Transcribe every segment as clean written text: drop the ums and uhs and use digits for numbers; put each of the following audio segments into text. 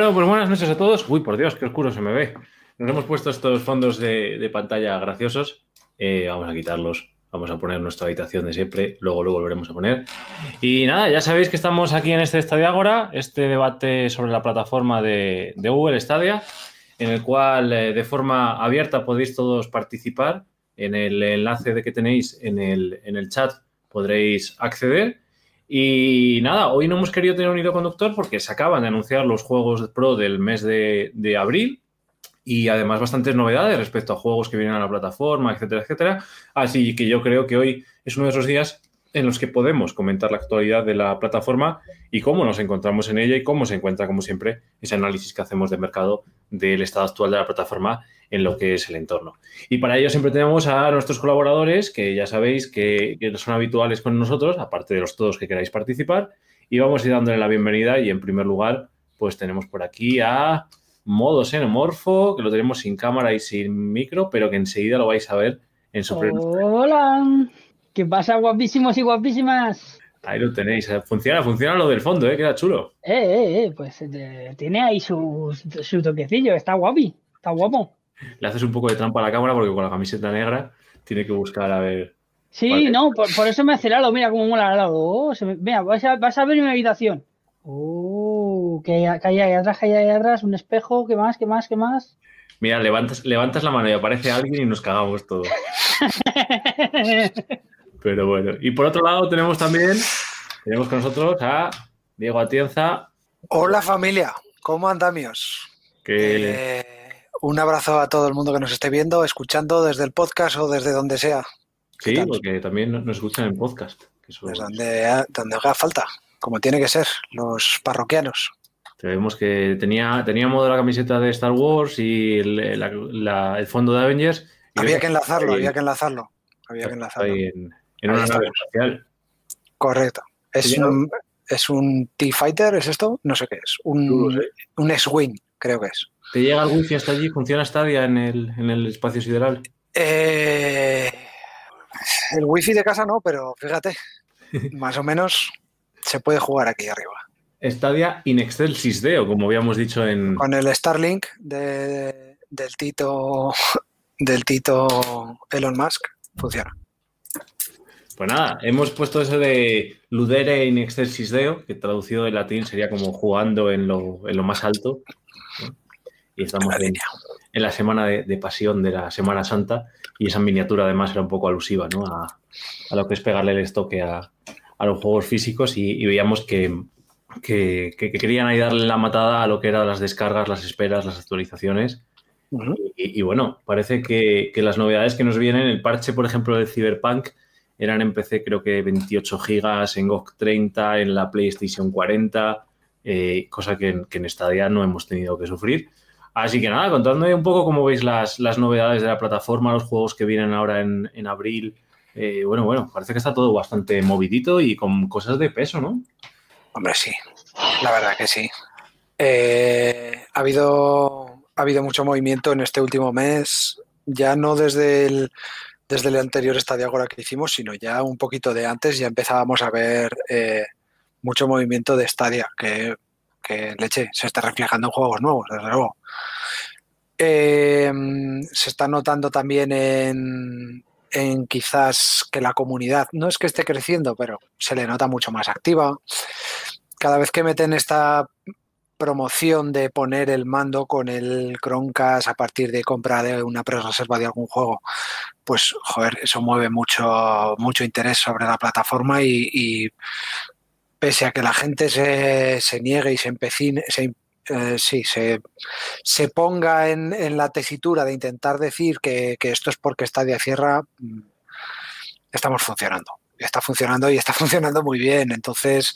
Bueno, pues buenas noches a todos. Uy, por Dios, qué oscuro se me ve. Nos hemos puesto estos fondos de pantalla graciosos. Vamos a quitarlos. Vamos a poner nuestra habitación de siempre. Luego lo volveremos a poner. Y nada, ya sabéis que estamos aquí en este Stadia Agora, este debate sobre la plataforma de Google Stadia, en el cual de forma abierta podéis todos participar. En el enlace que tenéis en el chat podréis acceder. Y nada, hoy no hemos querido tener un hilo conductor porque se acaban de anunciar los juegos Pro del mes de abril y además bastantes novedades respecto a juegos que vienen a la plataforma, etcétera, etcétera. Así que yo creo que hoy es uno de esos días en los que podemos comentar la actualidad de la plataforma y cómo nos encontramos en ella y cómo se encuentra, como siempre, ese análisis que hacemos de mercado del estado actual de la plataforma en lo que es el entorno. Y para ello siempre tenemos a nuestros colaboradores, que ya sabéis que son habituales con nosotros, aparte de los todos que queráis participar, y vamos a ir dándole la bienvenida. Y en primer lugar, pues tenemos por aquí a Modo Xenomorfo, que lo tenemos sin cámara y sin micro, pero que enseguida lo vais a ver en su pleno. Hola, ¿qué pasa, guapísimos y guapísimas? Ahí lo tenéis. Funciona lo del fondo, queda chulo. Pues tiene ahí su toquecillo, está guapi, está guapo. Le haces un poco de trampa a la cámara porque con la camiseta negra tiene que buscar a ver. Sí, Vale. no, por eso me hace el halo, mira cómo mola el halo. Mira, vas a ver mi habitación. Que hay ahí atrás, que hay ahí atrás, un espejo, ¿qué más, qué más, qué más? Mira, levantas la mano y aparece alguien y nos cagamos todos. Pero bueno. Y por otro lado tenemos con nosotros a Diego Atienza. Hola familia, ¿cómo andamios? Un abrazo a todo el mundo que nos esté viendo, escuchando desde el podcast o desde donde sea. Sí, porque también nos escuchan en podcast. Que eso desde donde haga falta, como tiene que ser, los parroquianos. Vemos que tenía modo la camiseta de Star Wars y el fondo de Avengers. Había que enlazarlo. Ahí en una nave espacial. Correcto. ¿Es un T-Fighter? ¿Es esto? No sé qué es. Un S-Wing, creo que es. ¿Te llega el wifi hasta allí? ¿Funciona Stadia en el espacio sideral? El wifi de casa no, pero fíjate, más o menos se puede jugar aquí arriba. Stadia in excelsis Deo, como habíamos dicho en... Con el Starlink del Tito Elon Musk, funciona. Pues nada, hemos puesto eso de ludere in excelsis Deo, que traducido del latín sería como jugando en lo más alto, ¿no? Y estamos en la semana de pasión de la Semana Santa, y esa miniatura además era un poco alusiva, ¿no? a lo que es pegarle el estoque a los juegos físicos, y veíamos que querían ahí darle la matada a lo que eran las descargas, las esperas, las actualizaciones. Uh-huh. Y bueno, parece que las novedades que nos vienen, el parche, por ejemplo, del Cyberpunk, eran en PC creo que 28 gigas, en GOG 30, en la PlayStation 40, cosa que en Stadia no hemos tenido que sufrir. Así que nada, contadme un poco cómo veis las novedades de la plataforma, los juegos que vienen ahora en abril. Bueno, parece que está todo bastante movidito y con cosas de peso, ¿no? Hombre, sí, la verdad que sí. Ha habido mucho movimiento en este último mes, ya no desde el anterior Stadia Agora que hicimos, sino ya un poquito de antes. Ya empezábamos a ver mucho movimiento de Stadia, que leche, se está reflejando en juegos nuevos, desde luego. Se está notando también en quizás que la comunidad, no es que esté creciendo, pero se le nota mucho más activa. Cada vez que meten esta promoción de poner el mando con el Chromecast a partir de compra de una pre-reserva de algún juego, pues joder, eso mueve mucho interés sobre la plataforma, y pese a que la gente se niegue y se empecine, se ponga en la tesitura de intentar decir que esto es porque Stadia cierra, estamos funcionando. Está funcionando y está funcionando muy bien. Entonces,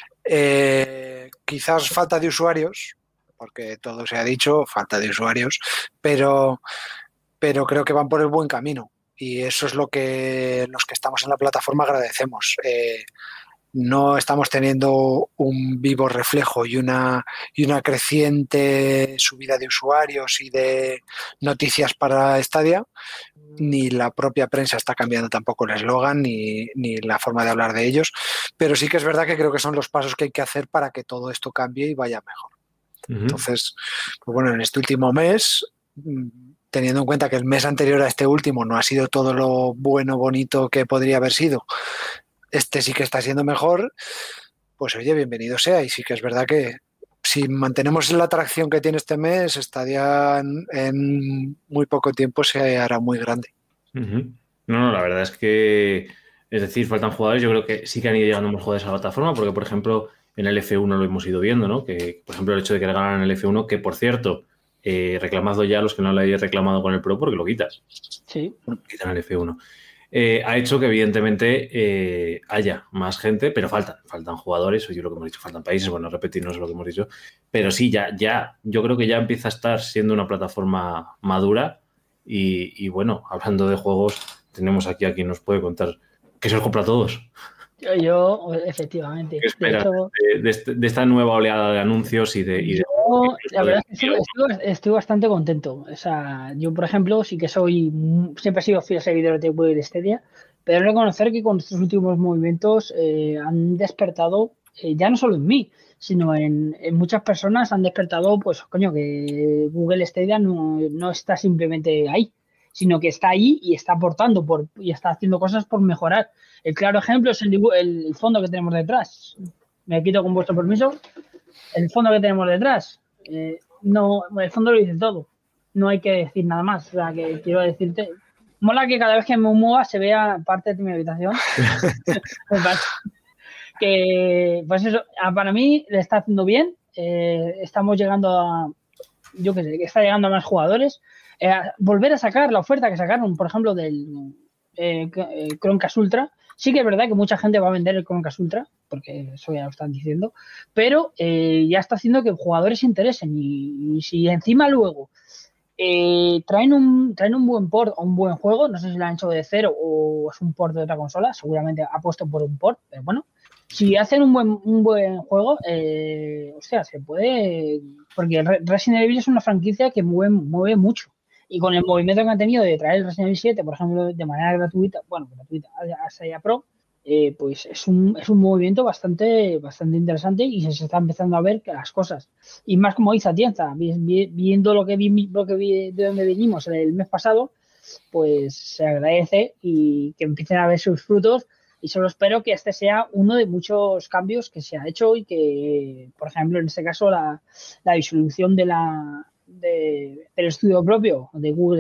quizás falta de usuarios, porque todo se ha dicho, falta de usuarios, pero creo que van por el buen camino, y eso es lo que los que estamos en la plataforma agradecemos. No estamos teniendo un vivo reflejo y una creciente subida de usuarios y de noticias para Stadia, ni la propia prensa está cambiando tampoco el eslogan ni la forma de hablar de ellos, pero sí que es verdad que creo que son los pasos que hay que hacer para que todo esto cambie y vaya mejor. Entonces, pues bueno, en este último mes, teniendo en cuenta que el mes anterior a este último no ha sido todo lo bueno, bonito que podría haber sido, este sí que está siendo mejor, pues oye, bienvenido sea. Y sí que es verdad que si mantenemos la atracción que tiene este mes, Stadia en muy poco tiempo se hará muy grande. No, la verdad es que, es decir, faltan jugadores. Yo creo que sí que han ido llegando más jugadores a la plataforma, porque, por ejemplo, en el F1 lo hemos ido viendo, ¿no? Que, por ejemplo, el hecho de que regalan el F1, que, por cierto, reclamadlo ya los que no lo hayáis reclamado con el Pro, porque lo quitas. Sí. Quitan el F1. Ha hecho que, evidentemente, haya más gente, pero faltan jugadores, oye, lo que hemos dicho, faltan países, bueno, repetirnos lo que hemos dicho, pero sí, ya, yo creo que ya empieza a estar siendo una plataforma madura y bueno, hablando de juegos, tenemos aquí a quien nos puede contar que se los compra a todos. Yo, efectivamente. ¿Qué esperas de esta nueva oleada de anuncios y de la verdad es que estoy bastante contento. O sea, yo, por ejemplo, sí que siempre he sido fiel seguidor de Google Stadia, pero he de reconocer que con estos últimos movimientos han despertado, ya no solo en mí, sino en muchas personas han despertado, pues, coño, que Google Stadia no está simplemente ahí, sino que está ahí y está aportando y está haciendo cosas por mejorar. El claro ejemplo es el fondo que tenemos detrás. Me quito con vuestro permiso. El fondo que tenemos detrás. No, el fondo lo dice todo. No hay que decir nada más. O sea, que quiero decirte. Mola que cada vez que me mueva se vea parte de mi habitación. Que, pues eso, para mí le está haciendo bien. Estamos llegando a. Yo qué sé, que está llegando a más jugadores. Volver a sacar la oferta que sacaron, por ejemplo, del Chromecast Ultra. Sí que es verdad que mucha gente va a vender el Chromecast Ultra, porque eso ya lo están diciendo, pero ya está haciendo que jugadores se interesen y si encima luego traen un buen port o un buen juego, no sé si lo han hecho de cero o es un port de otra consola, seguramente ha puesto por un port, pero bueno, si hacen un buen juego, hostia, se puede, porque Resident Evil es una franquicia que mueve mucho. Y con el movimiento que han tenido de traer el Resident Evil 7, por ejemplo, de manera gratuita, hasta ya Pro, pues es un movimiento bastante interesante y se está empezando a ver que las cosas. Y más como dice Atienza, viendo lo que vi de donde venimos el mes pasado, pues se agradece y que empiecen a ver sus frutos. Y solo espero que este sea uno de muchos cambios que se ha hecho y que, por ejemplo, en este caso, la disolución del estudio propio de Google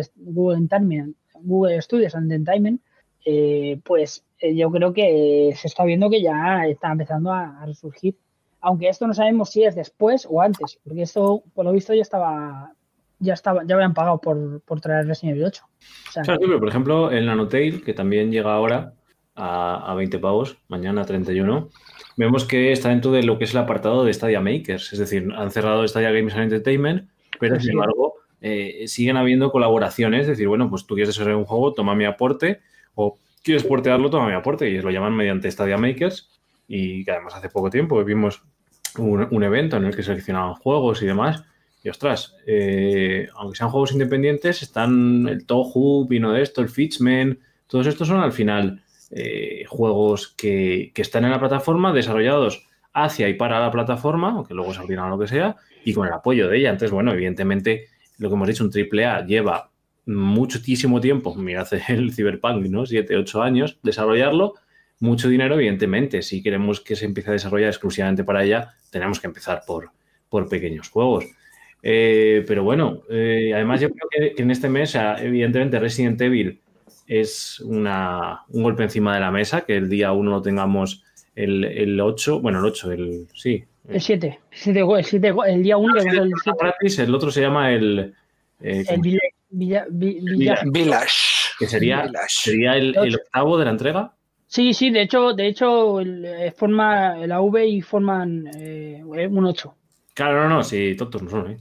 Studios Entertainment, pues yo creo que se está viendo que ya está empezando a resurgir. Aunque esto no sabemos si es después o antes, porque esto, por lo visto, ya habían pagado por traer Resident Evil 8. O sea, claro, pero por ejemplo, el Nanotale, que también llega ahora a 20 pavos, mañana 31, vemos que está dentro de lo que es el apartado de Stadia Makers. Es decir, han cerrado Stadia Games and Entertainment, pero sin embargo siguen habiendo colaboraciones. Es decir, bueno, pues tú quieres desarrollar un juego, toma mi aporte, o quieres portearlo, toma mi aporte, y lo llaman mediante Stadia Makers. Y que además hace poco tiempo vimos un evento en el que seleccionaban juegos y demás. Y ostras, aunque sean juegos independientes, están el Touhou, vino de esto, el Fitchman, todos estos son al final juegos que están en la plataforma, desarrollados hacia y para la plataforma, aunque luego se abrirán a lo que sea, y con el apoyo de ella. Entonces, bueno, evidentemente, lo que hemos dicho, un AAA lleva muchísimo tiempo, mirad el Cyberpunk, ¿no? 7, 8 años, desarrollarlo, mucho dinero, evidentemente. Si queremos que se empiece a desarrollar exclusivamente para ella, tenemos que empezar por pequeños juegos. Pero bueno, además yo creo que en este mes, evidentemente, Resident Evil es un golpe encima de la mesa, que el día 1 lo tengamos el 8, bueno, el 8, el 7. El día 1 el 7. Gratis, el otro se llama el Village. Que sería el octavo de la entrega. Sí, de hecho forma la V y forman un 8. Claro, no, sí, tontos no son, ¿eh?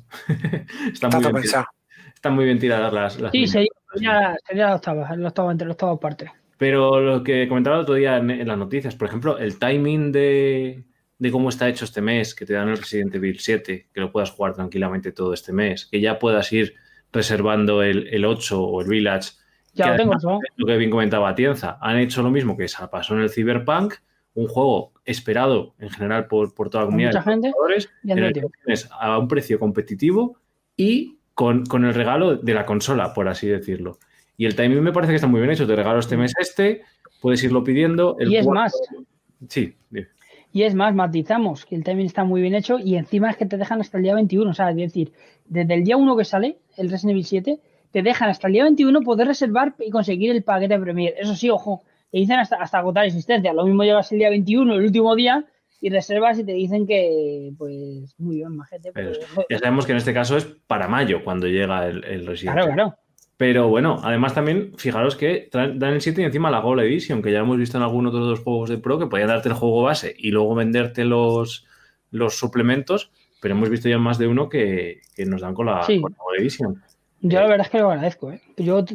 Están muy bien tiradas las sí, sería la octava entre las octavas partes. Pero lo que comentaba el otro día en las noticias, por ejemplo, el timing de cómo está hecho este mes, que te dan el Resident Evil 7, que lo puedas jugar tranquilamente todo este mes, que ya puedas ir reservando el 8 o el Village. Ya lo tengo, ¿no? Lo que bien comentaba Atienza, han hecho lo mismo que se pasó en el Cyberpunk, un juego esperado en general por toda la comunidad Mucha gente, de jugadores, en el que tienes a un precio competitivo y con el regalo de la consola, por así decirlo. Y el timing me parece que está muy bien hecho. Te regalo este mes puedes irlo pidiendo. Y es más. Sí. Y es más, matizamos que el timing está muy bien hecho y encima es que te dejan hasta el día 21. O sea, es decir, desde el día 1 que sale el Resident Evil 7, te dejan hasta el día 21 poder reservar y conseguir el paquete Premier. Eso sí, ojo, te dicen hasta agotar existencia. Lo mismo llegas el día 21, el último día, y reservas y te dicen que, pues, muy bien, majete. Pues, ya sabemos que en este caso es para mayo cuando llega el Resident Evil. Claro. Pero bueno, además también, fijaros que dan el 7 y encima la Gold Edition, que ya hemos visto en algunos otros dos juegos de Pro, que podían darte el juego base y luego venderte los suplementos, pero hemos visto ya más de uno que nos dan con la Gold Edition. Yo la verdad es que lo agradezco, ¿eh? Yo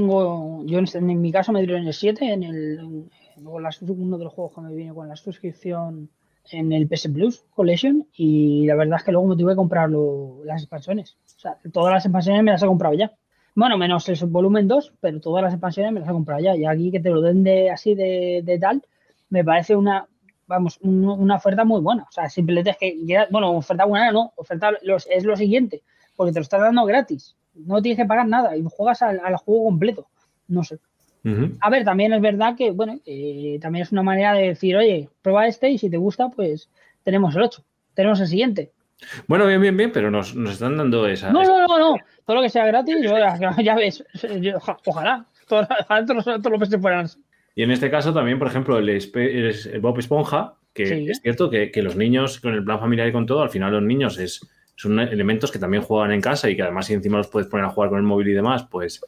en mi caso me dieron el 7 uno de los juegos que me viene con la suscripción en el PS Plus Collection, y la verdad es que luego me tuve que comprar las expansiones. O sea, todas las expansiones me las he comprado ya. Bueno, menos el volumen 2, pero todas las expansiones me las he comprado ya. Y aquí que te lo den así de tal, me parece una oferta muy buena. O sea, simplemente es que, oferta buena no, es lo siguiente, porque te lo estás dando gratis. No tienes que pagar nada y juegas al juego completo. No sé. A ver, también es verdad que, también es una manera de decir, oye, prueba y si te gusta, pues tenemos el 8, tenemos el siguiente. Bueno, bien, pero nos están dando esa... No. Todo lo que sea gratis, ya ves, ojalá todos los meses fueran. Y en este caso también, por ejemplo, el Bob Esponja, que sí. Es cierto que los niños, con el plan familiar y con todo, al final los niños son elementos que también juegan en casa y que además si encima los puedes poner a jugar con el móvil y demás, pues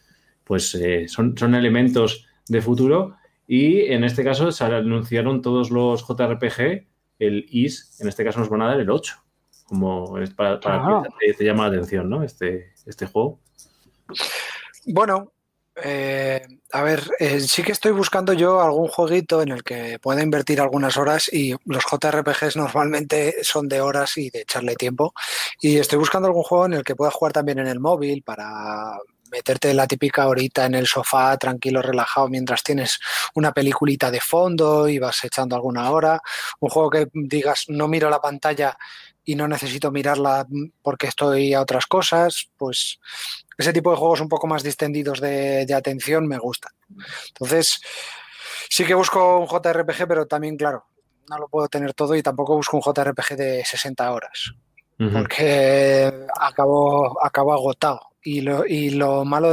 son elementos de futuro. Y en este caso se anunciaron todos los JRPG, el IS, en este caso nos van a dar el 8. Como es para que te llama la atención, ¿no? Este juego. Bueno, a ver, sí que estoy buscando yo algún jueguito en el que pueda invertir algunas horas, y los JRPGs normalmente son de horas y de echarle tiempo, y estoy buscando algún juego en el que pueda jugar también en el móvil para meterte la típica horita en el sofá tranquilo, relajado, mientras tienes una peliculita de fondo y vas echando alguna hora. Un juego que digas, no miro la pantalla y no necesito mirarla porque estoy a otras cosas, pues ese tipo de juegos un poco más distendidos de atención me gustan. Entonces, sí que busco un JRPG, pero también, claro, no lo puedo tener todo y tampoco busco un JRPG de 60 horas, porque acabo agotado. Y lo malo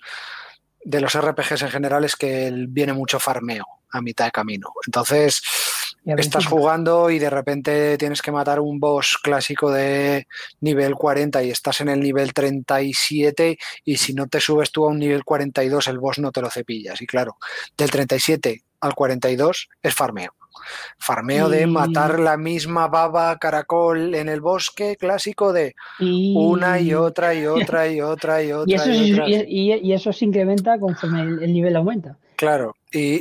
de los RPGs en general es que viene mucho farmeo a mitad de camino. Entonces, estás jugando y de repente tienes que matar un boss clásico de nivel 40 y estás en el nivel 37, y si no te subes tú a un nivel 42 el boss no te lo cepillas. Y claro, del 37 al 42 es farmeo. Farmeo de matar la misma baba caracol en el bosque clásico de una y otra y otra y otra y otra. Y eso se incrementa conforme el nivel aumenta. Claro,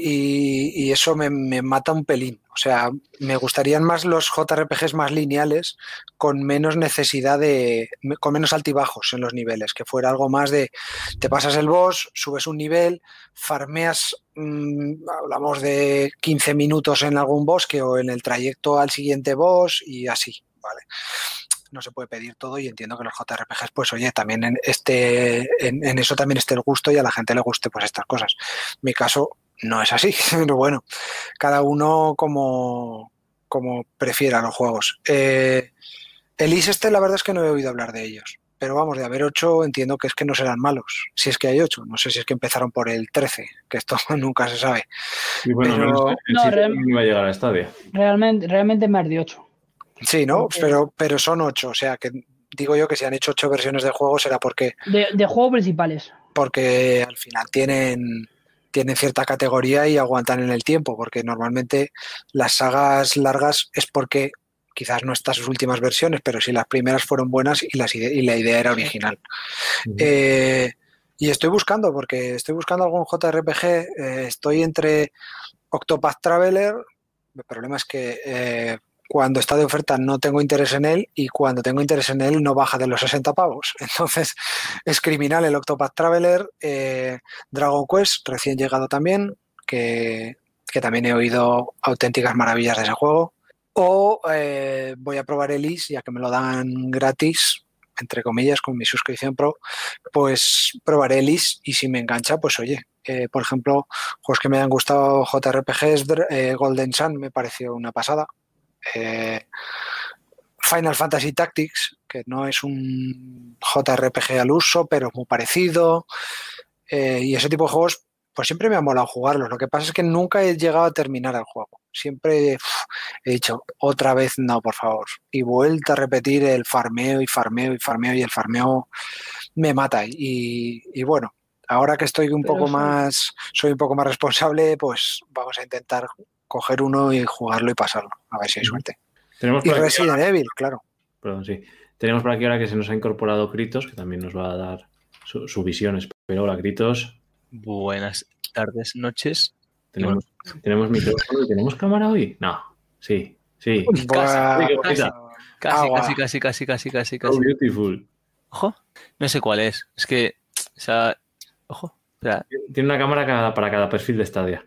y eso me mata un pelín. O sea, me gustarían más los JRPGs más lineales, con menos necesidad con menos altibajos en los niveles, que fuera algo más de, te pasas el boss, subes un nivel, farmeas, hablamos de 15 minutos en algún bosque o en el trayecto al siguiente boss y así, ¿vale? No se puede pedir todo, y entiendo que los JRPGs, pues oye, también en eso también esté el gusto y a la gente le guste pues estas cosas. En mi caso no es así, pero bueno, cada uno como prefiera los juegos. El IS la verdad es que no he oído hablar de ellos, pero vamos, de haber 8 entiendo que es que no serán malos, si es que hay 8, no sé si es que empezaron por el 13, que esto nunca se sabe. Y bueno, pero no iba a llegar a Stadia. Realmente más de 8. Sí, ¿no? Pero son 8, o sea que digo yo que si han hecho 8 versiones de juego será porque... De juegos principales. Porque al final tienen cierta categoría y aguantan en el tiempo, porque normalmente las sagas largas es porque quizás no estas últimas versiones, pero sí las primeras fueron buenas y la idea era original. Y estoy buscando algún JRPG, estoy entre Octopath Traveler. El problema es que cuando está de oferta no tengo interés en él, y cuando tengo interés en él no baja de los 60 pavos. Entonces es criminal el Octopath Traveler. Dragon Quest, recién llegado también, que que también he oído auténticas maravillas de ese juego. O voy a probar Elise, ya que me lo dan gratis, entre comillas, con mi suscripción Pro, pues probaré Elise y si me engancha, pues oye, por ejemplo, juegos que me han gustado JRPGs, Golden Sun me pareció una pasada. Final Fantasy Tactics, que no es un JRPG al uso, pero es muy parecido. Y ese tipo de juegos, pues siempre me ha molado jugarlos. Lo que pasa es que nunca he llegado a terminar el juego. Siempre he dicho, otra vez no, por favor. Y vuelta a repetir el farmeo y farmeo y farmeo y el farmeo me mata. Y bueno, ahora que estoy un poco más, soy un poco más responsable, pues vamos a intentar coger uno y jugarlo y pasarlo. A ver si hay suerte. Tenemos Y Resident Evil, claro. Perdón, sí. Tenemos por aquí ahora que se nos ha incorporado Kritos, que también nos va a dar su visión. Pero hola, Kritos. Buenas tardes, noches. Tenemos micrófono y tenemos cámara hoy. No, sí. Casi. Oh, beautiful. Ojo, no sé cuál es. Es que, o sea, ojo, espera. Tiene una cámara para cada perfil de Stadia.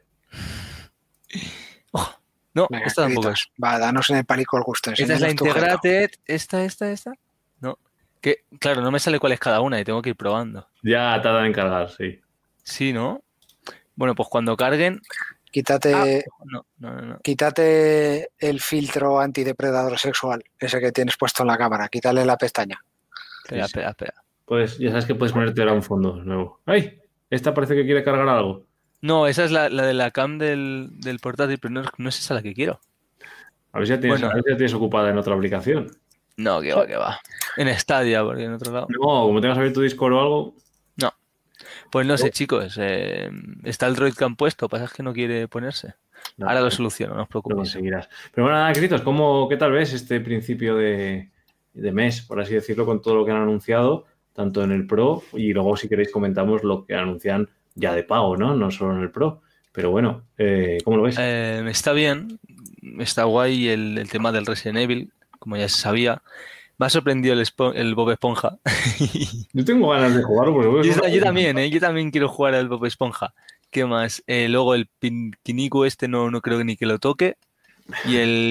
Ojo. No, Venga, esta tampoco es. Va, danos en el pánico el gusto. Esta es la Integrated. Esta. No. Que, claro, no me sale cuál es cada una y tengo que ir probando. Ya te ha dado a encargar, sí. Sí, ¿no? Bueno, pues cuando carguen. Quítate. No. Quítate el filtro antidepredador sexual, ese que tienes puesto en la cámara. Quítale la pestaña. Espera. Pues ya sabes que puedes ponerte ahora un fondo nuevo. ¡Ay! Esta parece que quiere cargar algo. No, esa es la de la cam del portátil, pero no es esa la que quiero. A ver si ya tienes ocupada en otra aplicación. No, que va. En Stadia, porque en otro lado. No, como tengas abierto tu Discord o algo. No. Pues no sé, chicos. Está el Droid que han puesto, pasa es que no quiere ponerse. No, ahora lo soluciono, no os lo preocupéis. conseguirás. Pero bueno, nada, Kritos, ¿qué tal ves este principio de mes, por así decirlo, con todo lo que han anunciado, tanto en el Pro y luego, si queréis, comentamos lo que anuncian ya de pago, ¿no? No solo en el Pro. Pero bueno, ¿cómo lo ves? Está bien, está guay el tema del Resident Evil, como ya se sabía. Me ha sorprendido el Bob Esponja. Yo tengo ganas de jugarlo. Porque yo también quiero jugar al Bob Esponja. ¿Qué más? Luego el Pinkiniku no creo ni que lo toque. Y el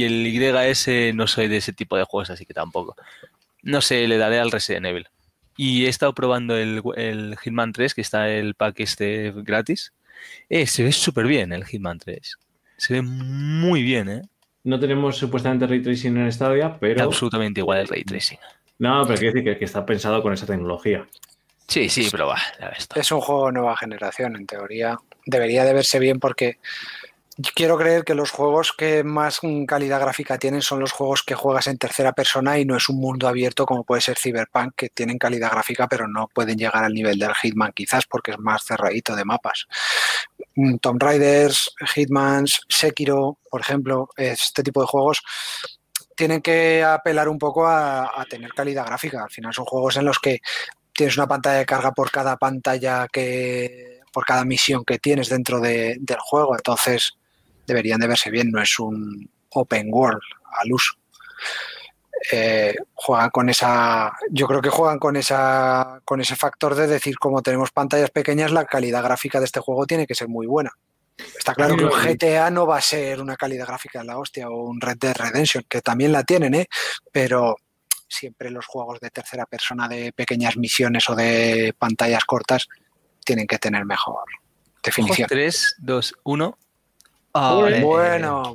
YS no soy de ese tipo de juegos, así que tampoco. No sé, le daré al Resident Evil. Y he estado probando el Hitman 3, que está el pack gratis. Se ve súper bien el Hitman 3. Se ve muy bien, ¿eh? No tenemos supuestamente Ray Tracing en Stadia, pero... Absolutamente igual el Ray Tracing. No, pero quiero decir que está pensado con esa tecnología. Sí, pero va, ya ves. Es un juego de nueva generación, en teoría. Debería de verse bien porque quiero creer que los juegos que más calidad gráfica tienen son los juegos que juegas en tercera persona y no es un mundo abierto como puede ser Cyberpunk, que tienen calidad gráfica pero no pueden llegar al nivel del Hitman quizás porque es más cerradito de mapas. Tomb Raiders, Hitmans, Sekiro, por ejemplo, este tipo de juegos tienen que apelar un poco a tener calidad gráfica. Al final son juegos en los que tienes una pantalla de carga por cada por cada misión que tienes dentro del juego, entonces deberían de verse bien, no es un open world al uso. Juegan con yo creo que juegan con ese factor de decir, como tenemos pantallas pequeñas, la calidad gráfica de este juego tiene que ser muy buena. Está claro que un GTA no va a ser una calidad gráfica de la hostia, o un Red Dead Redemption, que también la tienen, pero siempre los juegos de tercera persona de pequeñas misiones o de pantallas cortas tienen que tener mejor definición. 3, 2, 1. Bueno.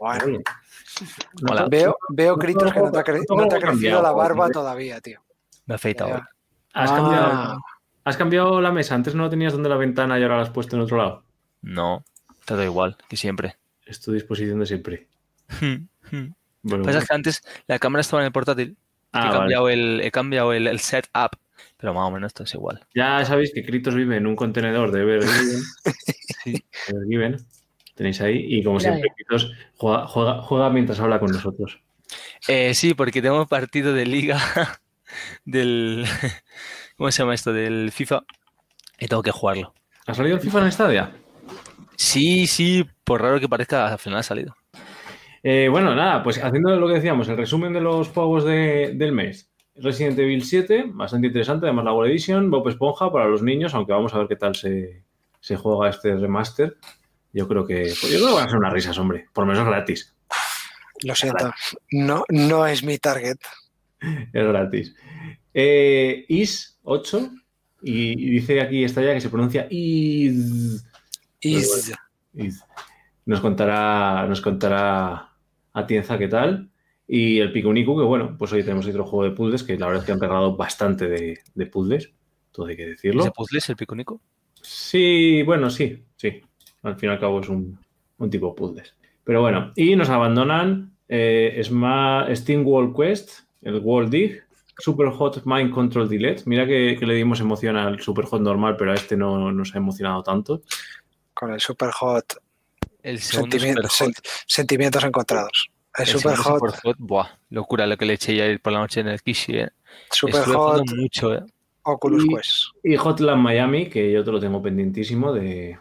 Hola. Veo Kritos que no te ha crecido la barba todavía, tío. Me he afeitado. ¿Has cambiado la mesa? Antes no la tenías donde la ventana y ahora la has puesto en otro lado. No, te da igual que siempre. Es tu disposición de siempre. Bueno, pasa que antes la cámara estaba en el portátil. He cambiado el setup, pero más o menos esto es igual. Ya sabéis que Kritos vive en un contenedor de Evergiven. Sí. Evergiven. Tenéis ahí. Y como siempre, Kritos juega mientras habla con nosotros. Sí, porque tenemos partido de liga del... ¿Cómo se llama esto? Del FIFA. Y tengo que jugarlo. ¿Ha salido el FIFA en Stadia? Sí, por raro que parezca, al final ha salido. Bueno, nada, pues haciendo lo que decíamos, el resumen de los juegos del mes. Resident Evil 7, bastante interesante, además la World Edition, Bob Esponja para los niños, aunque vamos a ver qué tal se juega este remaster. Yo creo que van a ser unas risas, hombre. Por lo menos gratis. Lo siento, no es mi target. Es gratis. Is 8 y dice aquí esta ya que se pronuncia Is. Is. Is. Nos contará Atienza qué tal. Y el Pikuniku, que bueno, pues hoy tenemos otro juego de puzzles que la verdad es que han regalado bastante de puzzles, todo hay que decirlo. ¿Ese puzzle es el Pikuniku? Sí, bueno, sí. Al fin y al cabo es un tipo de puzzles. Pero bueno, y nos abandonan Steam World Quest, el World Dig, Super Hot Mind Control Delete. Mira que le dimos emoción al Super Hot normal, pero a este no nos ha emocionado tanto. Con el Super Hot, el sentimientos encontrados. El Super Hot, buah, locura lo que le eché ayer por la noche en el Kishi. Super Hot mucho, Oculus Quest. Y Hotland Miami, que yo te lo tengo pendientísimo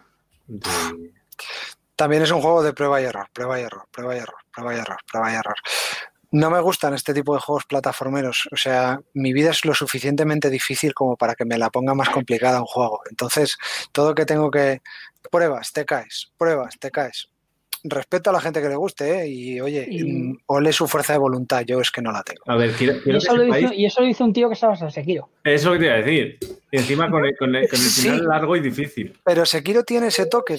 También es un juego de prueba y error. No me gustan este tipo de juegos plataformeros. O sea, mi vida es lo suficientemente difícil como para que me la ponga más complicada un juego. Entonces, todo que tengo que... Pruebas, te caes. Respeto a la gente que le guste, y oye, ole su fuerza de voluntad. Yo es que no la tengo. A ver, quiero y eso lo hizo un tío que estaba en Sekiro. Eso que te iba a decir. Y encima con el final largo y difícil. Pero Sekiro tiene ese toque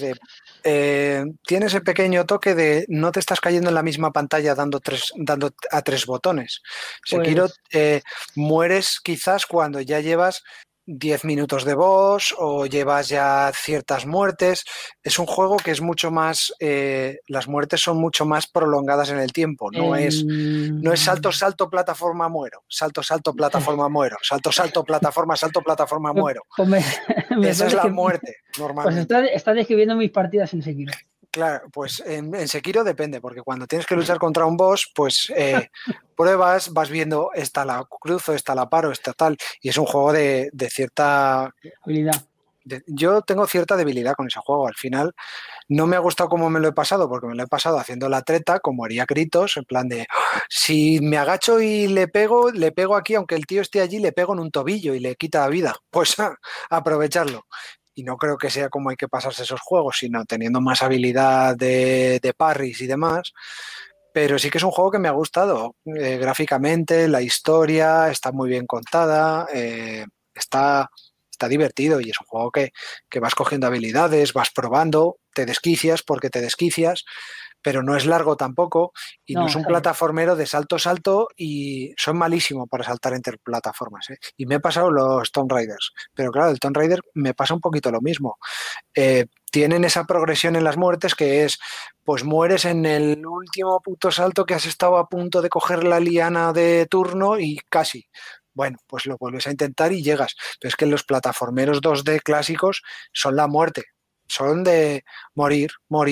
tiene ese pequeño toque de no te estás cayendo en la misma pantalla dando a 3 botones. Sekiro mueres quizás cuando ya llevas 10 minutos de boss o llevas ya ciertas muertes. Es un juego que es mucho más... las muertes son mucho más prolongadas en el tiempo. No es salto, plataforma, muero. Salto, plataforma, muero. Salto, plataforma, muero. Esa es la muerte, normalmente. Pues está describiendo mis partidas en Sekiro. Claro, pues en Sekiro depende, porque cuando tienes que luchar contra un boss, pues pruebas, vas viendo, esta la cruzo, esta la paro, esta tal, y es un juego de cierta habilidad. Yo tengo cierta debilidad con ese juego. Al final no me ha gustado cómo me lo he pasado, porque me lo he pasado haciendo la treta, como haría Kritos, en plan de si me agacho y le pego aquí, aunque el tío esté allí, le pego en un tobillo y le quita la vida. Pues aprovecharlo. Y no creo que sea como hay que pasarse esos juegos, sino teniendo más habilidad de parries y demás. Pero sí que es un juego que me ha gustado. Gráficamente, la historia está muy bien contada, está divertido, y es un juego que vas cogiendo habilidades, vas probando, te desquicias porque te desquicias, pero no es largo tampoco, y no es un plataformero de salto, y son malísimos para saltar entre plataformas, ¿eh? Y me he pasado los Tomb Raiders, pero claro, el Tomb Raider me pasa un poquito lo mismo. Tienen esa progresión en las muertes que es, pues mueres en el último puto salto que has estado a punto de coger la liana de turno y casi. Bueno, pues lo vuelves a intentar y llegas. Pero es que los plataformeros 2D clásicos son la muerte. Son de morir.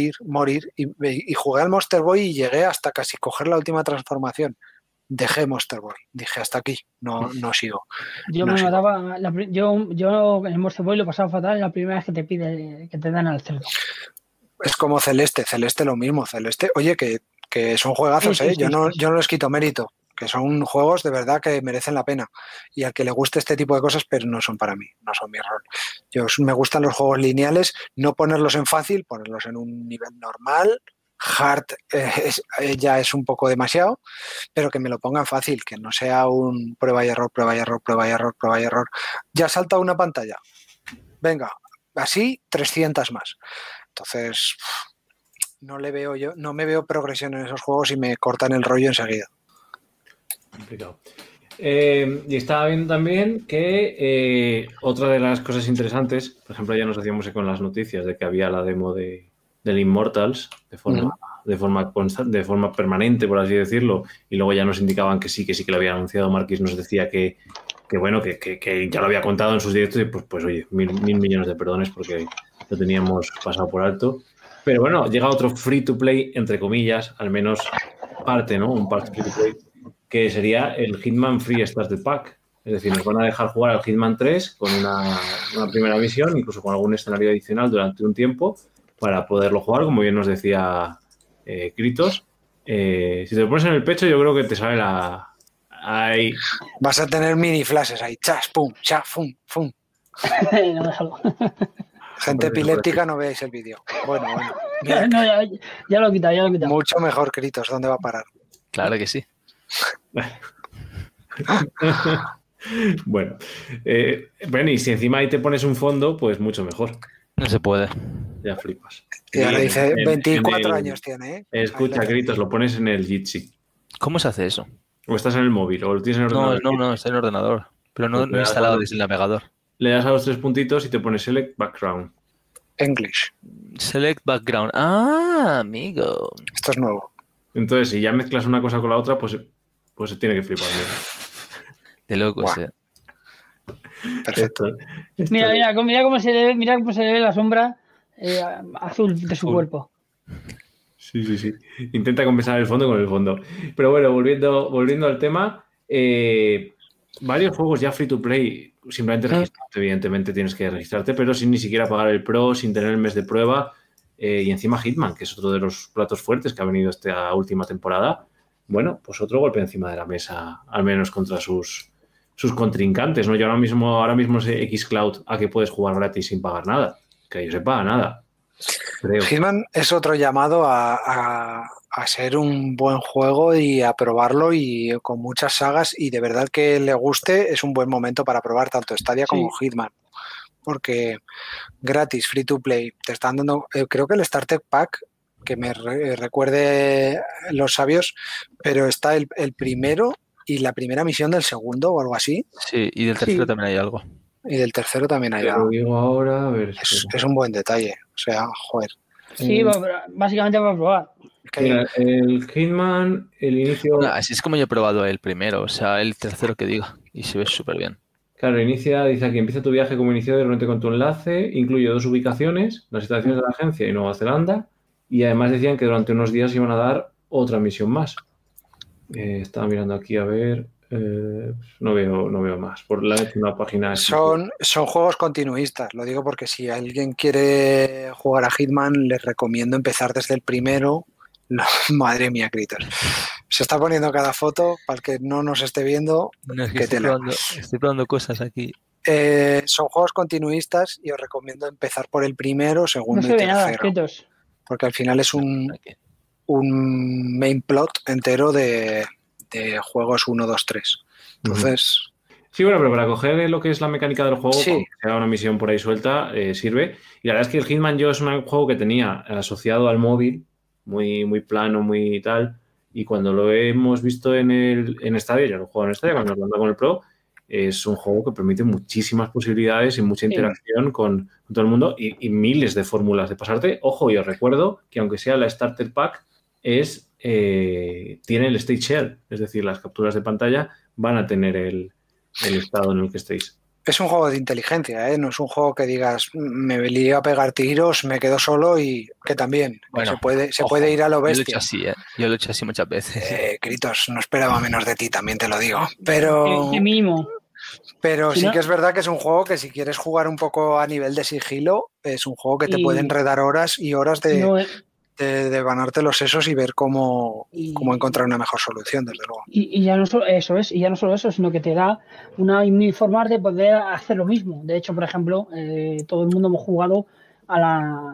Y jugué al Monster Boy y llegué hasta casi coger la última transformación. Dejé Monster Boy. Dije, hasta aquí. No sigo. Yo me mataba... Yo en el Monster Boy lo pasaba fatal la primera vez que te pide que te dan al cerdo. Es como Celeste. Celeste lo mismo. Celeste, oye, que son juegazos, sí, yo no les quito mérito. Que son juegos de verdad que merecen la pena, y al que le guste este tipo de cosas, pero no son para mí, no son mi rol. Me gustan los juegos lineales, no ponerlos en fácil, ponerlos en un nivel normal. Hard ya es un poco demasiado, pero que me lo pongan fácil, que no sea un prueba y error. Ya salta una pantalla, venga, así 300 más. Entonces no me veo progresión en esos juegos y me cortan el rollo enseguida. Complicado. Y estaba viendo también que otra de las cosas interesantes, por ejemplo, ya nos hacíamos con las noticias de que había la demo del Immortals de forma permanente, por así decirlo, y luego ya nos indicaban que sí que lo había anunciado. Marquis nos decía que bueno, que ya lo había contado en sus directos, y pues oye, mil millones de perdones porque lo teníamos pasado por alto. Pero bueno, llega otro free to play, entre comillas, al menos parte, ¿no? Un part free to play, que sería el Hitman Free Starter Pack. Es decir, nos van a dejar jugar al Hitman 3 con una primera misión, incluso con algún escenario adicional durante un tiempo, para poderlo jugar, como bien nos decía Kritos. Si te lo pones en el pecho, yo creo que te sale ahí. Vas a tener mini flashes ahí. Chas, pum, chas, fum, fum. No, déjalo. Gente epiléptica, no veáis el vídeo. Bueno. Mira, No, ya lo he quitado, ya lo he quitado. mucho mejor, Kritos. ¿Dónde va a parar? Claro que sí. Bueno, y si encima ahí te pones un fondo, pues mucho mejor. No se puede. Ya flipas. Y ahora dice, en 24 el- años tiene, ¿eh? Escucha, Ahí le- Gritos, lo pones en el Jitsi. ¿Cómo se hace eso? O estás en el móvil, o lo tienes en el No, ordenador. no, está en el ordenador. Pero no Pues he instalado desde el navegador. Le das a los 3 puntitos y te pones Select Background. English. Select background. Ah, amigo. Esto es nuevo. Entonces, si ya mezclas una cosa con la otra, pues se tiene que flipar. De locos, Buah. Perfecto. Mira cómo se le ve la sombra azul de su Azul. cuerpo. Sí. Intenta compensar el fondo con el fondo. Pero bueno, volviendo al tema, varios juegos ya free to play, simplemente registrarte, evidentemente tienes que registrarte, pero sin ni siquiera pagar el Pro, sin tener el mes de prueba. Y encima Hitman, que es otro de los platos fuertes que ha venido esta última temporada. Bueno, pues otro golpe encima de la mesa, al menos contra sus contrincantes, ¿no? Yo ahora mismo sé xCloud a que puedes jugar gratis sin pagar nada. Que yo sepa, nada. Creo. Hitman es otro llamado a ser un buen juego y a probarlo y con muchas sagas, y de verdad que le guste es un buen momento para probar tanto Stadia como Hitman, porque gratis, free to play, te están dando, creo que el Starter Pack, que me recuerde los sabios, pero está el primero y la primera misión del segundo o algo así, Sí, y del tercero Sí. también hay algo. y del tercero también hay Te algo. lo digo ahora, a ver. Es un buen detalle, o sea, joder. Sí, básicamente para probar. Que- Mira, el Hitman, el inicio. Bueno, así es como yo he probado el primero, o sea, el tercero que diga. Y se ve súper bien. Claro, dice aquí, empieza tu viaje como inicio de con tu enlace, incluye 2 ubicaciones, las instalaciones de la agencia y Nueva Zelanda, y además decían que durante unos días iban a dar otra misión más. Estaba mirando aquí a ver, no veo más, por una página. Son juegos continuistas, lo digo porque si alguien quiere jugar a Hitman, les recomiendo empezar desde el primero. Madre mía, Critters. Se está poniendo cada foto, para el que no nos esté viendo, No, es que qué estoy tela. probando cosas aquí. Son juegos continuistas y os recomiendo empezar por el primero, No segundo se y ve nada, tercero, quietos. porque al final es Aquí. un main plot entero de juegos 1, 2, 3. Entonces, Sí, bueno, pero para coger lo que es la mecánica del juego, Sí. aunque sea una misión por ahí suelta, sirve. Y la verdad es que el Hitman yo es un juego que tenía asociado al móvil, muy plano, muy tal. Y cuando lo hemos visto en Stadia, yo lo he jugado en Stadia, cuando lo ando con el Pro, es un juego que permite muchísimas posibilidades y mucha interacción con todo el mundo y miles de fórmulas de pasarte. Ojo, y os recuerdo que aunque sea la Starter Pack, tiene el state share, es decir, las capturas de pantalla van a tener el estado en el que estéis. es un juego de inteligencia, ¿eh? No es un juego que digas, me lío a pegar tiros, me quedo solo, y que también Bueno, se ojo, puede ir a lo Yo lo he hecho bestia. así, ¿eh? Yo lo he hecho así muchas veces. Kritos, no esperaba menos de ti, también te lo digo. Pero, Qué mínimo. pero Si sí no- que es verdad que es un juego que si quieres jugar un poco a nivel de sigilo, es un juego que te Y- puede enredar horas y horas de No, ganarte los sesos y ver cómo Y- encontrar una mejor solución, desde luego. y ya no solo eso, sino que te da una forma de poder hacer lo mismo. De hecho, por ejemplo, todo el mundo hemos jugado a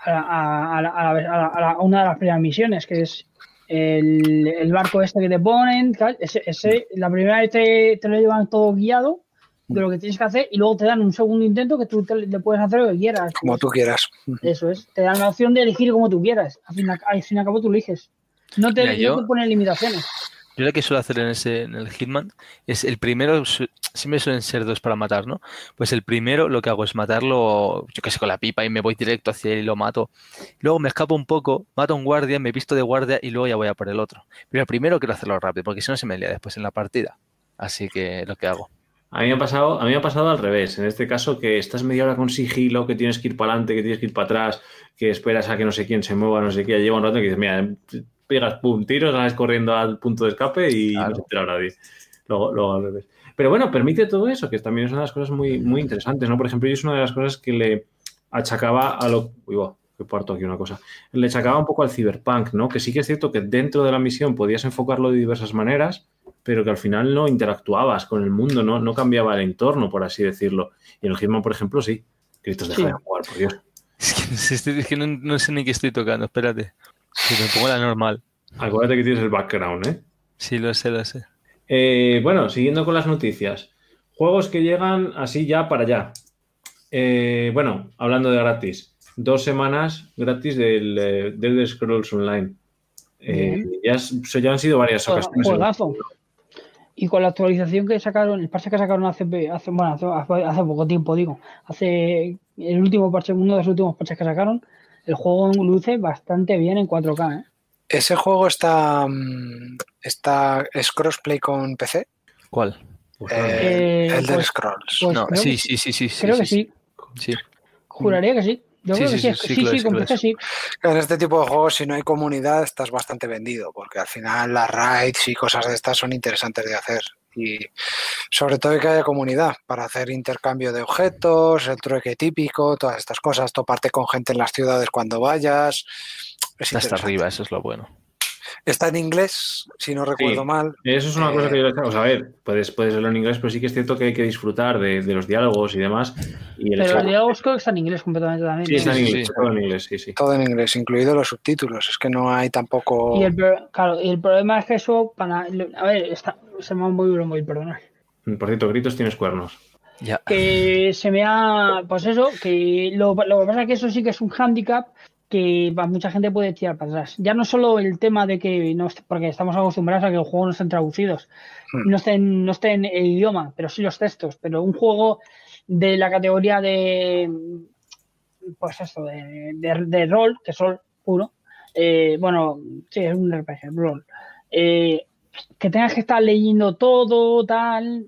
una de las primeras misiones, que es el barco este que te ponen. La primera vez te lo llevan todo guiado de lo que tienes que hacer, y luego te dan un segundo intento que tú le puedes hacer lo que quieras. Como tú quieras. Eso es, te dan la opción de elegir como tú quieras. Al fin y al cabo tú eliges. No te ponen limitaciones. Yo lo que suelo hacer en el Hitman es el primero, siempre suelen ser 2 para matar, ¿no? Pues el primero lo que hago es matarlo, yo qué sé, con la pipa, y me voy directo hacia él y lo mato. Luego me escapo un poco, mato a un guardia, me visto de guardia y luego ya voy a por el otro. Pero el primero quiero hacerlo rápido, porque si no se me lía después en la partida. Así que lo que hago. A mí me ha pasado al revés. En este caso, que estás media hora con sigilo, que tienes que ir para adelante, que tienes que ir para atrás, que esperas a que no sé quién se mueva, no sé qué, lleva un rato y que dices, mira, pegas pum, tiros, sales corriendo al punto de escape y Claro. no se entera nadie. Luego al revés. Pero bueno, permite todo eso, que también es una de las cosas muy interesantes, ¿no? Por ejemplo, yo es una de las cosas que le achacaba a lo... Uy, va, que parto aquí una cosa. Le achacaba un poco al Cyberpunk, ¿no? Que sí que es cierto que dentro de la misión podías enfocarlo de diversas maneras, pero que al final no interactuabas con el mundo, no cambiaba el entorno, por así decirlo. Y en el Hitman, por ejemplo, sí. Critos, deja de jugar, por Dios. Es que no sé ni qué estoy tocando, espérate. Que me pongo la normal. Acuérdate que tienes el background, ¿eh? Sí, lo sé, lo sé. Bueno, siguiendo con las noticias. Juegos que llegan así ya para allá. Bueno, hablando de gratis. 2 semanas gratis del The Elder Scrolls Online. Bien. Ya han sido varias ocasiones. Juegazo. Y con la actualización que sacaron, el parche que sacaron hace poco tiempo, digo, hace el último parche, uno de los últimos parches que sacaron, el juego luce bastante bien en 4K, ¿eh? ¿Ese juego es crossplay con PC? ¿Cuál? Elder Pues- Scrolls. pues No, creo sí, que- sí. Creo que sí. Sí. Juraría que sí. Yo Sí, creo que sí, sí. sí, Sí, claro, con claro. PC sí. En este tipo de juegos, si no hay comunidad, estás bastante vendido, porque al final las raids y cosas de estas son interesantes de hacer. Y sobre todo que haya comunidad para hacer intercambio de objetos, el trueque típico, todas estas cosas, toparte con gente en las ciudades cuando vayas. Es Está hasta interesante. arriba, eso es lo bueno. Está en inglés, si no recuerdo mal. Eso es una cosa que yo les hago. A ver, puedes verlo en inglés, pero sí que es cierto que hay que disfrutar de los diálogos y demás. Y el Pero hecho- el diálogos creo que está en inglés completamente también. Sí, ¿no? está en Sí, inglés, sí. todo en inglés, sí. Todo en inglés, incluidos los subtítulos. Es que no hay tampoco... Claro, y el problema es que eso, a ver, se me ha movido muy, perdonad. Por cierto, Gritos tienes cuernos. Ya. Que se me ha, pues eso, que lo que pasa es que eso sí que es un hándicap que para mucha gente puede tirar para atrás. Ya no solo el tema de que no, porque estamos acostumbrados a que los juegos no estén traducidos, no estén en el idioma, pero sí los textos. Pero un juego de la categoría de, pues esto, de rol, que es rol puro, bueno, sí, es un RPG, rol. Que tengas que estar leyendo todo, tal,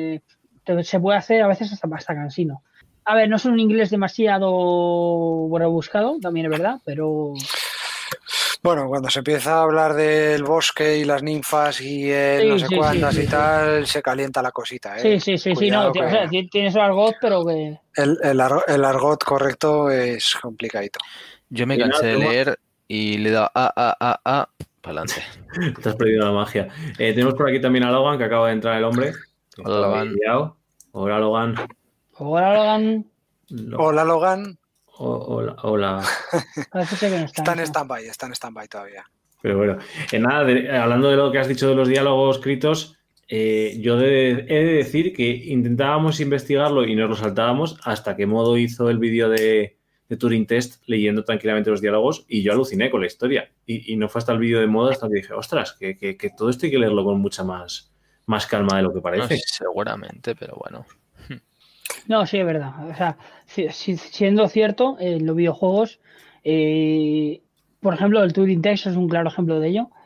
se puede hacer a veces hasta cansino. A ver, no es un inglés demasiado buscado, también es verdad, pero... Bueno, cuando se empieza a hablar del bosque y las ninfas y Sí, no sé sí, cuántas sí, y sí. tal, se calienta la cosita, ¿eh? Sí, no, Cuidado o que sea, tienes su argot, pero que... el argot correcto es complicadito. Yo me Y nada, cansé de toma. leer y le he dado para adelante. Te has perdido la magia. Tenemos por aquí también a Logan, que acaba de entrar el hombre. Que Hola, está Logan. muy liado. Hola, Logan. Hola, Logan. Hola, Logan. Hola. Parece ser que no está. Está en stand-by todavía. Pero bueno, nada, hablando de lo que has dicho de los diálogos escritos, yo he de decir que intentábamos investigarlo y nos lo saltábamos hasta que Modo hizo el vídeo de Turing Test leyendo tranquilamente los diálogos y yo aluciné con la historia. Y no fue hasta el vídeo de Modo hasta que dije, ostras, que todo esto hay que leerlo con mucha más calma de lo que No, parece. seguramente, pero bueno. No, sí, es verdad. O sea, siendo cierto, los videojuegos, por ejemplo, el Turing Test es un claro ejemplo de ello.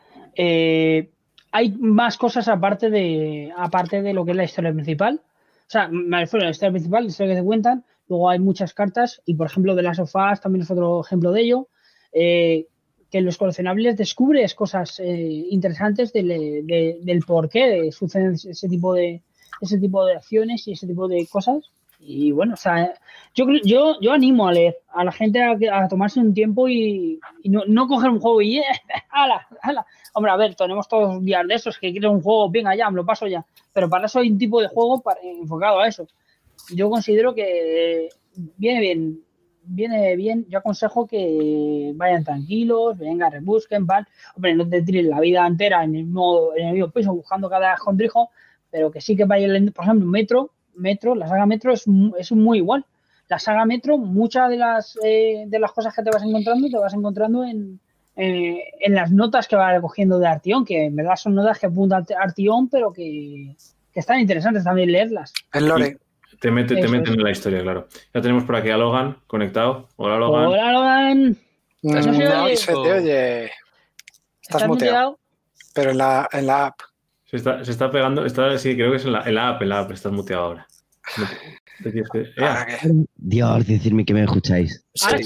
Hay más cosas aparte de lo que es la historia principal. O sea, me refiero a la historia principal, la historia que te cuentan. Luego hay muchas cartas y, por ejemplo, The Last of Us también es otro ejemplo de ello. Que en los coleccionables descubres cosas interesantes del por qué suceden ese tipo de acciones y ese tipo de cosas. Y bueno, o sea, yo animo a leer a la gente a tomarse un tiempo y no coger un juego y ¡hala! Hombre, a ver, tenemos todos días de esos que quieren un juego, venga ya, me lo paso ya. Pero para eso hay un tipo de juego enfocado a eso. Yo considero que viene bien. Yo aconsejo que vayan tranquilos, venga, rebusquen, van. Hombre, no te tiren la vida entera en el mismo piso buscando cada escondrijo, pero que sí que vayan, por ejemplo, Metro, la saga Metro es muy igual. La saga Metro, muchas de las cosas que te vas encontrando en las notas que va recogiendo de Artión, que en verdad son notas que apunta Artión, pero que están interesantes también leerlas. El lore. Te meten en la historia, claro. Ya tenemos por aquí a Logan conectado. Hola, Logan. Hola, Logan. No se oye. se te oye. Estás muteado. Pero en la app. Se está pegando. Sí, creo que es en la app. En la app estás muteado ahora. Dios, decirme que me escucháis.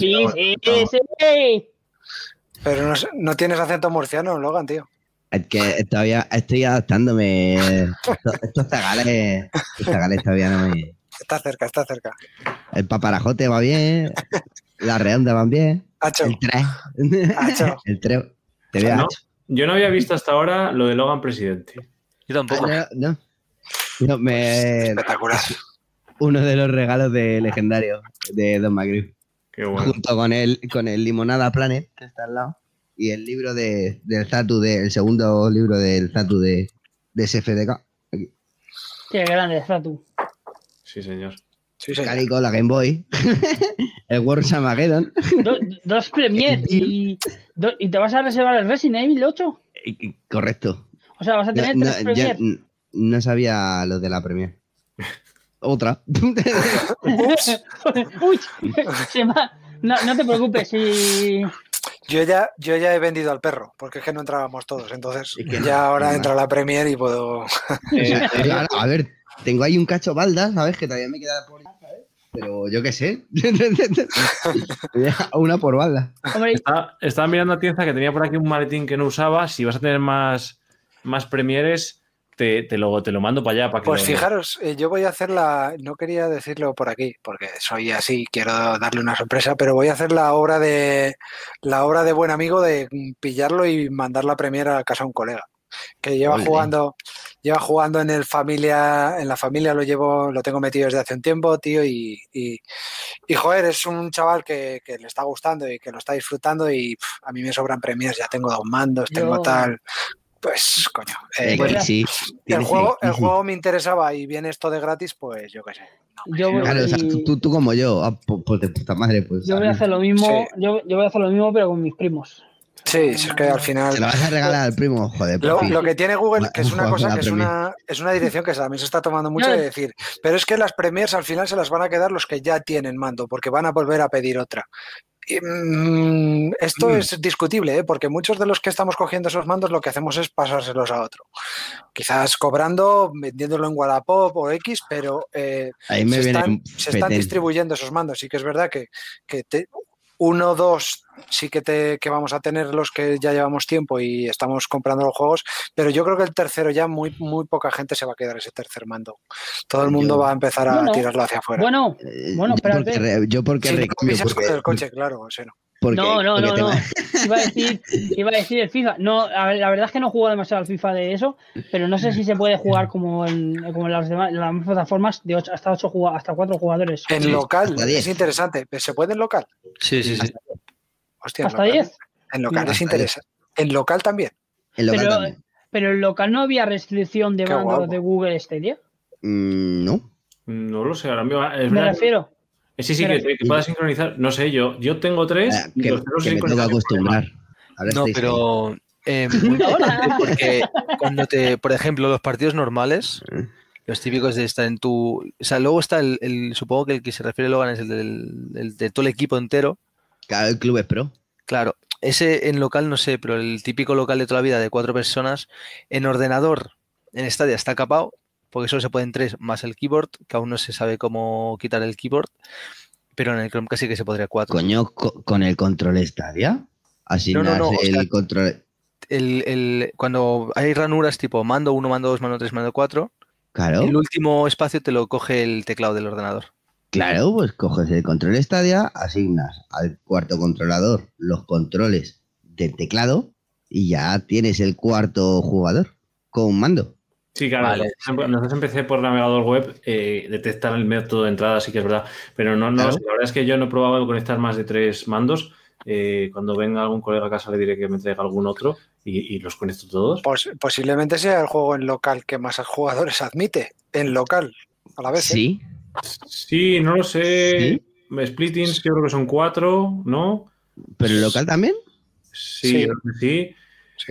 Sí. Pero no tienes acento murciano, Logan, tío. Es que todavía estoy adaptándome. Estos zagales todavía no me... Está cerca. El paparajote va bien. Las redondas van bien. Hacho. El 3. El 3. Te veo, Hacho. Yo no había visto hasta ahora lo de Logan presidente. Yo tampoco. No, Espectacular. Uno de los regalos de legendario de Don McGrew. Qué bueno. junto con el Limonada Planet, que está al lado, y el libro del Zatu, el segundo libro del Zatu de SFDK. Aquí. Qué grande está tú. Sí, señor. Sí, señor. Calico, la Game Boy, el World Armageddon. Dos Premier y te vas a reservar el Resident Evil 8. Correcto. O sea, vas a tener tres Premier. No sabía lo de la Premier. Otra. Uy, no te preocupes. Si... Yo ya he vendido al perro, porque es que no entrábamos todos. Entonces, Es que ya ahora no. entra la Premier y puedo. Claro, a ver, tengo ahí un cacho balda, ¿sabes? Que todavía me queda por... ¿sabes? Pero yo qué sé. Una por balda. Hombre, Estaba mirando a Tienza que tenía por aquí un maletín que no usaba. Si vas a tener más premieres, te lo mando para allá. Para que Pues lo... fijaros, yo voy a hacer no quería decirlo por aquí, porque soy así, quiero darle una sorpresa, pero voy a hacer la obra de buen amigo de pillarlo y mandar la Premier a casa a un colega que lleva jugando en la familia lo tengo metido desde hace un tiempo, tío, y joder, es un chaval que le está gustando y que lo está disfrutando y a mí me sobran premiers, ya tengo 2 mandos, tengo tal, pues coño. Sí. El juego me interesaba y viene esto de gratis, pues yo qué sé. Claro, o sea, tú como yo, pues de puta madre, pues. Yo voy a hacer lo mismo, Sí. yo voy a hacer lo mismo, pero con mis primos. Sí, es que al final. Se lo vas a regalar al primo, joder. Lo que tiene Google, que es una cosa que Premier. es una dirección que también se está tomando mucho de decir, pero es que las premiers al final se las van a quedar los que ya tienen mando, porque van a volver a pedir otra. Esto es discutible, porque muchos de los que estamos cogiendo esos mandos lo que hacemos es pasárselos a otro. Quizás cobrando, vendiéndolo en Wallapop o X, pero Ahí me se están distribuyendo esos mandos. Sí que es verdad que 1 o 2 sí que vamos a tener los que ya llevamos tiempo y estamos comprando los juegos, pero yo creo que el tercero ya muy poca gente se va a quedar ese tercer mando. Todo el mundo va a empezar a tirarlo hacia afuera. Bueno, espérate. Yo porque sí, recambio. Con el coche, claro, ese no. No. Iba a decir el FIFA. No, a ver, la verdad es que no juego demasiado al FIFA de eso, pero no sé si se puede jugar como en las demás plataformas de hasta 4 jugadores. En local, es interesante. ¿Se puede en local? Sí. Hostia, ¿Hasta 10? En local es interesante. En local también. Pero en local no había restricción de mando de Google Stadia. No. No lo sé, ahora mismo. Me refiero. Sí, que puedas sincronizar. No sé, yo tengo 3 y los tengo que me tengo que acostumbrar. No, pero muy porque cuando por ejemplo, los partidos normales, los típicos de estar en tu... O sea, luego está supongo que el que se refiere Logan es el de todo el equipo entero. Claro, el club es pro. Claro, ese en local no sé, pero el típico local de toda la vida de 4 personas, en ordenador, en Stadia está capado, porque solo se pueden 3 más el keyboard, que aún no se sabe cómo quitar el keyboard, pero en el Chromecast sí que se podría 4. Coño, con el control Stadia. Así No, el control. Cuando hay ranuras tipo mando 1, mando 2, mando 3, mando 4, claro. El último espacio te lo coge el teclado del ordenador. Claro, pues coges el control Stadia, asignas al cuarto controlador los controles del teclado y ya tienes el cuarto jugador con mando. Sí, claro. Vale. Nosotros empecé por navegador web, detectar el método de entrada, sí que es verdad, pero no, Claro. La verdad es que yo no he probado conectar más de 3 mandos. Cuando venga algún colega a casa le diré que me traiga algún otro y los conecto todos. Posiblemente sea el juego en local que más jugadores admite, en local, a la vez. Sí. Sí, no lo sé. ¿Sí? Splittings, yo creo que son 4, ¿no? ¿Pero el local también? Sí, yo creo que sí.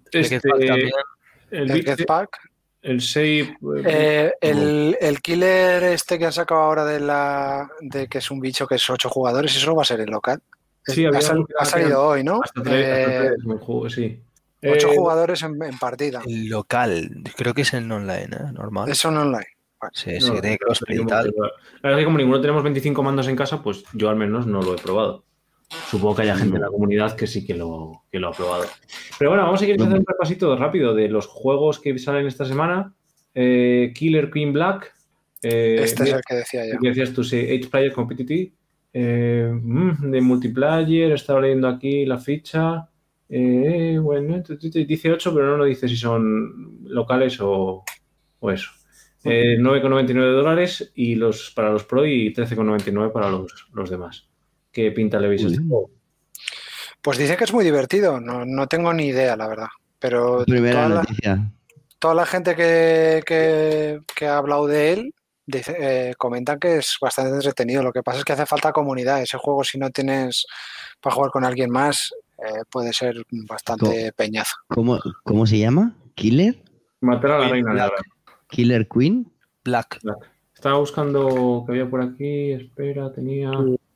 El Get Pack. El Save. El killer este que han sacado ahora de que es un bicho que es 8 jugadores, eso va a ser el local. Sí, ha salido hoy, ¿no? Hasta 3 en el juego, sí. 8 jugadores en partida. El local, creo que es en online, normal. Es en online. Sí, que tiene crossplay y tal. La verdad es que como ninguno tenemos 25 mandos en casa, pues yo al menos no lo he probado. Supongo que haya gente en la comunidad que sí que lo ha probado. Pero bueno, vamos a ir a hacer un repasito rápido de los juegos que salen esta semana. Killer Queen Black. Este es el que decía yo. Que decías tú, sí, 8-player competitive. De multiplayer, estaba leyendo aquí la ficha. Bueno, dice 8, pero no nos dice si son locales o eso. $9,99 y para los Pro y $13,99 para los demás. ¿Qué pinta le veis a este juego? Pues dice que es muy divertido, no tengo ni idea, la verdad. Pero Primera noticia. toda la gente que ha hablado de él comentan que es bastante entretenido. Lo que pasa es que hace falta comunidad. Ese juego, si no tienes para jugar con alguien más, puede ser bastante peñazo. ¿Cómo se llama? ¿Killer? Matar a la reina Black. negra. ¿Killer Queen? Black. Estaba buscando que había por aquí. Espera, tenía.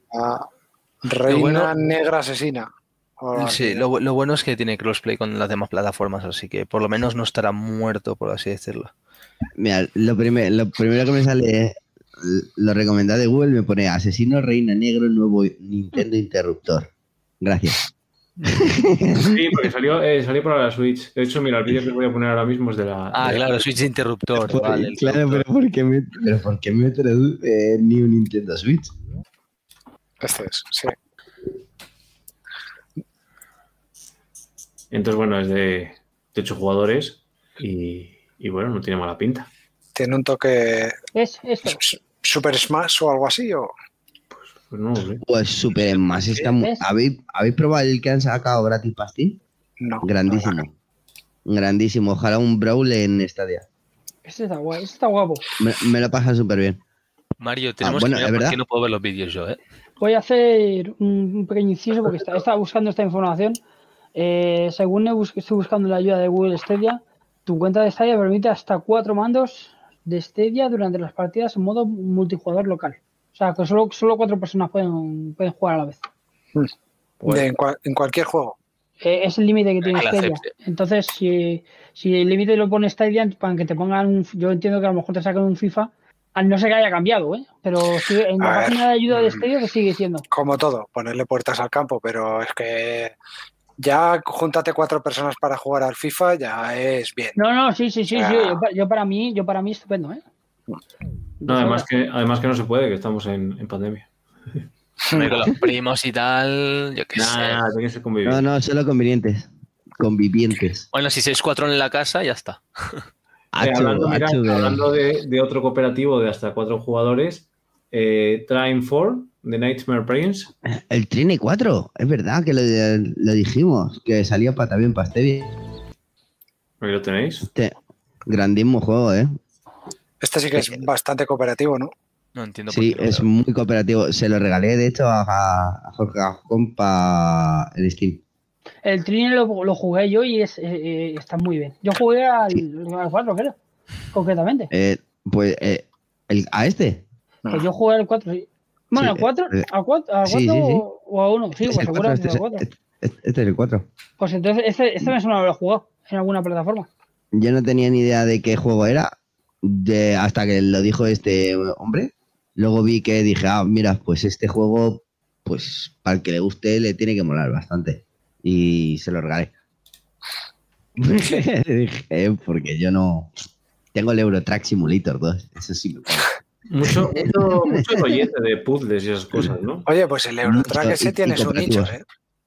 Reina negra asesina. Sí, lo bueno es que tiene crossplay con las demás plataformas, así que por lo menos no estará muerto, por así decirlo. Mira, lo primero que me sale, lo recomendado de Google, me pone Asesino Reina Negro nuevo Nintendo Interruptor. Gracias. Sí, porque salió para la Switch. De hecho, mira, el vídeo que os voy a poner ahora mismo es de la... Claro, Switch de interruptor. Vale, claro, pero ¿por qué me traduce ni un Nintendo Switch? Este es, sí. Entonces, bueno, es de 8 jugadores y bueno, no tiene mala pinta. ¿Tiene un toque Es esto. Super Smash o algo así? ¿O? Pues no lo sé. Pues Super Smash está muy... ¿Habéis probado el que han sacado gratis para Steam? No. Grandísimo. Grandísimo. Ojalá un Brawl en Stadia. Este está guay, este está guapo. Me lo pasa súper bien. Mario, tenemos bueno, que es mirar por verdad. qué no puedo ver los vídeos yo, ¿eh? Voy a hacer un pequeño inciso porque estaba buscando esta información. Según estoy buscando la ayuda de Google Stadia, tu cuenta de Stadia permite hasta 4 mandos de Stadia durante las partidas en modo multijugador local. O sea, que solo 4 personas pueden jugar a la vez. En cualquier juego. Es el límite que tiene Que la Stadia. acepte. Entonces, si el límite lo pone Stadia, para que te pongan yo entiendo que a lo mejor te saquen un FIFA, no sé que haya cambiado, pero sigue, en la página de ayuda de Stadia te sigue diciendo. Como todo, ponerle puertas al campo, pero es que ya júntate 4 personas para jugar al FIFA, ya es bien. No, sí. Yo para mí estupendo, ¿eh? No, además que no se puede, que estamos en pandemia. Con los primos y tal, yo qué sé. Tiene que ser conviviente. No, solo convivientes. Bueno, si sois 4 en la casa, ya está. Hablando de otro cooperativo de hasta 4 jugadores, Trine 4, The Nightmare Prince. El Trine 4, es verdad que lo dijimos, que salió también para Stadia. Ahí lo tenéis. Grandísimo juego, ¿eh? Este sí que es bastante cooperativo, ¿no? No entiendo Sí, por qué. es muy cooperativo. Se lo regalé, de hecho, a Jorge Gajón para el Steam. El Trine lo jugué yo y está muy bien. Yo jugué al 4, creo, concretamente. ¿A este? Pues yo jugué al 4, sí. Bueno, Sí, ¿al 4 sí. o a 1? Sí, Es pues el 4, seguramente al 4. este es el 4. Pues entonces, este me suena haberlo jugado en alguna plataforma. Yo no tenía ni idea de qué juego era hasta que lo dijo este hombre. Luego vi que dije, mira, pues este juego, pues para el que le guste, le tiene que molar bastante. Y se lo regalé. Dije, porque yo no... Tengo el Eurotrack Simulator 2, eso sí me pasa. Mucho rollete de puzzles y esas cosas, ¿no? Oye, pues el Eurotrack Mucho, ese y tiene su nicho, cooperativos. ¿eh?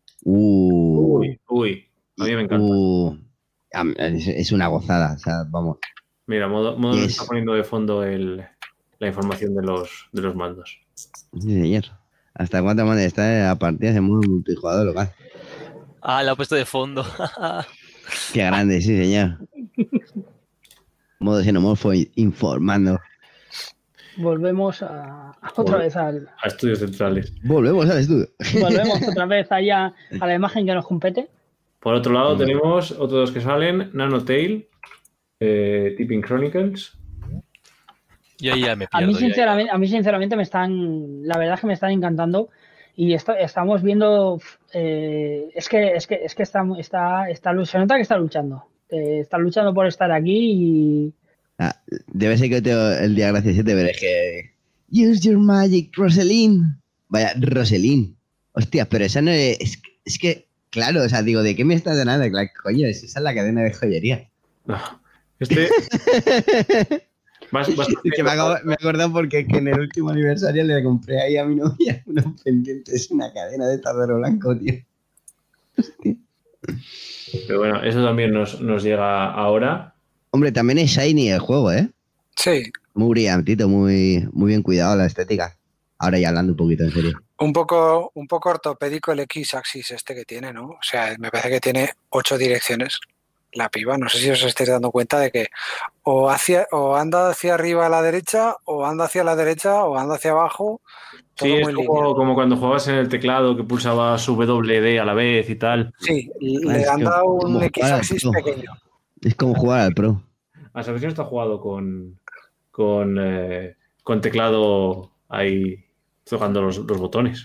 Uy, a mí me encanta. Es una gozada, o sea, vamos. Mira, modo Yes. está poniendo de fondo la información de los mandos. Sí, señor. ¿Hasta cuánta manera está la partida de modo multijugador local? La he puesto de fondo. Qué grande, sí, señor. Modo xenomorfo informando. Volvemos otra vez A estudios centrales. Volvemos al estudio. Volvemos otra vez allá a la imagen que nos compete. Por otro lado, tenemos otros dos que salen: Nanotale, Tipping Chronicles. Yo ya me A pierdo. mí sinceramente la verdad es que me están encantando y estamos viendo es que se nota que está luchando. Está luchando por estar aquí Debe ser que el día gracias 7, pero es que... Use your magic, Roselyn. Vaya, Roselyn. Hostia, pero esa no es que, claro, o sea, digo, ¿de qué me estás hablando? Claro, coño, esa es la cadena de joyería. No, este... Es que me he acordado porque que en el último aniversario le compré ahí a mi novia unos pendientes, una cadena de oro blanco, tío. Hostia. Pero bueno, eso también nos llega ahora. Hombre, también es shiny el juego, ¿eh? Sí. Muy brillantito, muy bien cuidado la estética. Ahora ya hablando un poquito en serio. Un poco ortopédico el X-Axis este que tiene, ¿no? O sea, me parece que tiene 8 direcciones la piba. No sé si os estáis dando cuenta de que o anda hacia arriba a la derecha, o anda hacia la derecha, o anda hacia abajo. Todo Sí, es muy lineal. como cuando jugabas en el teclado que pulsabas WD a la vez y tal. Sí, Ah, le es han que dado como un jugar al X-Axis Pro. pequeño. Es como jugar al Pro. A saber si no está jugado con teclado ahí tocando los botones.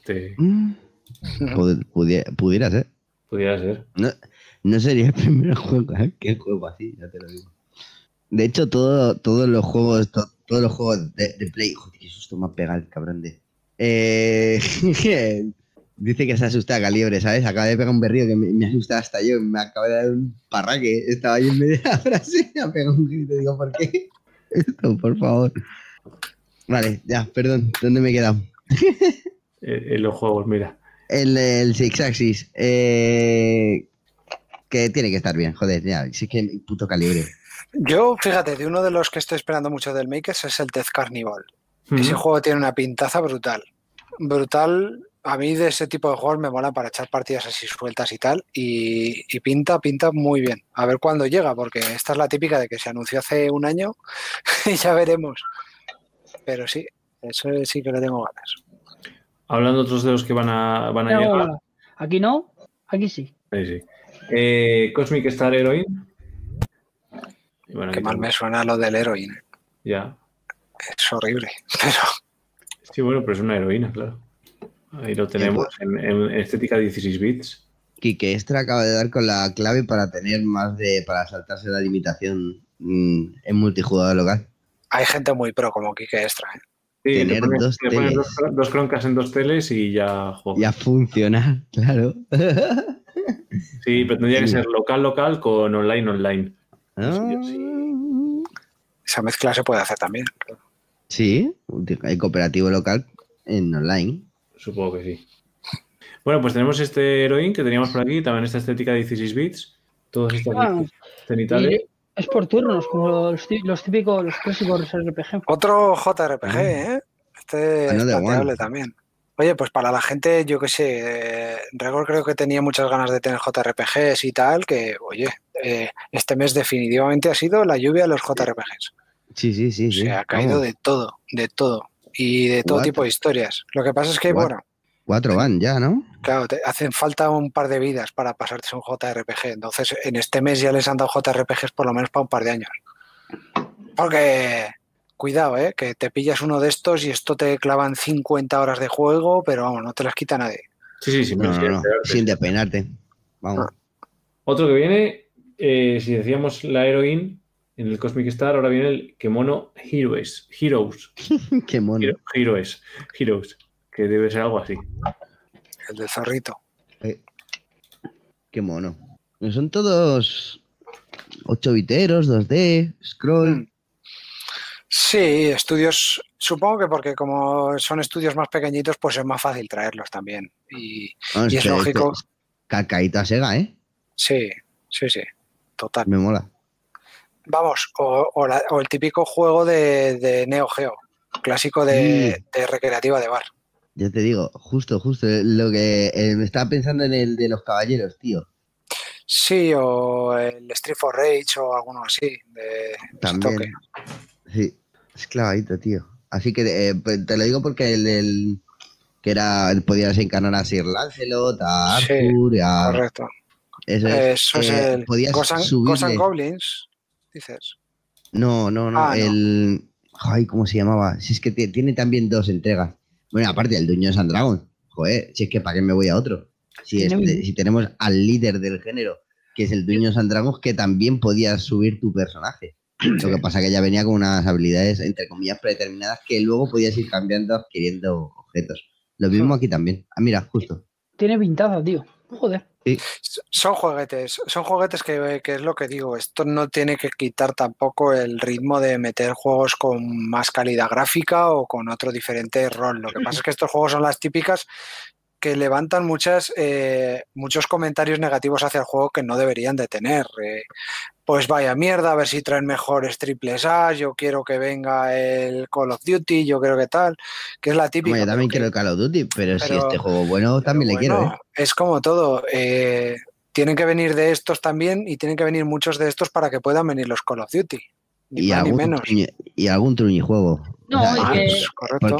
Pudiera ser. Pudiera ser. No sería el primer juego que juego así, ya te lo digo. De hecho, todos los juegos, todos los juegos de Play. Joder, qué susto me ha pegado el cabrón de. Dice que se asusta a Calibre, ¿sabes? Acaba de pegar un berrío que me asusta hasta yo. Me acaba de dar un parraque. Estaba ahí en medio de la frase. Me ha pegado un grito. Digo, ¿por qué? Esto, por favor. Vale, ya, perdón. ¿Dónde me he quedado? En los juegos, mira. El Six Axis. Que tiene que estar bien, joder, ya. Sí que puto Calibre. Yo, fíjate, de uno de los que estoy esperando mucho del Makers es el Death Carnival. Ese juego tiene una pintaza brutal. Brutal. A mí de ese tipo de juegos me mola para echar partidas así sueltas y tal. Y pinta muy bien. A ver cuándo llega, porque esta es la típica de que se anunció hace un año y ya veremos. Pero sí, eso sí que le tengo ganas. Hablando otros de los que van a llegar. Aquí no, aquí sí. Sí. Cosmic Star Heroine. Bueno, Qué mal me suena lo del heroína. Ya. Es horrible, pero... Sí, bueno, pero es una heroína, claro. Ahí lo tenemos en estética 16 bits. Quique Extra acaba de dar con la clave para tener para saltarse la limitación en multijugador local. Hay gente muy pro como Quique Extra, ¿eh? Sí, Tener te pones dos croncas en 2 teles y ya juegas. Ya funciona, claro. Sí, pero tendría que ser local con online. Esa mezcla se puede hacer también. Sí, hay cooperativo local en online. Supongo que sí. Bueno, pues tenemos este Heroine que teníamos por aquí, también esta estética de 16 bits. Todos estos cenitales. Es por turnos, como los típicos, los clásicos RPG. Otro JRPG, ¿eh? Este es planteable también. Oye, pues para la gente, yo qué sé, Regor creo que tenía muchas ganas de tener JRPGs y tal, que, oye, este mes definitivamente ha sido la lluvia de los JRPGs. Sí. Se ha caído de todo. Y de todo tipo de historias. Lo que pasa es que, bueno... 4 van ya, ¿no? Claro, te hacen falta un par de vidas para pasarte un JRPG. Entonces, en este mes ya les han dado JRPGs por lo menos para un par de años. Porque... Cuidado, que te pillas uno de estos y esto te clavan 50 horas de juego, pero vamos, no te las quita nadie. Sí, no, sin despeinarte. Vamos. Otro que viene, si decíamos la Heroine en el Cosmic Star, ahora viene el Kemono Heroes. Qué mono. Heroes, que debe ser algo así. El del zorrito. Qué mono. Son todos 8 biteros, 2D, scroll. Sí, estudios, supongo que porque como son estudios más pequeñitos, pues es más fácil traerlos también. Y es lógico. Cacaíta Sega, ¿eh? Sí, total. Me mola. Vamos, o el típico juego de Neo Geo, clásico de recreativa de bar. Ya te digo, justo, lo que me estaba pensando en el de los caballeros, tío. Sí, o el Street for Rage o alguno así. También. Sí, es clavadito, tío. Así que te lo digo porque el que podías encarnar a Sir Lancelot, a Arthur, correcto. Eso es el Ghosts and Goblins, dices. No, ay, ¿cómo se llamaba? Si es que tiene también 2 entregas. Bueno, aparte del Dungeons and Dragons. Joder, si es que ¿para qué me voy a otro? Si tenemos al líder del género, que es el Dungeons and Dragons, que también podías subir tu personaje. Lo que pasa que ya venía con unas habilidades, entre comillas, predeterminadas, que luego podías ir cambiando adquiriendo objetos. Lo mismo aquí también. Ah, mira, justo. Tiene pintaza, tío. Joder. Sí. Son juguetes que es lo que digo. Esto no tiene que quitar tampoco el ritmo de meter juegos con más calidad gráfica o con otro diferente rol. Lo que pasa es que estos juegos son las típicas que levantan muchos comentarios negativos hacia el juego que no deberían de tener. Pues vaya mierda, a ver si traen mejores triples A, yo quiero que venga el Call of Duty, yo creo que tal, que es la típica. Como yo también quiero el Call of Duty, pero si este juego bueno también le quiero. Es como todo. Tienen que venir de estos también y tienen que venir muchos de estos para que puedan venir los Call of Duty. Ni más ni menos. Y algún truñijuego. No, o sea, correcto.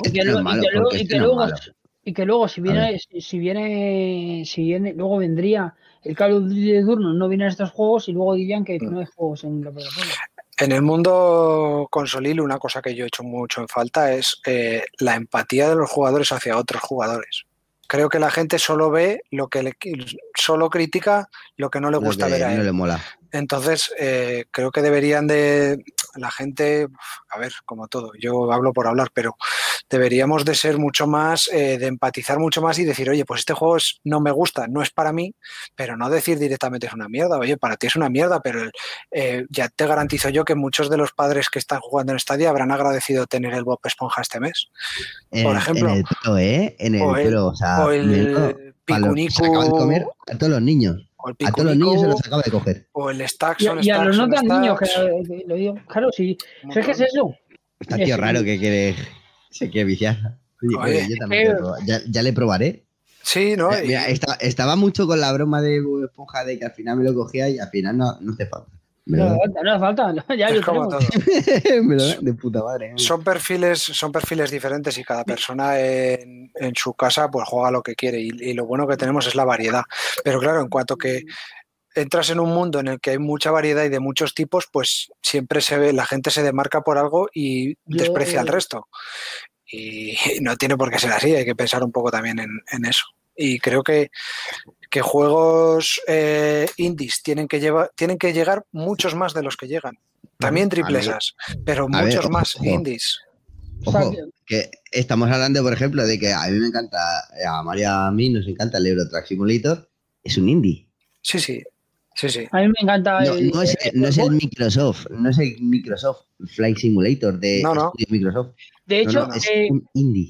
Y que luego si viene, luego vendría el Call of Duty de turno, no vienen estos juegos y luego dirían que no hay juegos en la plataforma. En el mundo consolil, una cosa que yo he hecho mucho en falta es la empatía de los jugadores hacia otros jugadores. Creo que la gente solo ve solo critica lo que no le gusta ver a él. No le mola. Entonces, creo que deberían de la gente, a ver, como todo, yo hablo por hablar, pero deberíamos de ser mucho más, de empatizar mucho más y decir, oye, pues este juego no me gusta, no es para mí, pero no decir directamente es una mierda, oye, para ti es una mierda, pero ya te garantizo yo que muchos de los padres que están jugando en Stadia habrán agradecido tener el Bob Esponja este mes. Por ejemplo. En el Pro, En el Pro, o el Pikuniku. Se acaba de comer a todos los niños. A todos los niños se los acaba de coger. O el Stacks. Y a los no tan niños, que lo digo, claro, sí. ¿Sabes qué es eso? Está tío raro que se quiere viciar. Oye, yo también ya le probaré. Sí, ¿no? Mira, estaba mucho con la broma de Bob Esponja de que al final me lo cogía y al final no hace falta. No hace falta, ya es lo como todo. De puta madre. Son perfiles diferentes y cada persona en su casa pues juega lo que quiere y lo bueno que tenemos es la variedad. Pero claro, en cuanto que entras en un mundo en el que hay mucha variedad y de muchos tipos, pues siempre la gente se demarca por algo y desprecia al resto. Y no tiene por qué ser así, hay que pensar un poco también en eso. Y creo que juegos indies tienen que llegar muchos más de los que llegan. También triplesas, pero muchos más indies. Ojo, que estamos hablando, por ejemplo, de que a mí me encanta, a María y a mí nos encanta el Euro Truck Simulator, es un indie. Sí. A mí me encanta no es el Microsoft, no es el Microsoft Flight Simulator de Microsoft. De hecho, es un indie.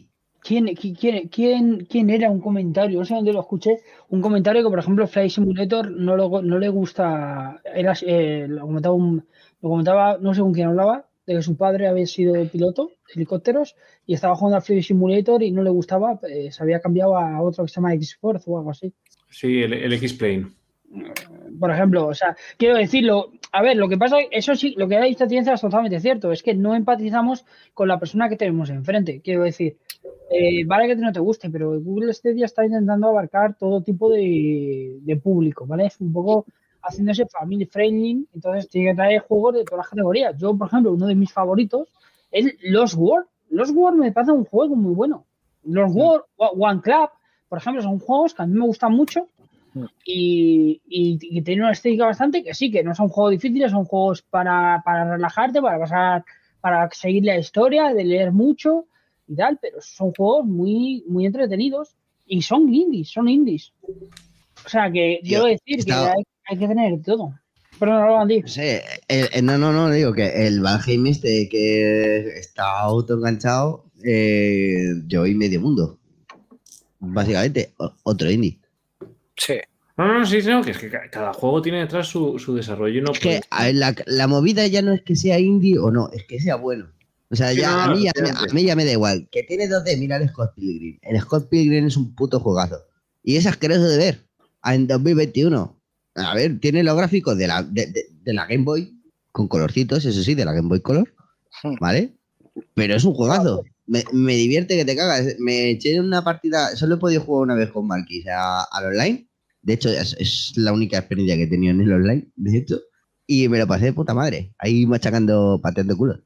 ¿Quién era un comentario? No sé dónde lo escuché. Un comentario que, por ejemplo, Flight Simulator no le gusta. Lo comentaba, no sé con quién hablaba, de que su padre había sido piloto de helicópteros y estaba jugando al Flight Simulator y no le gustaba. Se había cambiado a otro que se llama X-Force o algo así. Sí, el X-Plane. Por ejemplo, o sea, quiero decirlo, a ver, lo que pasa, eso sí, lo que ha dicho Ciencia es totalmente cierto, es que no empatizamos con la persona que tenemos enfrente, quiero decir, vale que no te guste, pero Google Stadia está intentando abarcar todo tipo de público, ¿vale? Es un poco haciéndose family friendly, entonces tiene que traer juegos de todas las categorías. Yo, por ejemplo, uno de mis favoritos es Lost World. Lost World me parece un juego muy bueno. Lost World, One Club, por ejemplo, son juegos que a mí me gustan mucho. Y tiene una estética bastante que sí, que no son juegos difíciles, son juegos para relajarte, para seguir la historia, de leer mucho y tal, pero son juegos muy, muy entretenidos y son indies. O sea que yo voy a decir que hay que tener todo. Pero no lo han dicho. No, digo que el Valheim que está autoenganchado, yo y medio mundo. Básicamente, otro indie. Sí. No, que es que cada juego tiene detrás su desarrollo. No es que la movida ya no es que sea indie o no, es que sea bueno. O sea, a mí ya me da igual. Que tiene 2D, mira el Scott Pilgrim. El Scott Pilgrim es un puto juegazo. Y es asqueroso de ver. En 2021. A ver, tiene los gráficos de la Game Boy, con colorcitos, eso sí, de la Game Boy Color. ¿Vale? Pero es un juegazo. Me divierte que te cagas. Me eché una partida, solo he podido jugar una vez con Marquis al online. De hecho, es la única experiencia que he tenido en el online, de hecho. Y me lo pasé de puta madre. Ahí machacando, pateando culo.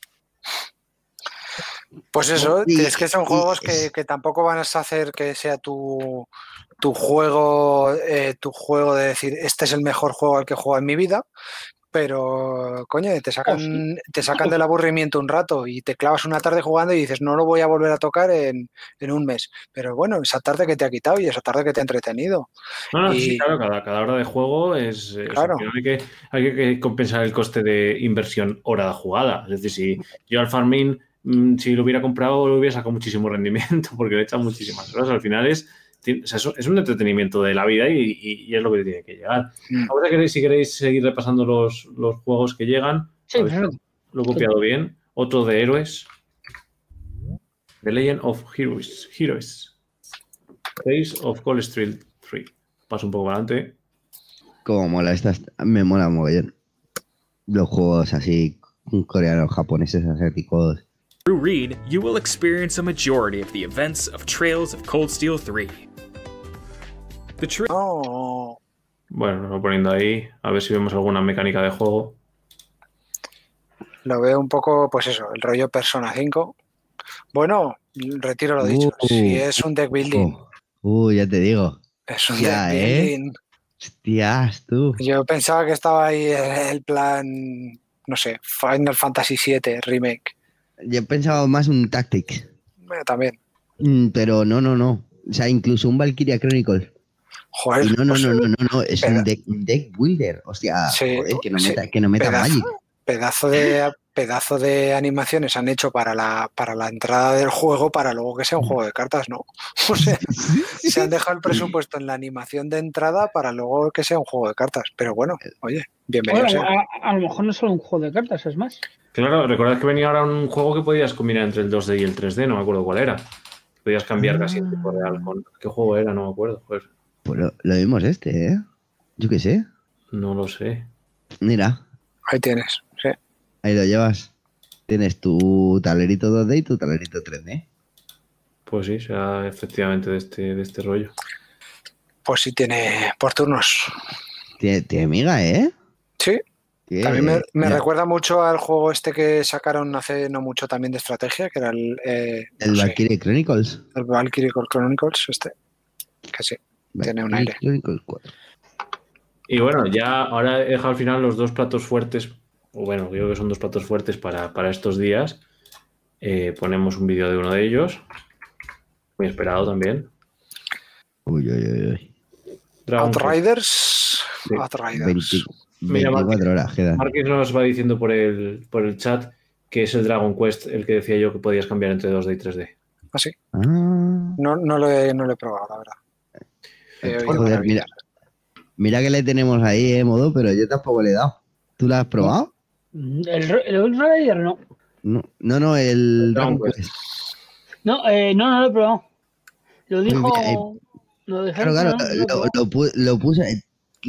Pues eso, es que son juegos que tampoco van a hacer que sea tu juego de decir, este es el mejor juego al que he jugado en mi vida. Pero, coño, te sacan del aburrimiento un rato y te clavas una tarde jugando y dices, no lo voy a volver a tocar en un mes. Pero bueno, esa tarde que te ha quitado y esa tarde que te ha entretenido. Sí, claro, cada hora de juego es... Claro. O sea, hay que compensar el coste de inversión hora de jugada. Es decir, si yo al Farming, si lo hubiera comprado, lo hubiera sacado muchísimo rendimiento porque le he echado muchísimas horas. Al final es o sea, es un entretenimiento de la vida y es lo que tiene que llegar. Ahora si queréis seguir repasando los juegos que llegan, Sí, perfecto. Lo he copiado bien. Otro de héroes. The Legend of Heroes. Tales of Cold Steel 3. Paso un poco para adelante. Como mola, me mola mogollón. Los juegos así coreanos, japoneses, asiáticos. Through Reed, you will experience a majority of the events of Trails of Cold Steel 3. No. Bueno, nos lo poniendo ahí, a ver si vemos alguna mecánica de juego. Lo veo un poco, pues eso, el rollo Persona 5. Bueno, retiro lo dicho. Si es un deck building. Ya te digo. Es un Ya, deck building. Hostias, tú. Yo pensaba que estaba ahí el plan, no sé, Final Fantasy VII Remake. Yo he pensado más un Tactics. Bueno, también. Pero no. O sea, incluso un Valkyria Chronicles. Joder. Y no. Es un deck builder. Hostia, sí, joder, que no meta Magic. Pedazo de animaciones han hecho para la entrada del juego para luego que sea un juego de cartas, ¿no? O sea, se han dejado el presupuesto en la animación de entrada para luego que sea un juego de cartas. Pero bueno, oye, bienvenido sea. A lo mejor no es solo un juego de cartas, es más. Claro, recordad que venía ahora un juego que podías combinar entre el 2D y el 3D, no me acuerdo cuál era. Podías cambiar casi en tiempo real. ¿Qué juego era? No me acuerdo. Joder. Pues lo vimos ¿eh? Yo qué sé. No lo sé. Mira. Ahí tienes, sí. Ahí lo llevas. Tienes tu tablerito 2D y tu tablerito 3D. Pues sí, será efectivamente de este rollo. Pues sí tiene por turnos. Tiene miga, ¿eh? Sí. También me recuerda mucho al juego este que sacaron hace no mucho también de estrategia, que era el Valkyrie Chronicles. El Valkyrie Chronicles, que sí, tiene un aire. Chronicles 4. Y bueno, ya ahora he dejado al final los dos platos fuertes, o bueno, creo que son dos platos fuertes para estos días. Ponemos un vídeo de uno de ellos, muy esperado también. Uy. Outriders. Sí. Outriders. 24 horas quedan. Marquis nos va diciendo por el chat que es el Dragon Quest el que decía yo que podías cambiar entre 2D y 3D. ¿Ah, sí? Ah. No lo he probado, la verdad. Joder, mira que le tenemos ahí, Modo, pero yo tampoco le he dado. ¿Tú lo has probado? El Rider no. No, el Dragon Quest. No lo he probado. Lo dijo... Claro, lo puse...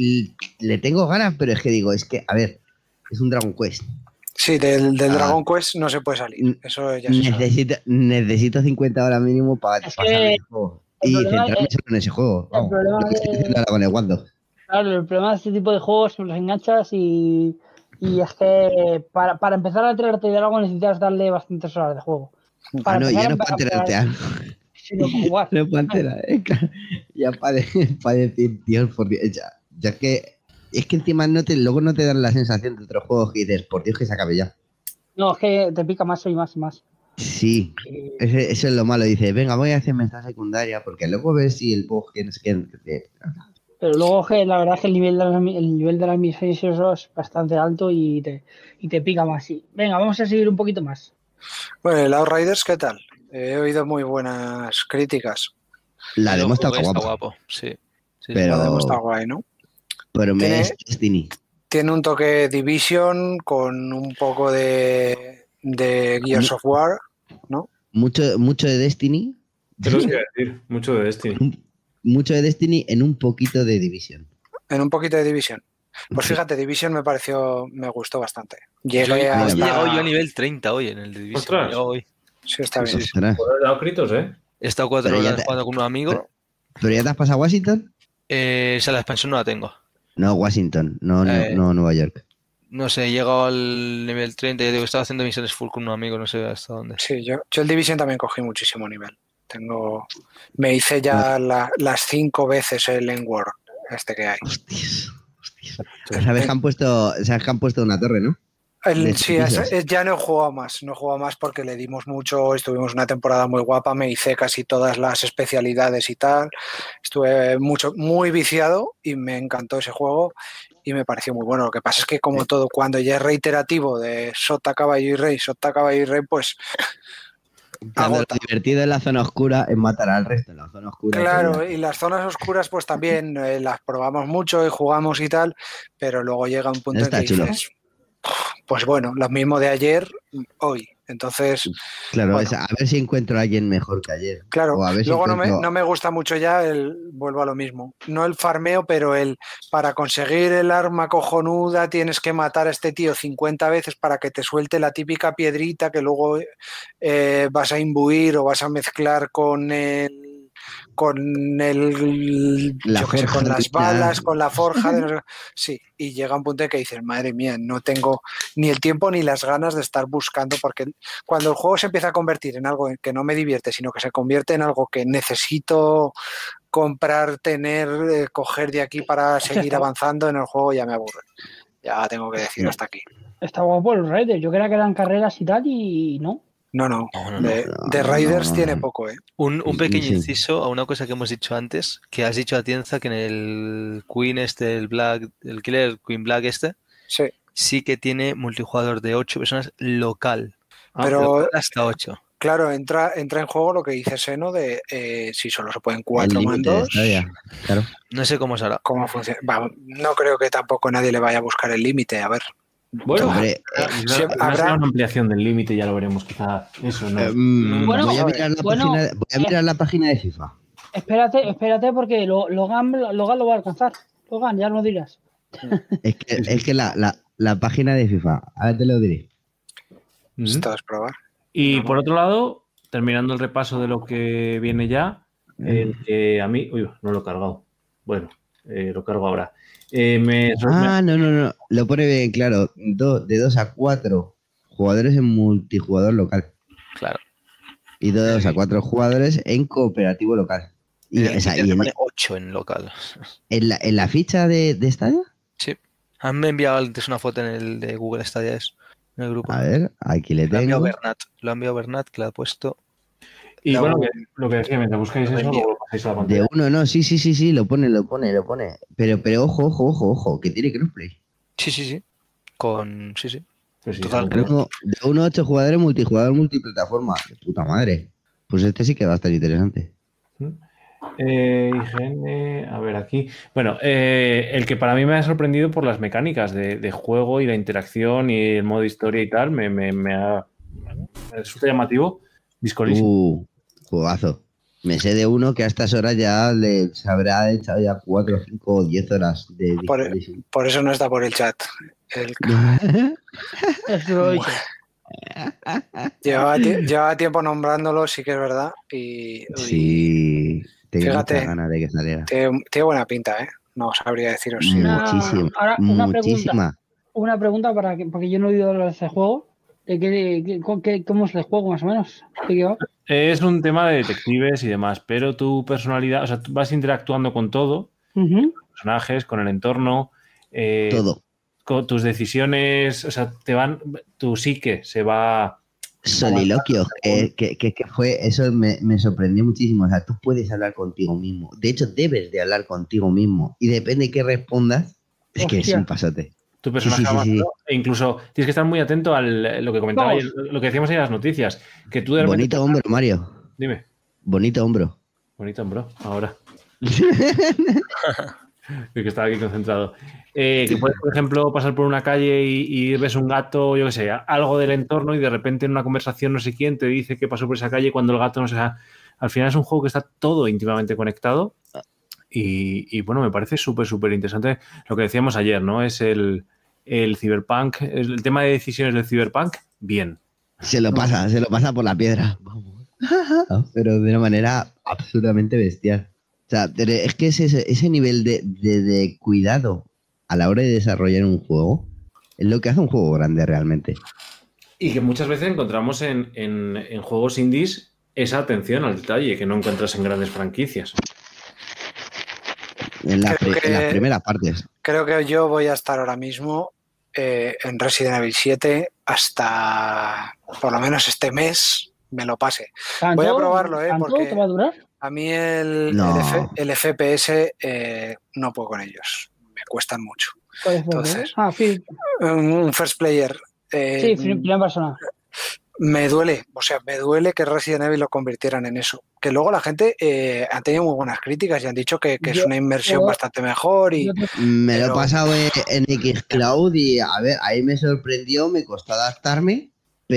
Le tengo ganas, pero es que digo, a ver, es un Dragon Quest. Sí, del Dragon Quest no se puede salir. Eso ya necesito 50 horas mínimo para pasar el juego. Y centrarme solo en ese juego. Vamos, lo que estoy haciendo ahora con el Wando. Claro, el problema de este tipo de juegos los enganchas y es que para empezar a traerte de algo necesitas darle bastantes horas de juego. Ya no para enteratear. Sino para jugar. No para enterar, claro. Ya para decir, Dios, por Dios, ya que es que encima luego no te dan la sensación de otros juegos que dices, por Dios que se acabe ya. No, es que te pica más y más y más. Sí, eso es lo malo. Dices, venga, voy a hacer esta secundaria porque luego ves si el juego que Pero luego la verdad es que el nivel de las misiones es bastante alto y te pica más. Sí. Venga, vamos a seguir un poquito más. Bueno, el Outriders, ¿qué tal? He oído muy buenas críticas. La demo está guapo. Sí. Pero la demo está guay, ¿no? Pero me es Destiny. Tiene un toque Division con un poco de Gears of War, ¿no? Mucho de Destiny. Te lo iba a decir, mucho de Destiny. Mucho de Destiny en un poquito de Division. En un poquito de Division. Pues fíjate, Division me gustó bastante. He llegado yo a nivel 30 hoy en el Division. Hoy. Sí, está bien. Sí. He dado gritos, ¿eh? He estado 4 horas jugando con un amigo. ¿Pero ya te has pasado a Washington? Esa la expansión no la tengo. No, Washington, no Nueva York. No sé, he llegado al nivel 30 y estaba haciendo misiones full con un amigo, no sé hasta dónde. Sí, yo el Division también cogí muchísimo nivel. Me hice ya las 5 veces el Endward que hay. Hostias. Sabes que han puesto una torre, ¿no? Sí, ya no he jugado más porque le dimos mucho, estuvimos una temporada muy guapa, me hice casi todas las especialidades y tal, estuve muy viciado y me encantó ese juego y me pareció muy bueno. Lo que pasa es que como todo, cuando ya es reiterativo de Sota, Caballo y Rey, pues Cuando lo agota. divertido en la zona oscura es matar al resto en la zona oscura. Claro, y las zonas oscuras pues también las probamos mucho y jugamos y tal, pero luego llega un punto en Está que chulo. dices, pues bueno, lo mismo de ayer, hoy. Entonces, Claro, bueno. a ver si encuentro a alguien mejor que ayer. claro, O a ver si luego encuentro- no me gusta mucho ya vuelvo a lo mismo. No el farmeo, pero para conseguir el arma cojonuda tienes que matar a este tío 50 veces para que te suelte la típica piedrita que luego vas a imbuir o vas a mezclar con La yo qué sé, forja con las divina. balas, con la forja. Sí, y llega un punto en que dices, madre mía, no tengo ni el tiempo ni las ganas de estar buscando, porque cuando el juego se empieza a convertir en algo que no me divierte, sino que se convierte en algo que necesito comprar, tener, coger de aquí para seguir avanzando en el juego, ya me aburre. Ya tengo que decir hasta aquí. Está guapo los Raiders. Yo creía que eran carreras y tal y no. No. No. De Raiders no. tiene poco, ¿eh? Un pequeño Sí. inciso a una cosa que hemos dicho antes, que has dicho a Tienza que en el Queen el Killer Queen Black Sí. sí que tiene multijugador de 8 personas local. Pero Local hasta 8. claro, entra en juego lo que dice Seno de si solo se pueden El 4 límite de mandos, estadía. Claro. No sé cómo será. ¿cómo funciona? No creo que tampoco nadie le vaya a buscar el límite, a ver. Bueno, Hombre, habrá- una ampliación del límite, ya lo veremos, quizá eso, ¿no? Bueno, voy a mirar la página de FIFA. Espérate porque Logan lo va a alcanzar. Logan, ya lo dirás. Es que la página de FIFA, ahora te lo diré. Ujú. Esto es probar. Y por otro lado, terminando el repaso de lo que viene ya, el que a mí... Uy, no lo he cargado. Bueno, lo cargo ahora. No. Lo pone bien claro. De 2 a 4 jugadores en multijugador local. Claro. Y de 2 a 4 jugadores en cooperativo local. Y, En el Twitter te pone 8 en local. en la ficha de Stadia. Sí. Han enviado antes una foto en el de Google Stadia, en el grupo. A ver, aquí le Lo ha enviado tengo. Bernat. Lo ha enviado Bernat, que le ha puesto. Y Luego- bueno, lo que decía, mientras buscáis eso, luego lo pasáis a la De pantalla. uno, no, sí, lo pone. Pero ojo, que tiene crossplay. Sí. Sí. Pues sí, Total, eso- De 1 a 8 jugadores multijugador multiplataforma. De puta madre. Pues este sí que va a estar interesante. IGN, a ver aquí. Bueno, el que para mí me ha sorprendido por las mecánicas de juego y la interacción y el modo historia y tal, me resulta llamativo. Discolísimo. Juegazo. Me sé de uno que a estas horas ya se habrá echado ya 4, 5 o 10 horas de Discollision. Por eso no está por el chat. Es lo dicho. Llevaba tiempo nombrándolo, sí que es verdad. Y Sí, tenía Fíjate. muchas ganas de que saliera. tiene buena pinta, ¿eh? No sabría deciros si. Muchísima, Ahora, muchísima. una pregunta porque yo no he oído hablar de ese juego. ¿Cómo es el juego más o menos? ¿De qué va? Es un tema de detectives y demás, pero tu personalidad, o sea, tú vas interactuando con todo, Ujú. personajes, con el entorno, Todo. con tus decisiones, o sea, tu psique se va. Soliloquio, que fue, eso me sorprendió muchísimo. O sea, tú puedes hablar contigo mismo. De hecho, debes de hablar contigo mismo. Y depende de qué respondas, es que es Hostia. un pasote. Tu personaje Sí. avanzado, e incluso tienes que estar muy atento a lo que comentaba Vamos. ayer, lo que decíamos ahí en las noticias, que tú de repente... Bonito hombro, Mario. Dime. Bonito hombro. Bonito, bro. Ahora. El que estaba aquí concentrado. Que puedes, por ejemplo, pasar por una calle y ves un gato, yo qué sé, algo del entorno y de repente en una conversación no sé quién te dice que pasó por esa calle cuando el gato no sé. Al final es un juego que está todo íntimamente conectado y bueno, me parece súper interesante lo que decíamos ayer, ¿no? Es el Cyberpunk, el tema de decisiones del Cyberpunk, bien. Se lo pasa por la piedra. Vamos. Pero de una manera absolutamente bestial. O sea, es que ese nivel de cuidado a la hora de desarrollar un juego es lo que hace un juego grande realmente. Y que muchas veces encontramos en juegos indies esa atención al detalle que no encuentras en grandes franquicias. En las primeras partes. Creo que yo voy a estar ahora mismo en Resident Evil 7 hasta por lo menos este mes me lo pase. Voy a probarlo, ¿Tanto porque te va a durar? a mí el FPS no puedo con ellos. Me cuestan mucho. ¿Cuál es? Entonces, Sí, un first player. sí, primera persona. Me duele que Resident Evil lo convirtieran en eso. Que luego la gente ha tenido muy buenas críticas y han dicho que es una inmersión bastante mejor. Me lo he pasado en Xcloud y a ver, ahí me sorprendió, me costó adaptarme,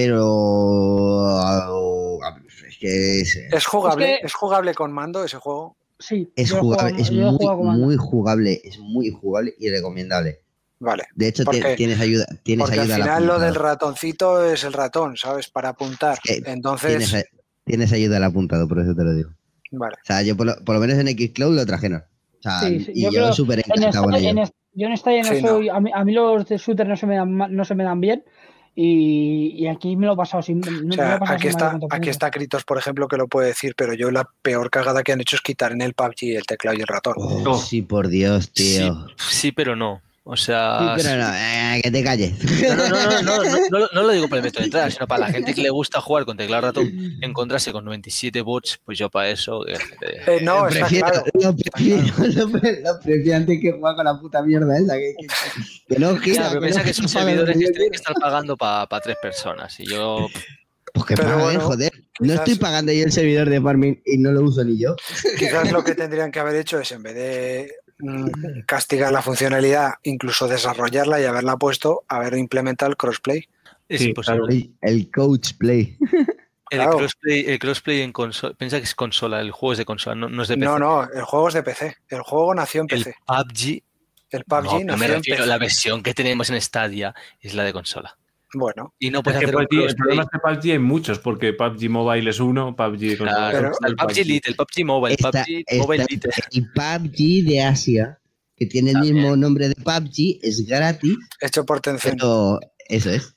pero es que es jugable, es jugable con mando ese juego. Sí, es jugable, es muy jugable, es muy jugable y recomendable. Vale. De hecho, tienes ayuda. Porque al final lo del ratoncito es el ratón, ¿sabes? Para apuntar. Entonces. Tienes ayuda al apuntado, por eso te lo digo. Vale. O sea, yo por lo menos en Xcloud lo trajeron. O sea, y yo súper encantado con ello. Yo en Stadia no soy. A mí los de shooter no se me dan bien. Y aquí me lo he pasado sin. O sea, aquí está Kritos, por ejemplo, que lo puede decir, pero yo la peor cagada que han hecho es quitar en el PUBG el teclado y el ratón. Sí, por Dios, tío. Sí, pero no. O sea... Sí, pero no, que te calles. No lo digo para el método de entrada, sino para la gente que le gusta jugar con teclado ratón, encontrarse con 97 bots, pues yo para eso... no, está claro. Lo prefiero antes que jugar con la puta mierda esa. Que no gira. Pero piensa que son servidores que tienen que estar pagando para 3 personas y yo... Pues que paguen, joder. No estoy pagando yo el servidor de Farming y no lo uso ni yo. Quizás lo que tendrían que haber hecho es, en vez de castigar la funcionalidad, incluso desarrollarla y haberla puesto, haber implementado el crossplay. Es imposible. El coach play. El crossplay en consola. Piensa que es consola, el juego es de consola, no es de PC. No, el juego es de PC. El juego nació en PC. El PUBG nació en PC. La versión que tenemos en Stadia es la de consola. Bueno. Y no puedes hacer el problema es que PUBG hay muchos, porque PUBG Mobile es uno, PUBG... Claro, el PUBG Elite, el PUBG Mobile, Mobile Elite. El PUBG de Asia, que tiene el mismo nombre de PUBG, es gratis. Hecho por Tencent. Pero eso es.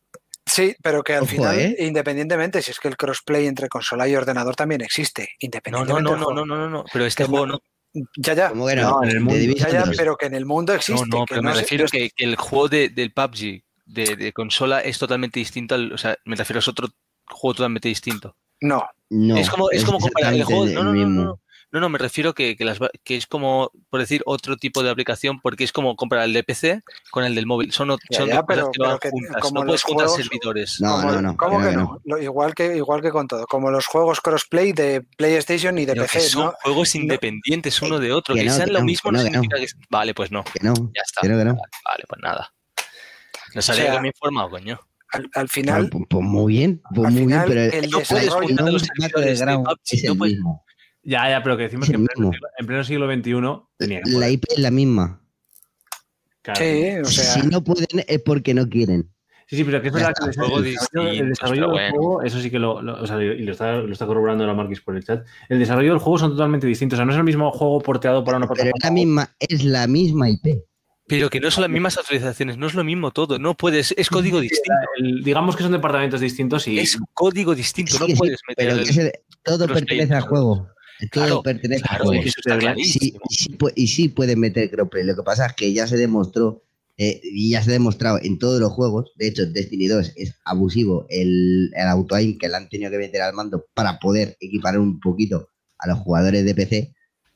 Sí, pero que al final, independientemente, si es que el crossplay entre consola y ordenador también existe, independientemente No, pero este juego no. Ya. ¿Cómo que no? En el mundo. Pero que en el mundo existe. No, pero me refiero que el juego del PUBG de consola es totalmente distinto o sea, me refiero, es otro juego totalmente distinto. No. Es como comparar el juego. No, me refiero que es como, por decir, otro tipo de aplicación, porque es como comparar el de PC con el del móvil. Son dos cosas que van juntas. No puedes juntar servidores. No. ¿Cómo que no? Igual que con todo. Como los juegos crossplay de PlayStation y de PC. Son juegos independientes uno de otro. Que sean lo mismo no significa que... Vale, pues no. Que no. Ya está. Vale, pues nada. No sabía que me he informado, coño. Al final... Pues muy bien, pero el desarrollo de los servidores de PUBG, es el mismo. Ya, pero que decimos que en pleno siglo XXI tenía que la IP es la misma. Claro. Sí, o sea... Si no pueden es porque no quieren. Sí, pero que es verdad que el desarrollo del juego, eso sí que o sea, y lo está corroborando la Marquis por el chat, el desarrollo del juego son totalmente distintos. O sea, no es el mismo juego porteado para una plataforma. Pero es la misma IP. Pero que no son las mismas autorizaciones, no es lo mismo todo, no puedes, es código distinto. Digamos que son departamentos distintos y... Es código distinto, no puedes meter... Pero todo pertenece al juego. Todo pertenece al juego. Eso está clarísimo. Sí pueden meter crossplay. Lo que pasa es que ya se demostró y ya se ha demostrado en todos los juegos. De hecho, Destiny 2 es abusivo el auto-aim que le han tenido que meter al mando para poder equiparar un poquito a los jugadores de PC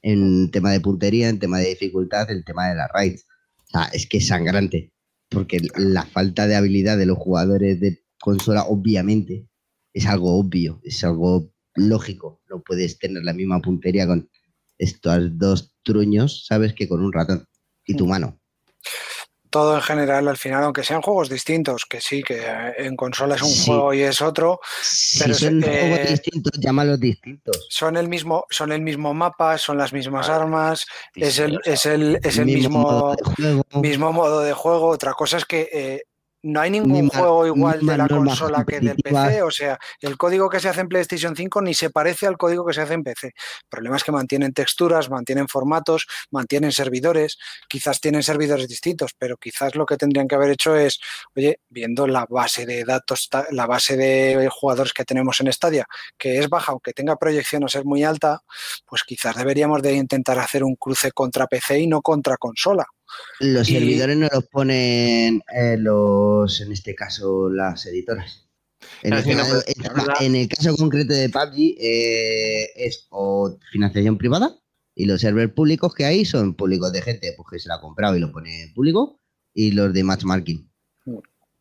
en tema de puntería, en tema de dificultad, el tema de las raids. O sea, es que es sangrante, porque la falta de habilidad de los jugadores de consola, obviamente, es algo obvio, es algo lógico. No puedes tener la misma puntería con estos dos truños, ¿sabes?, que con un ratón y tu mano. Todo en general, al final, aunque sean juegos distintos, que sí, que en consola es un juego y es otro, pero son juegos distintos, llámalos distintos. Son el mismo mapa, son las mismas armas, es el mismo modo de juego. Otra cosa es que no hay ningún juego igual de la consola que del PC, o sea, el código que se hace en PlayStation 5 ni se parece al código que se hace en PC. El problema es que mantienen texturas, mantienen formatos, mantienen servidores, quizás tienen servidores distintos, pero quizás lo que tendrían que haber hecho es, oye, viendo la base de datos, la base de jugadores que tenemos en Stadia, que es baja, aunque tenga proyección a ser muy alta, pues quizás deberíamos de intentar hacer un cruce contra PC y no contra consola. Los servidores no los ponen en este caso, las editoras. En el caso concreto de PUBG es o financiación privada y los servers públicos que hay son públicos de gente pues, que se la ha comprado y lo pone público y los de matchmarking.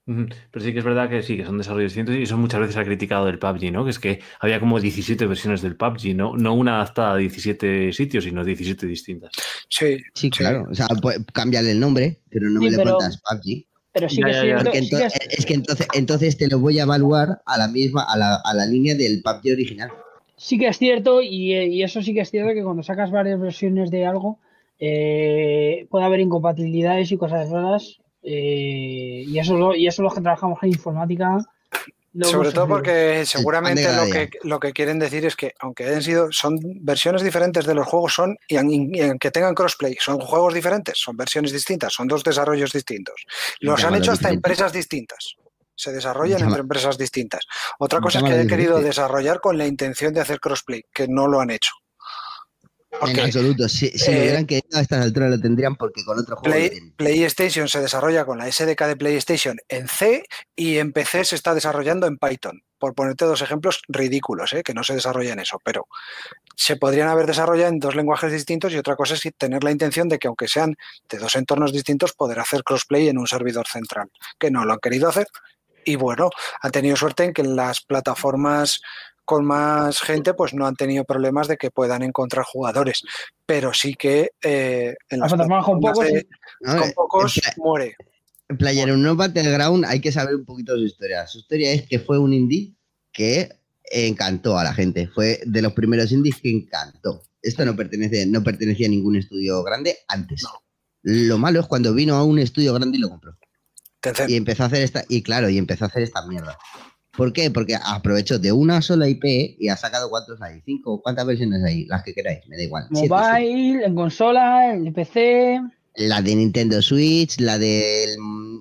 Pero sí que es verdad que sí, que son desarrollos distintos y eso muchas veces ha criticado del PUBG, ¿no? Que es que había como 17 versiones del PUBG, no una adaptada a 17 sitios, sino 17 distintas. Sí, Sí, claro. O sea, pues, cámbiale el nombre, pero no Sí, me le pero- pongas PUBG. Pero sí Ya, que es ya, ya. cierto. Porque sí que es- es que entonces te lo voy a evaluar a la misma, a la línea del PUBG original. Sí que es cierto, y eso sí que es cierto que cuando sacas varias versiones de algo, puede haber incompatibilidades y cosas raras. Y eso los que trabajamos en informática. Lo sobre hemos todo sufrido. porque seguramente pan de cada lo que quieren decir es que, aunque son versiones diferentes de los juegos, y aunque tengan crossplay, son juegos diferentes, son versiones distintas, son dos desarrollos distintos. Los han Llámalo hecho hasta diferente. empresas distintas. Se desarrollan Llama- entre empresas distintas. Otra cosa es que Llámalo hayan querido diferente. desarrollar con la intención de hacer crossplay, que no lo han hecho. En Porque absoluto. Si lo hubieran querido a estas alturas lo tendrían porque con otro juego lo tienen. PlayStation se desarrolla con la SDK de PlayStation en C y en PC se está desarrollando en Python. Por ponerte dos ejemplos ridículos, que no se desarrolla en eso, pero se podrían haber desarrollado en dos lenguajes distintos y otra cosa es tener la intención de que, aunque sean de dos entornos distintos, poder hacer crossplay en un servidor central, que no lo han querido hacer. Y bueno, han tenido suerte en que en las plataformas con más gente pues no han tenido problemas de que puedan encontrar jugadores, pero sí que en las plataformas con pocos, ¿No? con pocos muere. En PlayerUnknown's Battleground hay que saber un poquito de su historia. Su historia es que fue un indie que encantó a la gente. Fue de los primeros indies que encantó. Esto no pertenecía a ningún estudio grande antes. No. Lo malo es cuando vino a un estudio grande y lo compró. Tencent. Y empezó a hacer esta mierda. ¿Por qué? Porque aprovechó de una sola IP y ha sacado ¿cuántos hay? 5, ¿cuántas versiones hay? Las que queráis, me da igual. 7, mobile, en consola, en PC. La de Nintendo Switch, la de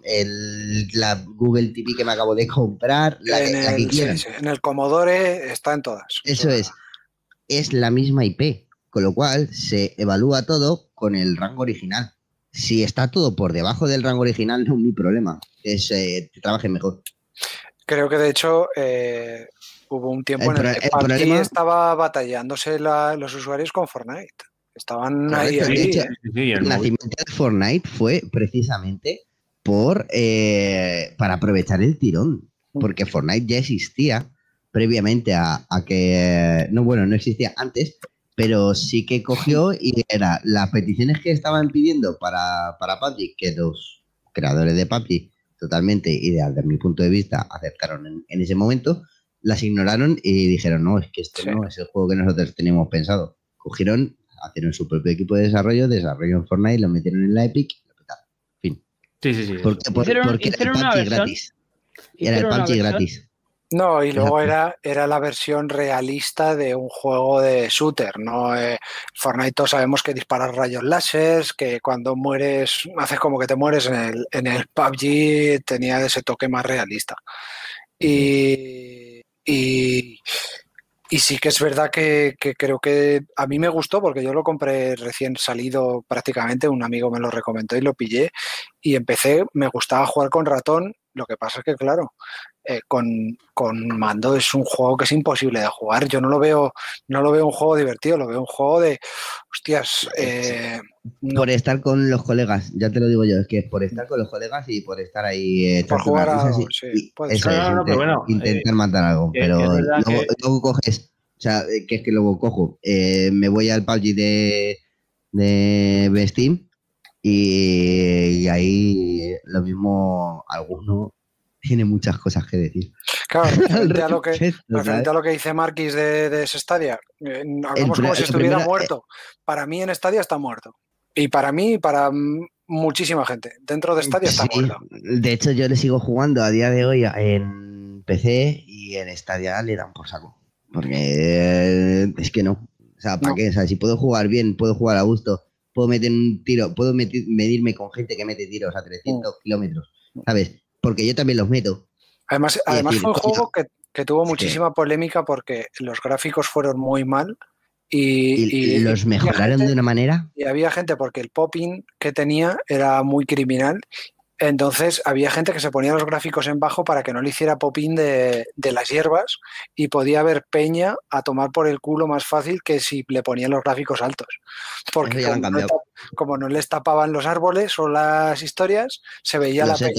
la Google TV que me acabo de comprar, la que quieran. Sí, en el Commodore está en todas. Eso es la misma IP, con lo cual se evalúa todo con el rango original. Si está todo por debajo del rango original, no es mi problema, que trabaje mejor. Creo que de hecho hubo un tiempo en el que PUBG estaba batallándose los usuarios con Fortnite. Estaban ahí. De hecho, el nacimiento de Fortnite fue precisamente para aprovechar el tirón, porque Fortnite ya existía previamente a que... no existía antes, pero sí que cogió y era las peticiones que estaban pidiendo para PUBG, que los creadores de PUBG, totalmente ideal desde mi punto de vista, aceptaron en ese momento, las ignoraron y dijeron, no, es que este no es el juego que nosotros teníamos pensado. Cogieron, hicieron su propio equipo de desarrollo en Fortnite, lo metieron en la Epic y lo petaron. Fin. Sí. Porque era el PUBG gratis. Era el PUBG gratis. No, y luego era la versión realista de un juego de shooter, ¿no? Fortnite todos sabemos que disparas rayos láseres, que cuando mueres, haces como que te mueres en el PUBG, tenía ese toque más realista. Y sí que es verdad que creo que a mí me gustó porque yo lo compré recién salido prácticamente, un amigo me lo recomendó y lo pillé y empecé, me gustaba jugar con ratón, lo que pasa es que claro, con mando es un juego que es imposible de jugar, yo no lo veo un juego divertido, lo veo un juego de hostias. Por estar con los colegas, ya te lo digo yo, es que por estar con los colegas y por estar ahí por jugar a algo, intentar matar algo, pero luego coges, o sea, que es que luego cojo, me voy al PUBG de Steam y ahí lo mismo alguno tiene muchas cosas que decir. Claro, referente a lo que dice Marquis de Stadia, hablamos como si estuviera muerto. Para mí en Stadia está muerto. Y para mí y para muchísima gente. Dentro de Stadia está muerto. De hecho, yo le sigo jugando a día de hoy en PC y en Stadia le dan por saco. Porque es que no. O sea, ¿para qué? O sea, si puedo jugar bien, puedo jugar a gusto, puedo meter un tiro, puedo medirme con gente que mete tiros a 300 kilómetros, ¿sabes? Porque yo también los meto. Además fue un juego que tuvo muchísima polémica porque los gráficos fueron muy mal y los mejoraron de una manera. Y había gente, porque el popping que tenía era muy criminal, entonces había gente que se ponía los gráficos en bajo para que no le hiciera popping de las hierbas y podía haber peña a tomar por el culo más fácil que si le ponían los gráficos altos. Porque como no les tapaban los árboles o las historias, se veía la peña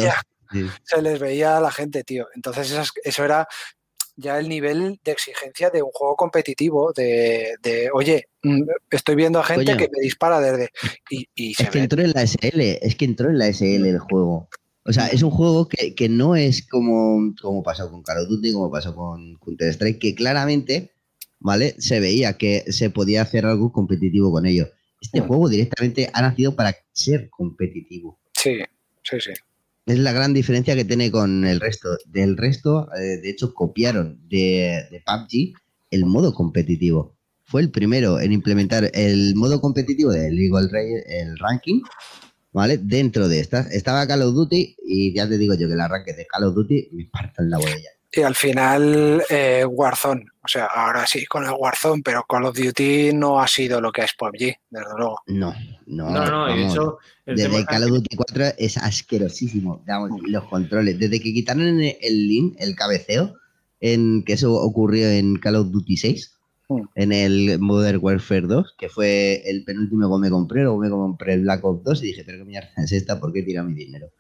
Sí. se les veía a la gente, tío. Entonces eso era ya el nivel de exigencia de un juego competitivo, oye, estoy viendo a gente Coño. que me dispara desde... Y se Es que ve. entró en la SL, es que entró en la SL el juego. O sea, es un juego que no es como pasó con Call of Duty, como pasó con Counter-Strike, que claramente, ¿vale? Se veía que se podía hacer algo competitivo con ello. Este juego directamente ha nacido para ser competitivo. Sí. Es la gran diferencia que tiene con el resto. Del resto, de hecho, copiaron de PUBG el modo competitivo. Fue el primero en implementar el modo competitivo del League of Legends, el ranking, ¿vale? Dentro de estas. Estaba Call of Duty y ya te digo yo que el arranque de Call of Duty me partan la botella. Y al final Warzone, o sea, ahora sí con el Warzone, pero Call of Duty no ha sido lo que es PUBG, desde luego. No, Y de vamos. hecho, el tema Desde está Call of que- Duty 4 es asquerosísimo. Vamos, los controles. Desde que quitaron el link, el cabeceo, en que eso ocurrió en Call of Duty 6, en el Modern Warfare 2, que fue el penúltimo que me compré, luego me compré el Black Ops 2 y dije, pero qué mierda es esta, ¿por qué tira mi dinero?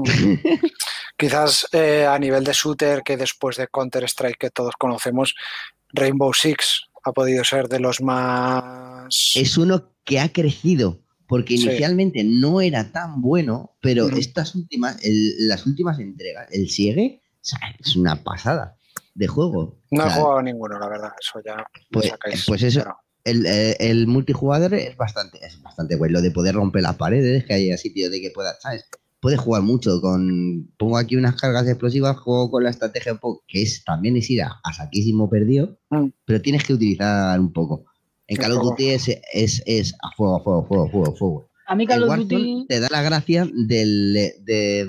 Quizás a nivel de shooter, que después de Counter-Strike que todos conocemos, Rainbow Six ha podido ser de los más... Es uno que ha crecido, porque Sí. inicialmente no era tan bueno, pero Ujú. las últimas entregas, el Siege, o sea, es una pasada de juego. No O he sea, jugado a ninguno, la verdad, eso ya me Pues, sacáis. pues eso, pero- el multijugador es bastante bueno. Lo de poder romper las paredes, que haya sitios de que puedas, ¿sabes? Puedes jugar mucho pongo aquí unas cargas explosivas, juego con la estrategia un poco, también es ir a saquísimo perdido, pero tienes que utilizar un poco. En Un Call of poco. Duty es a fuego. A mí En Call of Warzone Duty... te da la gracia de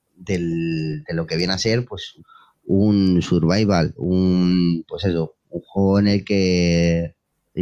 lo que viene a ser pues un survival, pues eso, un juego en el que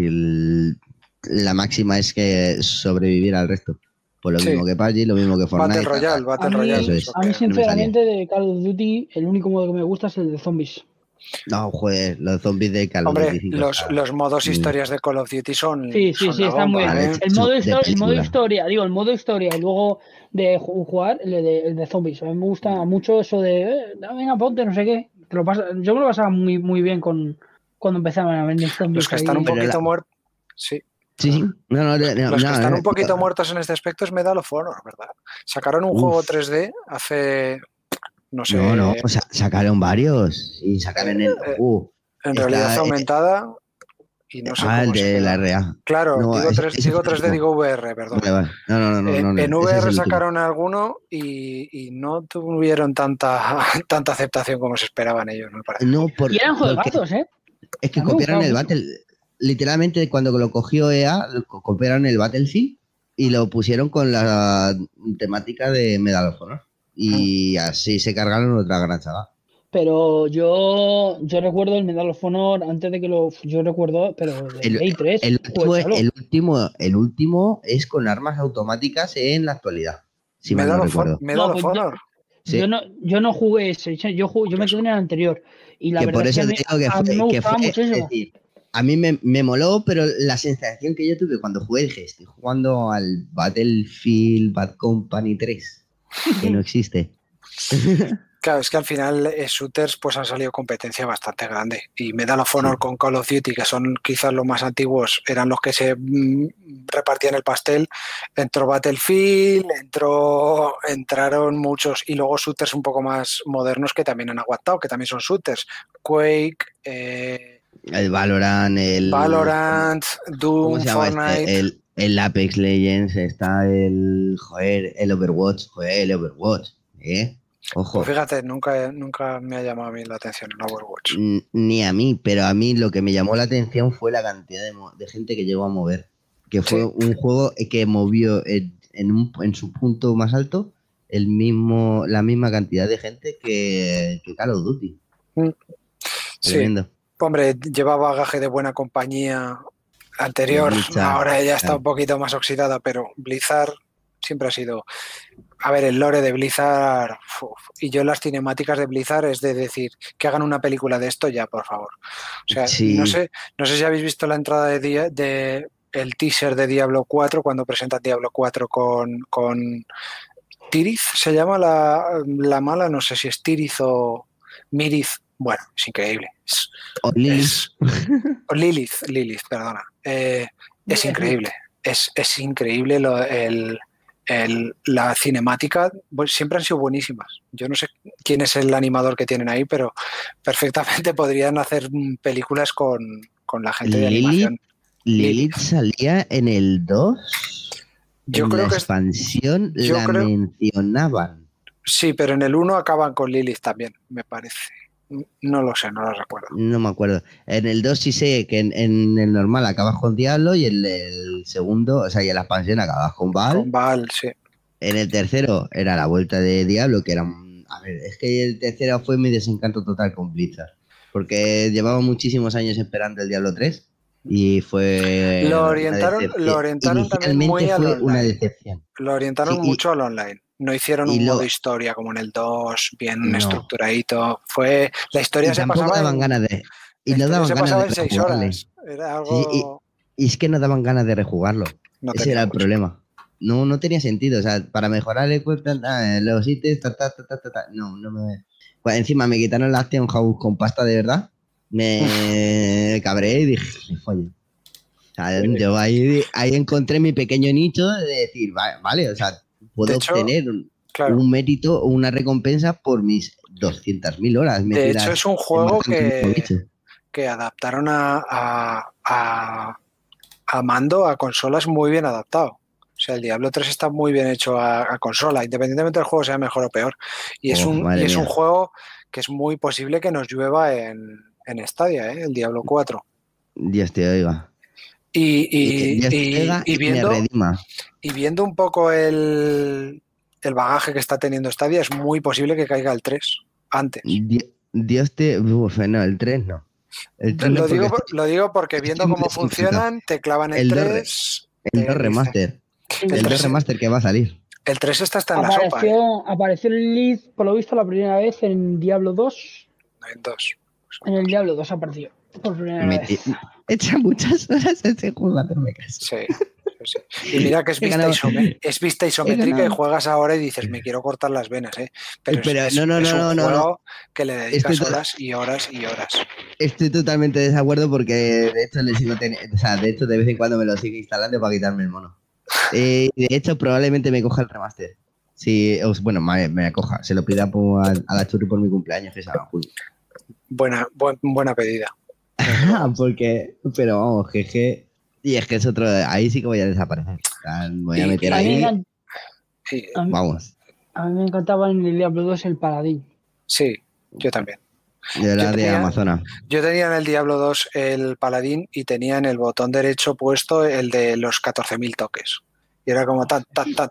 la máxima es que sobrevivir al resto. Pues lo Sí. mismo que PUBG, lo mismo que Fortnite. Battle Royale, Battle Royale. Eso es. eso A mí, que- no me sinceramente, de Call of Duty, el único modo que me gusta es el de zombies. No, joder, los zombies de Call of Hombre, Duty 5 los modos muy bien. historias de Call of Duty son Sí, son la está muy bomba, bien. Vale, ¿eh? El modo, de el modo película. historia, digo, el modo historia y luego de jugar el de zombies. A mí me gusta mucho eso de, venga, ponte, no sé qué. Yo me lo pasaba muy bien cuando empezaban a vender zombies. Los que están ahí. un Pero poquito muertos. Sí. Sí. No, Los que están un poquito tío. muertos en este aspecto es Medal of Honor, ¿verdad? Sacaron un juego 3D hace, no sé, No, sacaron varios. Y sacaron en está, realidad aumentada y no sé el cómo se de la queda. RA. Claro, No, digo, ese 3D, fue el digo VR, perdón. Vale. No. En ese es VR el último. sacaron alguno y no tuvieron tanta aceptación como se esperaban ellos, me parece. No, Y eran porque juegazos, ¿eh? es que A mí me copiaron el gustaba mucho. Battle. Literalmente, cuando lo cogió EA, copiaron el Battlefield y lo pusieron con la temática de Medal of Honor. Y así se cargaron otra gran saga. Pero yo recuerdo el Medal of Honor antes de que yo recuerdo, pero de Play 3. El último es con armas automáticas en la actualidad. Si mal no recuerdo. Medal of pues Honor. Sí. Yo no jugué ese, yo me quedé en el anterior. Y la Que verdad por es eso que te digo que a mí me fue, gustaba es muchísimo. decir, a mí me moló, pero la sensación que yo tuve cuando jugué, dije, estoy jugando al Battlefield Bad Company 3, que no existe. Claro, es que al final shooters pues han salido competencia bastante grande y Medal of Honor con Call of Duty, que son quizás los más antiguos, eran los que se repartían el pastel. Entró Battlefield, entraron muchos y luego shooters un poco más modernos que también han aguantado, que también son shooters. Quake, El Valorant, Doom, ¿cómo se llama Fortnite. El Apex Legends, está el Overwatch, Ojo. Pues fíjate, nunca me ha llamado a mí la atención el Overwatch. Ni a mí, pero a mí lo que me llamó la atención fue la cantidad de gente que llegó a mover. Que fue un juego que movió en su punto más alto la misma cantidad de gente que Call of Duty. Tremendo. Sí. Hombre, lleva bagaje de buena compañía anterior, ahora ya está un poquito más oxidada, pero Blizzard siempre ha sido... A ver, el lore de Blizzard y yo las cinemáticas de Blizzard es de decir que hagan una película de esto ya, por favor. O sea, no sé si habéis visto la entrada de el teaser de Diablo 4 cuando presentan Diablo 4 con Tirith se llama la mala, no sé si es Tirith o Mirith. Bueno, es increíble. O Lilith. O Lilith, perdona. Es increíble. Es increíble la cinemática. Siempre han sido buenísimas. Yo no sé quién es el animador que tienen ahí, pero perfectamente podrían hacer películas con la gente de animación. Lilith salía en el 2. Yo en creo la que expansión la mencionaban. Sí, pero en el 1 acaban con Lilith también, me parece. No lo sé, no lo recuerdo. No me acuerdo. En el 2 sí sé que en el normal acabas con Diablo y en el segundo, o sea, y en la expansión acabas con Baal. Con Baal, sí. En el tercero era la vuelta de Diablo, que era... A ver, es que el tercero fue mi desencanto total con Blizzard. Porque llevaba muchísimos años esperando el Diablo 3 y fue... Lo orientaron también muy al online. Una decepción. Lo orientaron mucho al online. No hicieron un modo historia como en el 2, bien estructuradito. La historia se pasaba daban ganas de... Y no daban ganas de 6 horas. Era algo... Sí, y es que no daban ganas de rejugarlo. Ese era el problema. No tenía sentido. O sea, para mejorar los ítems, no me... Pues encima me quitaron la Action House con pasta de verdad. Me cabré y dije, oye. O sea, yo ahí encontré mi pequeño nicho de decir, vale, o sea, puedo obtener un mérito o una recompensa por mis 200.000 horas. De hecho, es un juego que adaptaron a mando, a consolas muy bien adaptado. O sea, el Diablo 3 está muy bien hecho a consola, independientemente del juego sea mejor o peor. Y es un juego que es muy posible que nos llueva en Stadia, el Diablo 4. Dios te oiga. Y viendo un poco el bagaje que está teniendo Stadia, es muy posible que caiga el 3 antes. Dios te... no, el 3 no. Lo digo porque viendo cómo funcionan, te clavan el 3... El 2 remaster. El 2 remaster que va a salir. El 3 está en la sopa. Apareció el Lilith, por lo visto, la primera vez en Diablo 2. No, en 2. En el Diablo 2 apareció. Por primera vez. Echa muchas horas ese juego a hacerme caso. Sí. Y mira que es vista isométrica y juegas ahora y dices, me quiero cortar las venas, Pero es un juego que le dedicas horas y horas y horas. Estoy totalmente de desacuerdo porque de hecho de vez en cuando me lo sigo instalando para quitarme el mono. De hecho, probablemente me coja el remaster. Sí, bueno, me coja. Se lo pida a la Churri por mi cumpleaños, que se llama Julio. Buena pedida. Pero vamos, jeje. Y es que es otro, ahí sí que voy a desaparecer. Voy a meter ahí. Vamos. A mí me encantaba en el Diablo 2 el paladín. Sí, yo también. De Amazonas. Yo tenía en el Diablo 2 el paladín y tenía en el botón derecho puesto el de los 14.000 toques. Y era como tan.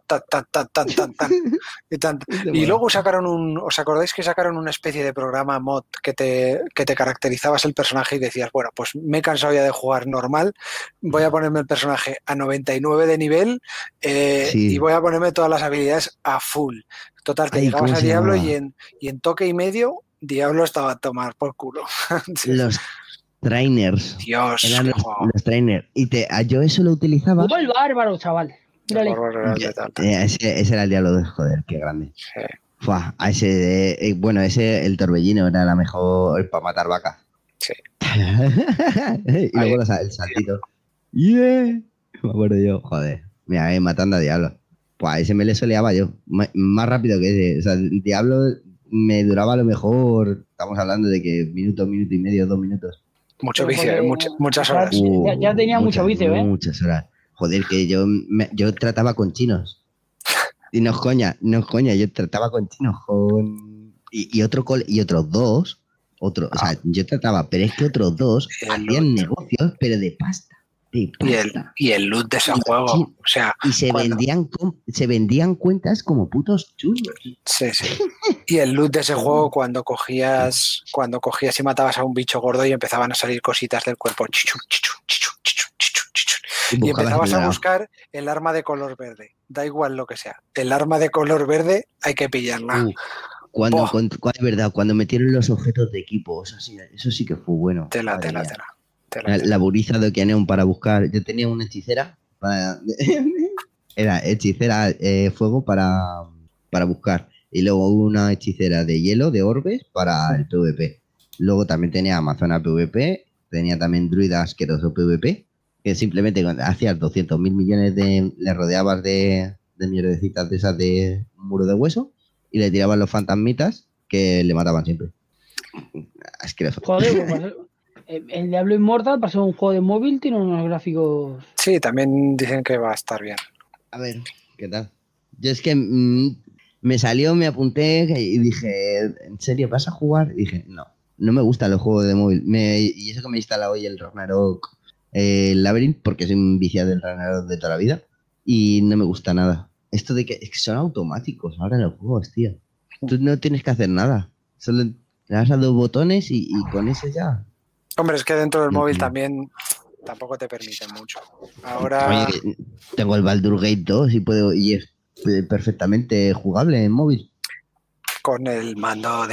Y luego sacaron ¿os acordáis que sacaron una especie de programa mod que te caracterizabas el personaje y decías, bueno, pues me he cansado ya de jugar normal, voy a ponerme el personaje a 99 de nivel y voy a ponerme todas las habilidades a full. Total, te llegabas a Diablo y en toque y medio Diablo estaba a tomar por culo. Los trainers. Dios. Eran los trainers. Y yo eso lo utilizaba. Como el bárbaro, chaval. Ese era el Diablo 2, joder, qué grande. Sí. El torbellino era la mejor para matar vacas. Sí. Y luego el saltito. Yeah. Me acuerdo yo, joder. Mira, matando a Diablo. Pues ese me le soleaba yo. Más rápido que ese. O sea, el Diablo me duraba a lo mejor. Estamos hablando de que minuto y medio, 2 minutos. Mucho vicio, muchas horas. Ya tenía mucho vicio, Muchas horas. Joder, que yo trataba con chinos. Y no es coña, yo trataba con chinos y otros dos, o sea, yo trataba, pero es que otros dos hacían negocios, pero de pasta. Y el loot de ese juego, o sea, y se vendían cuentas como putos chulos. Sí. Y el loot de ese juego cuando cogías y matabas a un bicho gordo y empezaban a salir cositas del cuerpo. Y empezabas a buscar el arma de color verde. Da igual lo que sea. El arma de color verde hay que pillarla. Es verdad, cuando metieron los objetos de equipo, eso sí que fue bueno. Tela. La buriza de Okeaneon para buscar. Yo tenía una hechicera. Era hechicera fuego para para buscar. Y luego una hechicera de hielo, de orbes, para el PvP. Luego también tenía Amazona PvP, tenía también Druida asqueroso PvP, que simplemente cuando hacías 200.000 millones le rodeabas de mierdecitas de esas de un muro de hueso y le tiraban los fantasmitas que le mataban siempre. Asqueroso. Joder, pues, el Diablo Immortal, para ser un juego de móvil, tiene unos gráficos... Sí, también dicen que va a estar bien. A ver, ¿qué tal? Yo es que me salió, me apunté y dije, ¿en serio vas a jugar? Y dije, no me gustan los juegos de móvil. Y eso que me he instalado hoy el Ragnarok Labyrinth, porque soy un viciado del Ragnarok de toda la vida, y no me gusta nada. Esto de que, es que son automáticos ahora los juegos, tío. Tú no tienes que hacer nada. Solo le das a 2 botones y con eso ya. Hombre, es que dentro del móvil Ujú. también tampoco te permiten mucho. Ahora, Oye, tengo el Baldur's Gate 2 y es perfectamente jugable en móvil. con el mando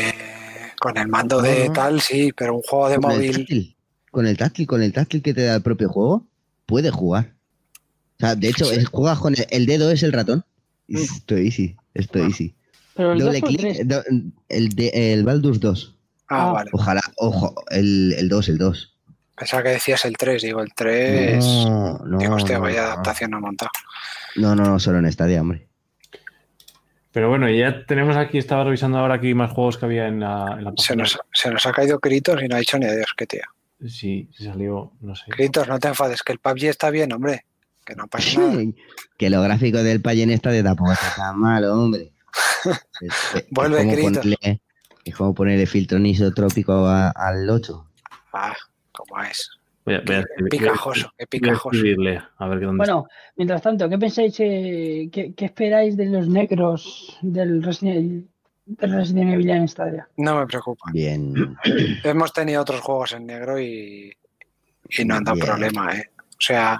de No. tal, sí, pero un juego de Con el móvil... táctil. Con el táctil que te da el propio juego, puedes jugar. O sea, de hecho, Sí. juegas con el dedo, es el ratón. Y esto easy. Pero el Doble 2 o el clic, 3. el Baldur's 2. Ah, Ah. vale. Ojalá, ojo, el 2. Pensaba que decías el 3, digo, el 3... No, digo, hostia, no, vaya no. adaptación ha montado. No, solo en Stadia, hombre. Pero bueno, ya tenemos aquí, estaba revisando ahora aquí más juegos que había en la Se página. nos ha caído Kritos y no ha dicho ni adiós, qué tío. Sí, salió, no sé. Kritos, no te enfades, que el PUBG está bien, hombre. Que no pasa nada. Que los gráficos del Payen Stadia tampoco están tan mal, hombre. Vuelve, Kritos. Es como ponerle filtro isotrópico al 8. Ah, ¿cómo es? Voy a escribir- Picajoso, qué voy a picajoso. escribirle, a ver qué dónde Bueno, mientras tanto, ¿qué pensáis, qué esperáis de los negros del Resident Evil en Stadia? No me preocupa. Bien. Hemos tenido otros juegos en negro y no han dado Bien. problema, ¿eh? O sea,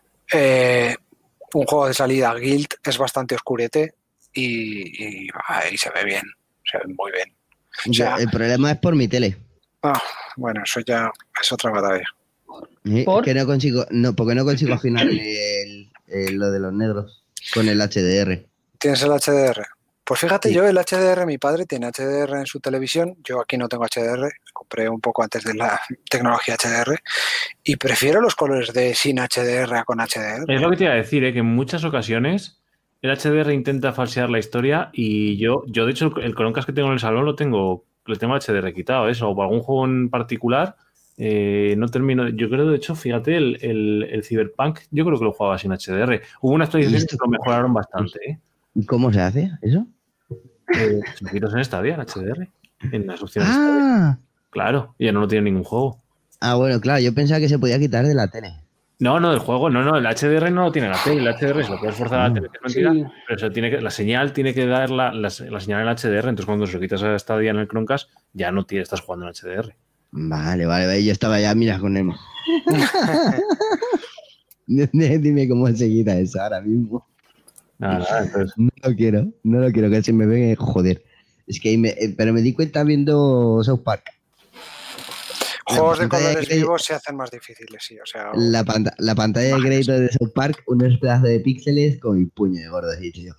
un juego de salida Guild es bastante oscurete y se ve bien, se ve muy bien. O sea, El problema es por mi tele. bueno, eso ya es otra batalla. ¿Por? Que no consigo, porque no consigo afinar lo de los negros con el HDR. ¿Tienes el HDR? Pues fíjate, Sí. yo el HDR, mi padre tiene HDR en su televisión, yo aquí no tengo HDR, compré un poco antes de la tecnología HDR y prefiero los colores de sin HDR a con HDR. Es lo que te iba a decir, que en muchas ocasiones el HDR intenta falsear la historia y yo de hecho, el Chromecast que tengo en el salón lo tengo HDR quitado, eso, o para algún juego en particular, no termino. Yo creo, de hecho, fíjate, el Cyberpunk, yo creo que lo jugaba sin HDR. Hubo una actualización que lo mejoraron bastante, ¿eh? ¿Y cómo se hace eso? Chiquitos en Stadia, en HDR, en las opciones. Ah, Claro, ya no lo tiene ningún juego. bueno, claro, yo pensaba que se podía quitar de la tele. No, del juego, no, el HDR no lo tiene la tele, el HDR se lo puedes forzar a la tele, que es mentira, Sí. pero eso la señal tiene que dar la señal en HDR, entonces cuando se lo quitas a Stadia en el Chromecast, ya no estás jugando en HDR. Vale, yo estaba ya, mira, con el... Dime cómo se quita eso ahora mismo. Nada, entonces... No lo quiero que se me ve, joder. Es que pero me di cuenta viendo South Park. Juegos de pantalla colores de- vivos se hacen más difíciles, sí, o sea... La pantalla de Imágenes. crédito de South Park, unos pedazos de píxeles con mi puño de gordo. Y yo,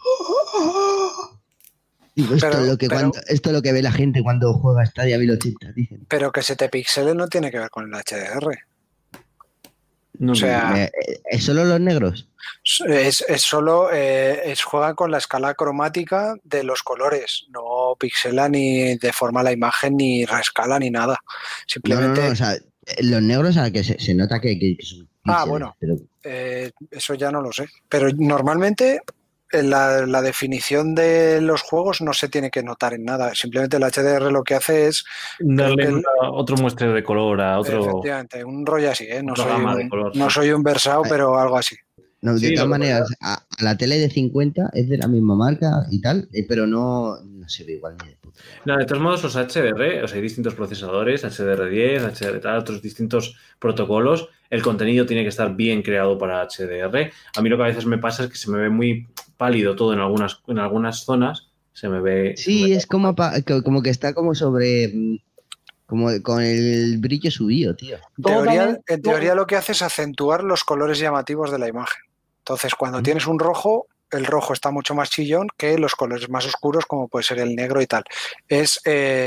digo, esto es lo que ve la gente cuando juega Stadia 1080, dicen. Pero que se te pixele no tiene que ver con el HDR. No, O sea, ¿Es solo los negros? es solo juegan con la escala cromática de los colores, no pixela ni deforma la imagen ni rescala ni nada. Simplemente No, o sea, los negros a que se nota que son píxeles, bueno. pero eso ya no lo sé. Pero normalmente la definición de los juegos no se tiene que notar en nada. Simplemente el HDR lo que hace es darle creo que otro muestreo de color a otro... efectivamente un rollo así, ¿eh? otra gama de color. No soy un versado, pero algo así. no, de Sí, todas lo que maneras, a la tele de 50 es de la misma marca y tal, pero no se ve igual ni de puta. No, de todos modos, los HDR, o sea, hay distintos procesadores, HDR10, HDR tal, otros distintos protocolos. El contenido tiene que estar bien creado para HDR. A mí lo que a veces me pasa es que se me ve muy pálido todo en algunas zonas. Se me ve... Sí, es como que está como sobre... como con el brillo subido, tío. En teoría lo que hace es acentuar los colores llamativos de la imagen. Entonces, cuando tienes un rojo, el rojo está mucho más chillón que los colores más oscuros, como puede ser el negro y tal. Es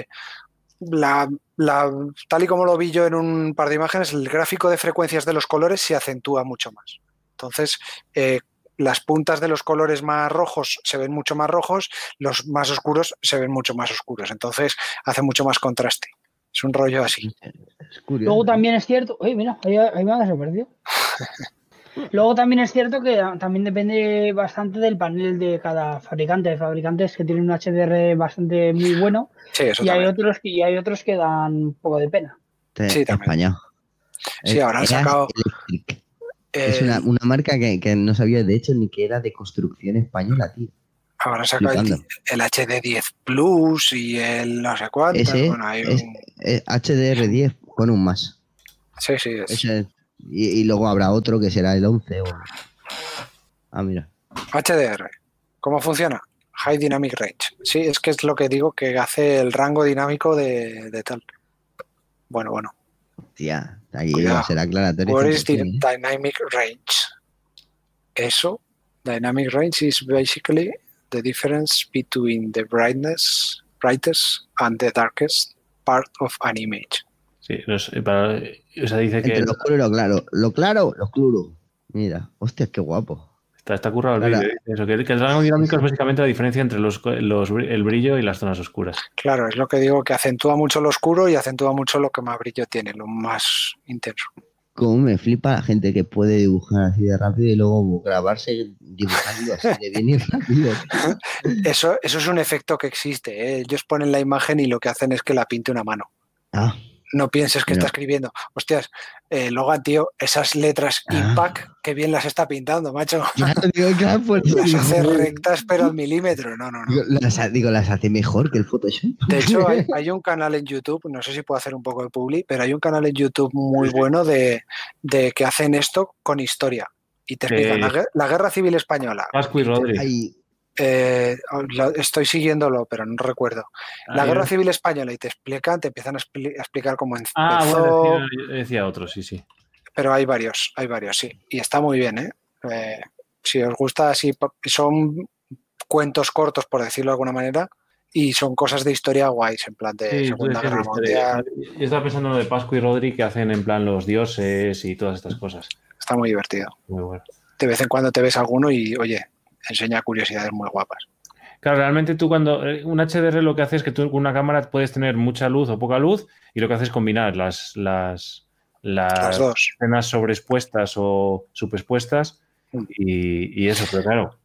tal y como lo vi yo en un par de imágenes, el gráfico de frecuencias de los colores se acentúa mucho más. Entonces, las puntas de los colores más rojos se ven mucho más rojos, los más oscuros se ven mucho más oscuros. Entonces, hace mucho más contraste. Es un rollo así. Es curioso. Luego también es cierto, oye, mira, ahí me ha desaparecido. Luego también es cierto que también depende bastante del panel de cada fabricante. Hay fabricantes que tienen un HDR bastante muy bueno Sí, eso y hay también. otros que dan un poco de pena. Sí, también. España. Sí, ahora han sacado Electric. Es una marca que no sabía, de hecho, ni que era de construcción española, tío. ahora han sacado Flipando. el HD10 Plus y el no sé cuántas. Ese Bueno, hay es un... HDR10 con un más. Sí, es Ese es. Y luego habrá otro que será el 11 o... Ah, mira. HDR. ¿Cómo funciona? High Dynamic Range. Sí, es que es lo que digo, que hace el rango dinámico de tal. Bueno. Tía, aquí Cuidado. será aclaratorio. What is the 100%, ¿eh? dynamic range? Eso, dynamic range is basically the difference between the brightest and the darkest part of an image. Sí, o sea, dice que Entre lo oscuro y lo claro. Lo claro, lo oscuro. Mira, hostia, qué guapo. está currado el Ahora- vídeo. Eso, que el rango dinámico es básicamente la diferencia entre el brillo y las zonas oscuras. Claro, es lo que digo, que acentúa mucho lo oscuro y acentúa mucho lo que más brillo tiene, lo más intenso. Cómo me flipa la gente que puede dibujar así de rápido y luego grabarse dibujando así de bien y rápido. Eso es un efecto que existe, ¿eh? Ellos ponen la imagen y lo que hacen es que la pinte una mano. Ah, No pienses que No. está escribiendo. Hostias, Logan, tío, esas letras IMPAC, qué bien las está pintando, macho. claro, digo, claro, pues, Las hace digo, rectas, pero al milímetro. No. las hace mejor que el Photoshop. De hecho, hay un canal en YouTube, no sé si puedo hacer un poco de publi, pero hay un canal en YouTube muy bueno de que hacen esto con historia. Y te explican la Guerra Civil Española. Pascu y Rodri. Ay, Estoy siguiéndolo, pero no recuerdo. La Guerra Civil Española y te empiezan a explicar cómo empezó. Bueno, decía otro, sí. Pero hay varios, sí. Y está muy bien, ¿eh? Si os gusta, así son cuentos cortos, por decirlo de alguna manera, y son cosas de historia guays, en plan de Segunda Guerra Mundial. Yo estaba pensando en lo de Pascu y Rodri que hacen en plan los dioses y todas estas cosas. Está muy divertido. Muy bueno. De vez en cuando te ves alguno y, oye, enseña curiosidades muy guapas. Claro, realmente tú cuando un HDR lo que hace es que tú con una cámara puedes tener mucha luz o poca luz y lo que hace es combinar las dos escenas sobreexpuestas o superexpuestas y eso, pero claro,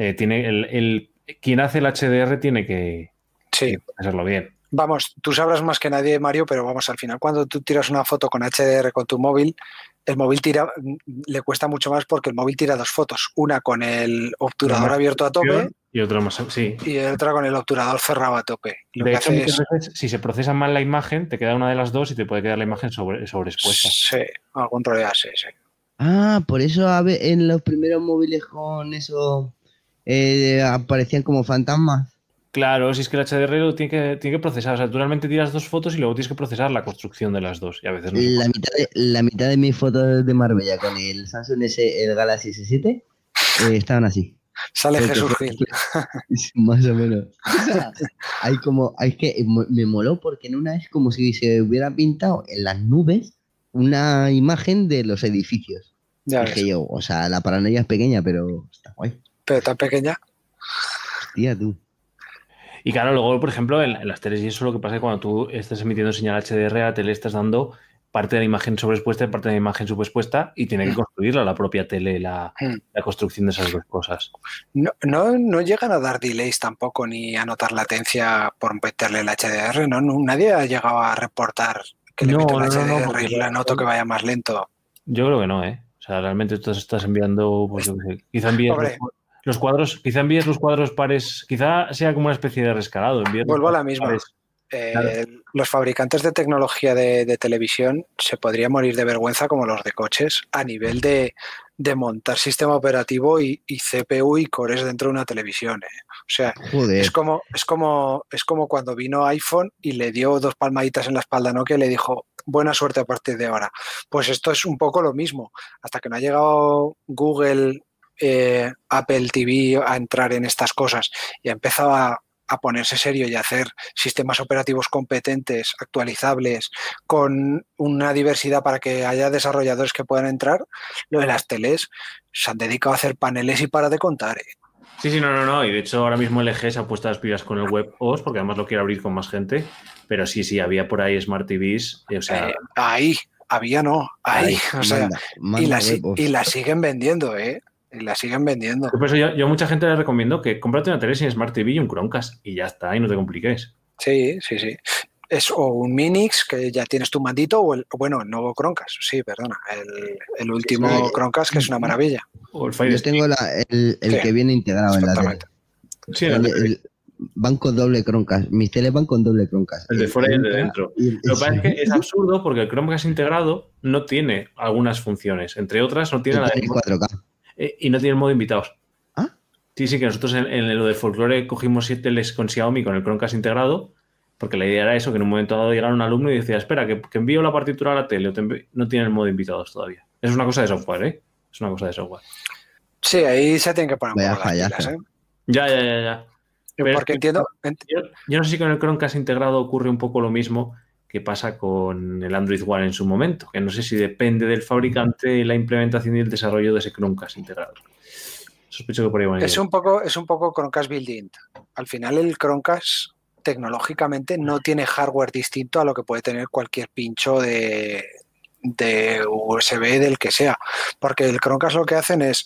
quien hace el HDR tiene que hacerlo bien. Vamos, tú sabrás más que nadie, Mario, pero vamos, al final cuando tú tiras una foto con HDR con tu móvil, el móvil le cuesta mucho más porque el móvil tira dos fotos, una con el obturador abierto a tope y otra más, sí. Y otra con el obturador cerrado a tope. De hecho, muchas veces, si se procesa mal la imagen, te queda una de las dos y te puede quedar la imagen sobreexpuesta. Sí, algún rollo así, sí. Ah, por eso en los primeros móviles con eso aparecían como fantasmas. Claro, si es que el HDR lo tiene que procesar. O sea, tú realmente tiras dos fotos y luego tienes que procesar la construcción de las dos. Y a veces no la mitad de mis fotos de Marbella con el Samsung el Galaxy S7 estaban así. Sale Jesús Gil. Más o menos. O sea, hay que me moló porque en una es como si se hubiera pintado en las nubes una imagen de los edificios. Ya dije ves. yo, o sea, la paranoia es pequeña, pero está guay. Pero tan pequeña. Hostia, tú. Y claro, luego, por ejemplo, en las teles y eso lo que pasa es que cuando tú estás emitiendo señal HDR a la tele estás dando parte de la imagen sobreexpuesta y parte de la imagen superexpuesta y tiene que construirla la propia tele, la construcción de esas dos cosas. No llegan a dar delays tampoco ni a notar latencia por meterle el HDR, ¿no? Nadie ha llegado a reportar que le meto el HDR y la noto que vaya más lento. Yo creo que no, ¿eh? O sea, realmente tú estás enviando, pues yo qué sé, quizá envíes los cuadros, quizá envíes los cuadros pares, quizá sea como una especie de rescalado. Vuelvo a la misma. Claro. Los fabricantes de tecnología de televisión se podrían morir de vergüenza como los de coches a nivel de montar sistema operativo y CPU y cores dentro de una televisión. O sea, es como cuando vino iPhone y le dio dos palmaditas en la espalda a Nokia y le dijo buena suerte a partir de ahora. Pues esto es un poco lo mismo. Hasta que no ha llegado Google Apple TV a entrar en estas cosas y ha empezado a ponerse serio y a hacer sistemas operativos competentes, actualizables, con una diversidad para que haya desarrolladores que puedan entrar, lo de las teles se han dedicado a hacer paneles y para de contar. Sí, no. Y de hecho ahora mismo LG se ha puesto las pilas con el WebOS porque además lo quiere abrir con más gente. Pero sí, había por ahí Smart TVs. O sea, ahí, había no. Ahí. O sea, manda y la siguen vendiendo, ¿eh? Y la siguen vendiendo. Por eso yo a mucha gente les recomiendo que cómprate una tele sin Smart TV y un Chromecast y ya está, y no te compliques. Sí. Es o un Minix, que ya tienes tu mandito, o el nuevo Chromecast. Sí, perdona. El último Chromecast, que es una maravilla. O el Fire Yo tengo el que viene integrado en la tele. Sí, van con doble Chromecast. Mis teles van con doble Chromecast. El de fuera y el de dentro. Lo que pasa es que es absurdo porque el Chromecast integrado no tiene algunas funciones. Entre otras, no tiene la de 4K. Y no tiene el modo invitados. ¿Ah? Sí, que nosotros en lo de folclore cogimos 7 teles con Xiaomi con el Chromecast integrado, porque la idea era eso, que en un momento dado llegara un alumno y decía, espera, que envío la partitura a la tele, no tiene el modo invitados todavía. Es una cosa de software, ¿eh? Es una cosa de software. Sí, ahí se tienen que poner Vaya un poco las pilas, ¿eh? Ya. Pero porque entiendo... Yo no sé si con el Chromecast integrado ocurre un poco lo mismo que pasa con el Android One en su momento, que no sé si depende del fabricante la implementación y el desarrollo de ese Chromecast integrado. Sospecho que por ahí van a ir. Es un poco Chromecast built-in. Al final el Chromecast tecnológicamente no tiene hardware distinto a lo que puede tener cualquier pincho de USB del que sea, porque el Chromecast lo que hacen es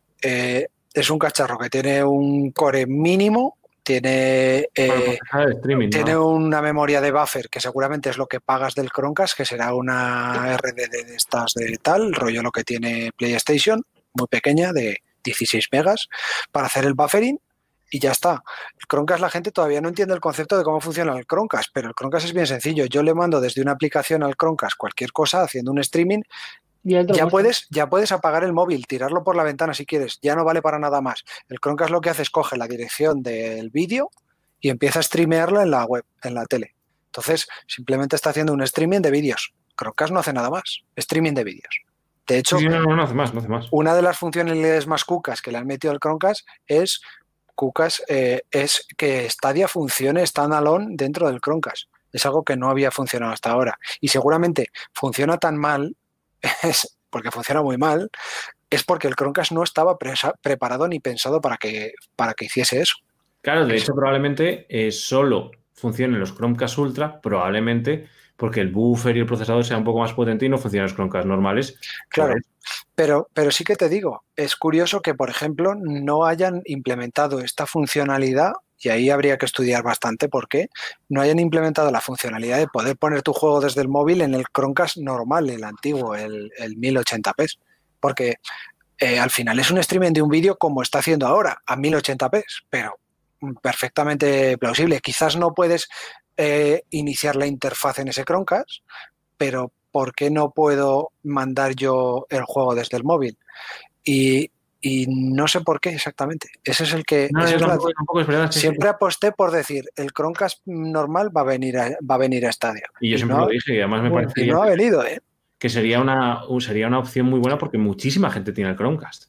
un cacharro que tiene un core mínimo, tiene una memoria de buffer que seguramente es lo que pagas del Chromecast, que será una RDD de estas de tal, rollo lo que tiene PlayStation, muy pequeña, de 16 megas, para hacer el buffering y ya está. El Chromecast, la gente todavía no entiende el concepto de cómo funciona el Chromecast, pero el Chromecast es bien sencillo. Yo le mando desde una aplicación al Chromecast cualquier cosa haciendo un streaming. Ya puedes apagar el móvil, tirarlo por la ventana si quieres, ya no vale para nada más. El Chromecast lo que hace es coge la dirección del vídeo y empieza a streamearlo en la web, en la tele. Entonces, simplemente está haciendo un streaming de vídeos. Chromecast no hace nada más, streaming de vídeos. De hecho, no hace más. Una de las funcionalidades más cucas que le han metido al Chromecast es que Stadia funcione standalone dentro del Chromecast. Es algo que no había funcionado hasta ahora. Y seguramente funciona tan mal, porque funciona muy mal, es porque el Chromecast no estaba preparado ni pensado para que hiciese eso. Claro, de hecho probablemente solo funcionen los Chromecast Ultra, probablemente porque el buffer y el procesador sea un poco más potente y no funcionan los Chromecast normales. Claro, pero sí que te digo, es curioso que, por ejemplo, no hayan implementado esta funcionalidad, y ahí habría que estudiar bastante por qué, no hayan implementado la funcionalidad de poder poner tu juego desde el móvil en el Chromecast normal, el antiguo, el 1080p. Porque al final es un streaming de un vídeo como está haciendo ahora, a 1080p, pero perfectamente plausible. Quizás no puedes iniciar la interfaz en ese Chromecast, pero ¿por qué no puedo mandar yo el juego desde el móvil? Y no sé por qué exactamente. Ese es el que... Siempre aposté por decir, el Chromecast normal va a venir a Stadia. Y yo siempre lo dije, y además me parece que no ha venido, ¿eh? Que sería una opción muy buena porque muchísima gente tiene el Chromecast.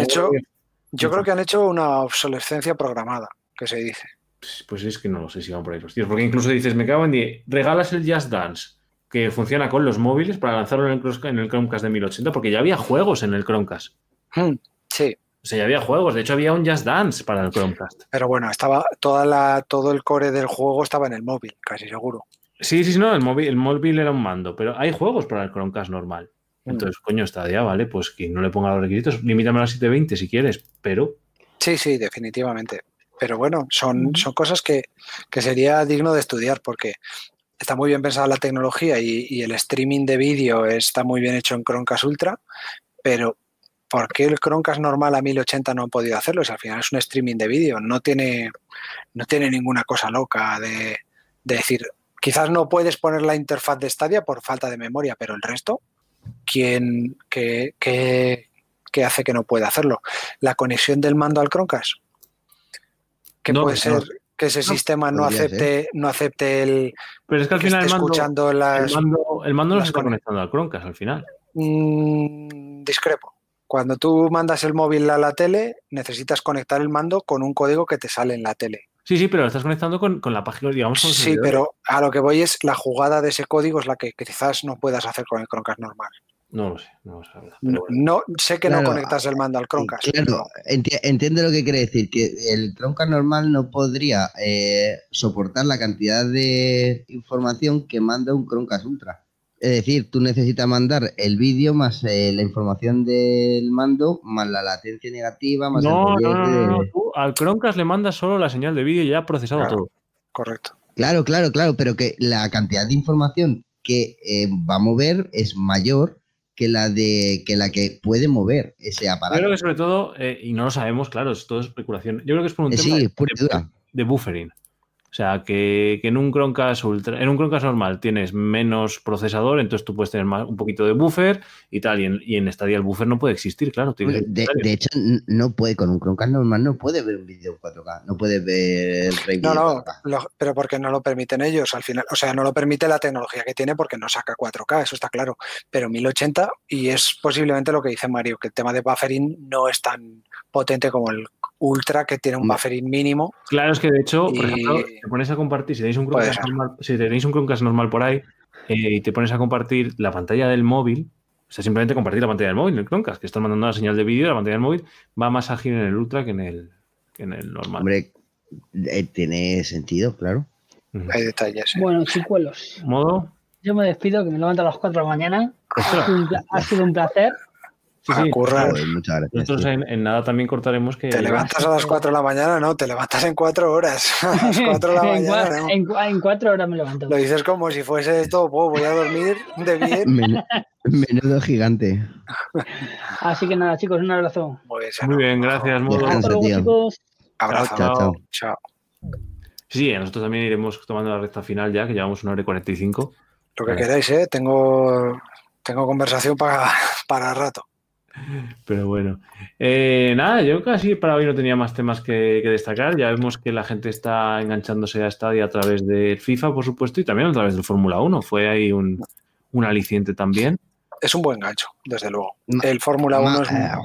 Yo creo que han hecho una obsolescencia programada, que se dice. Pues es que no lo sé si van por ahí los tíos. Porque incluso dices, me cago en 10, regalas el Just Dance, que funciona con los móviles, para lanzarlo en el Chromecast de 1080, porque ya había juegos en el Chromecast. Sí. O sea, ya había juegos. De hecho, había un Just Dance para el Chromecast. Pero bueno, estaba todo el core del juego estaba en el móvil, casi seguro. Sí, no, el móvil era un mando, pero hay juegos para el Chromecast normal. Entonces, coño, está ya, ¿vale? Pues que no le ponga los requisitos, limítame a las 720 si quieres, pero... Sí, definitivamente. Pero bueno, son cosas que sería digno de estudiar porque está muy bien pensada la tecnología y el streaming de vídeo está muy bien hecho en Chromecast Ultra, pero ¿por qué el Chromecast normal a 1080 no han podido hacerlo? Si al final es un streaming de vídeo, no tiene ninguna cosa loca de decir, quizás no puedes poner la interfaz de Stadia por falta de memoria, pero el resto, ¿qué hace que no pueda hacerlo? La conexión del mando al Chromecast. Que no, puede ser que ese sistema no acepte el... Pero es que al final el mando no se está conectando al Chromecast al final. Discrepo. Cuando tú mandas el móvil a la tele, necesitas conectar el mando con un código que te sale en la tele. Sí, pero lo estás conectando con la página, digamos. Con el Sí, servidor. pero a lo que voy es la jugada de ese código es la que quizás no puedas hacer con el Chromecast normal. No lo sé, no lo sé. Pero bueno. No, sé que Claro, no conectas el mando al Chromecast. Claro, entiendo lo que quiere decir, que el Chromecast normal no podría soportar la cantidad de información que manda un Chromecast Ultra. Es decir, tú necesitas mandar el vídeo más la información del mando, más la latencia negativa, más el relieve No. de... Tú al Chromecast le mandas solo la señal de vídeo y ya ha procesado Claro. todo. Correcto. Claro, pero que la cantidad de información que va a mover es mayor que la que puede mover ese Yo aparato. creo que sobre todo, y no lo sabemos, claro, es todo especulación. Yo creo que es por un tema Sí, pura y dura. de buffering. O sea, que en un Chromecast Ultra, en un Chromecast normal tienes menos procesador, entonces tú puedes tener un poquito de buffer y tal. Y en Stadia el buffer no puede existir, claro. Hombre, de hecho, no puede, con un Chromecast normal no puede ver un vídeo en 4K, no puede ver el rey No, vídeo no, 4K. pero porque no lo permiten ellos al final. O sea, no lo permite la tecnología que tiene porque no saca 4K, eso está claro. Pero 1080, y es posiblemente lo que dice Mario, que el tema de buffering no es tan potente como el Ultra, que tiene un buffering mínimo. Claro, es que de hecho, por Y- ejemplo, te pones a compartir, si tenéis un Puede Chromecast ser. normal, si tenéis un Chromecast normal por ahí y te pones a compartir la pantalla del móvil, o sea, simplemente compartir la pantalla del móvil en el Chromecast, que estás mandando la señal de vídeo, la pantalla del móvil va más ágil en el Ultra que en el normal. Hombre, tiene sentido, claro. Ujú. Hay detalles. Bueno, chicuelos, ¿Modo? yo me despido, que me levanto a las 4 de la mañana. Ostras. Ha sido un placer. Sí, A currar. Joder, muchas gracias. Nosotros tío. en nada también cortaremos que... Te levantas a las 4 de la mañana, no, te levantas en 4 horas. A las 4 de la mañana, no. En 4 horas me levanto. Lo dices como si fuese esto, voy a dormir de bien. Menudo gigante. Así que nada, chicos, un abrazo. Pues, Muy bien, gracias, Modo. Descansa. Hasta luego, tío. chicos. Abrazo. Chao. Chao. Sí, nosotros también iremos tomando la recta final ya, que llevamos 1 hora y 45. Lo que Vale. queráis, ¿eh? Tengo conversación para rato. Pero bueno. Nada, yo casi para hoy no tenía más temas que destacar. Ya vemos que la gente está enganchándose a Stadia a través del FIFA, por supuesto, y también a través del Fórmula 1. Fue ahí un aliciente también. Es un buen gancho, desde luego. Ma- El Fórmula 1 es un Más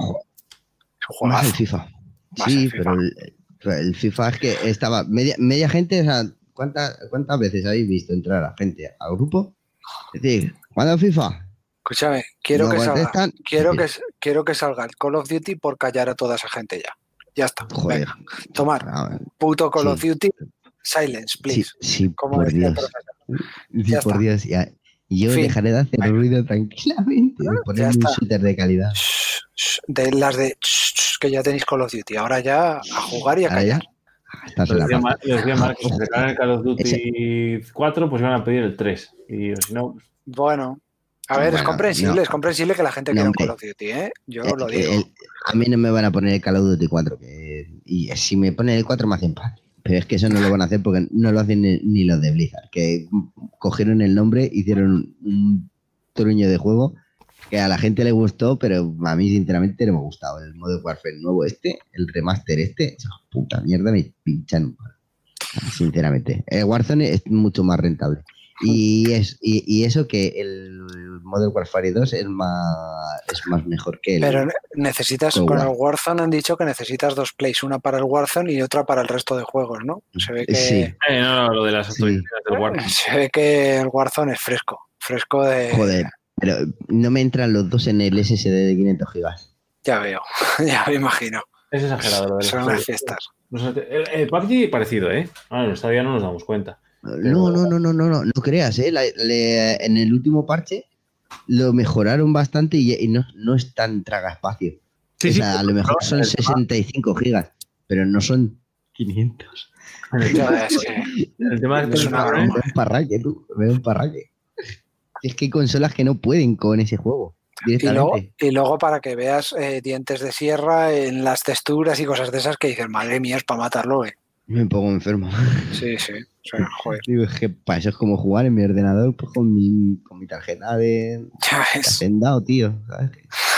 el juegazo. FIFA. Más Sí, el FIFA. pero el FIFA es que estaba media gente, o sea, ¿cuántas veces habéis visto entrar a gente al grupo? Es decir, ¿cuándo FIFA? Escúchame, quiero No que salga. contestan. Quiero que salga el Call of Duty por callar a toda esa gente ya. Ya está. Joder. Venga, tomar. Ah, Puto Call of sí. Duty. Silence, Sí, please. sí, Como por decía el Dios. profesor. Sí, Ya por está. Dios, ya. Yo Fin. dejaré de hacer ruido tranquilamente, de ponerme un está. shooter de calidad. De las de que ya tenéis Call of Duty. Ahora ya a jugar y a Ahora ya, callar. estás en la pasta. Los días más que si sacaran el Call of Duty 4, pues iban a pedir el 3. Y si no, pues, Bueno, a ver, Bueno, es comprensible que la gente No, quiera un hombre. Call of Duty, ¿eh? Yo lo digo. A mí no me van a poner el Call of Duty 4. Y si me ponen el 4 me hacen paz. Pero es que eso no lo van a hacer porque no lo hacen ni los de Blizzard. Que cogieron el nombre, hicieron un truño de juego que a la gente le gustó, pero a mí sinceramente no me ha gustado. El modo Warfare nuevo el remaster esa puta mierda me pinchan. Sinceramente. El Warzone es mucho más rentable. Y eso que el Modern Warfare 2 es más mejor que el... Pero necesitas, Cold con War. el Warzone han dicho que necesitas 2 plays, una para el Warzone y otra para el resto de juegos, ¿no? Se ve que, Sí. no, lo de las Sí. actualizaciones del Warzone. se ve que el Warzone es fresco de... Joder, pero no me entran los dos en el SSD de 500 gigas. Ya veo, ya me imagino. Es exagerado lo de las Son unas actualizaciones. fiestas. El PUBG parecido, ¿eh? Ahora, todavía no nos damos cuenta. No creas, ¿eh? En el último parche lo mejoraron bastante y no es tan traga espacio. Sí, o sí, sea, a lo mejor son 65 gigas, pero no son 500. Ya, es que El tema Es una Veo broma. un parraque, tú. Veo un parraque. Es que hay consolas que no pueden con ese juego. Directamente. y luego para que veas dientes de sierra en las texturas y cosas de esas que dices, madre mía, es para matarlo, ¿eh? Me pongo enfermo. Sí, sí. O sea, joder. Digo, es que para eso es como jugar en mi ordenador pues, con mi tarjeta de Ya ves. hacendado, tío. ¿Sabes?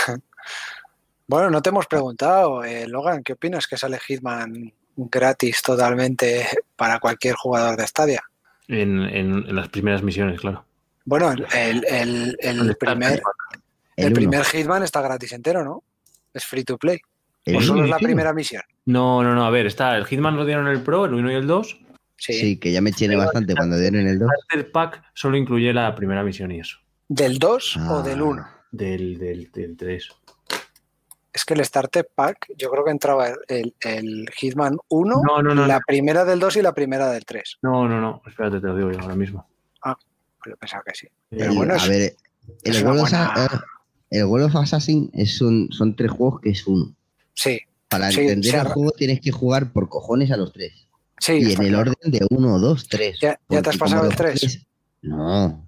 Bueno, no te hemos preguntado, Logan, ¿qué opinas que sale Hitman gratis totalmente para cualquier jugador de Stadia? En las primeras misiones, claro. Bueno, el primer uno. Hitman está gratis entero, ¿no? Es free to play. ¿El ¿O solo es la inicio? primera misión? No, a ver, está el Hitman lo dieron el Pro, el 1 y el 2. Sí, que ya me chiné bastante cuando dieron el 2. El Starter Pack solo incluye la primera misión y eso. ¿Del 2 o del 1? Del 3. Es que el Starter Pack, yo creo que entraba el Hitman 1, No. la primera del 2 y la primera del 3. No, espérate, te lo digo yo ahora mismo. Pues yo pensaba que sí. Pero bueno, A ver, es el una World, buena- el World of Assassin son 3 juegos que es uno. Sí, Para Sí, entender sí, el juego tienes que jugar por cojones a los 3. sí. Y en está el claro. orden de 1, 2, 3. ¿Ya te has Porque pasado como el los 3? juegues- No,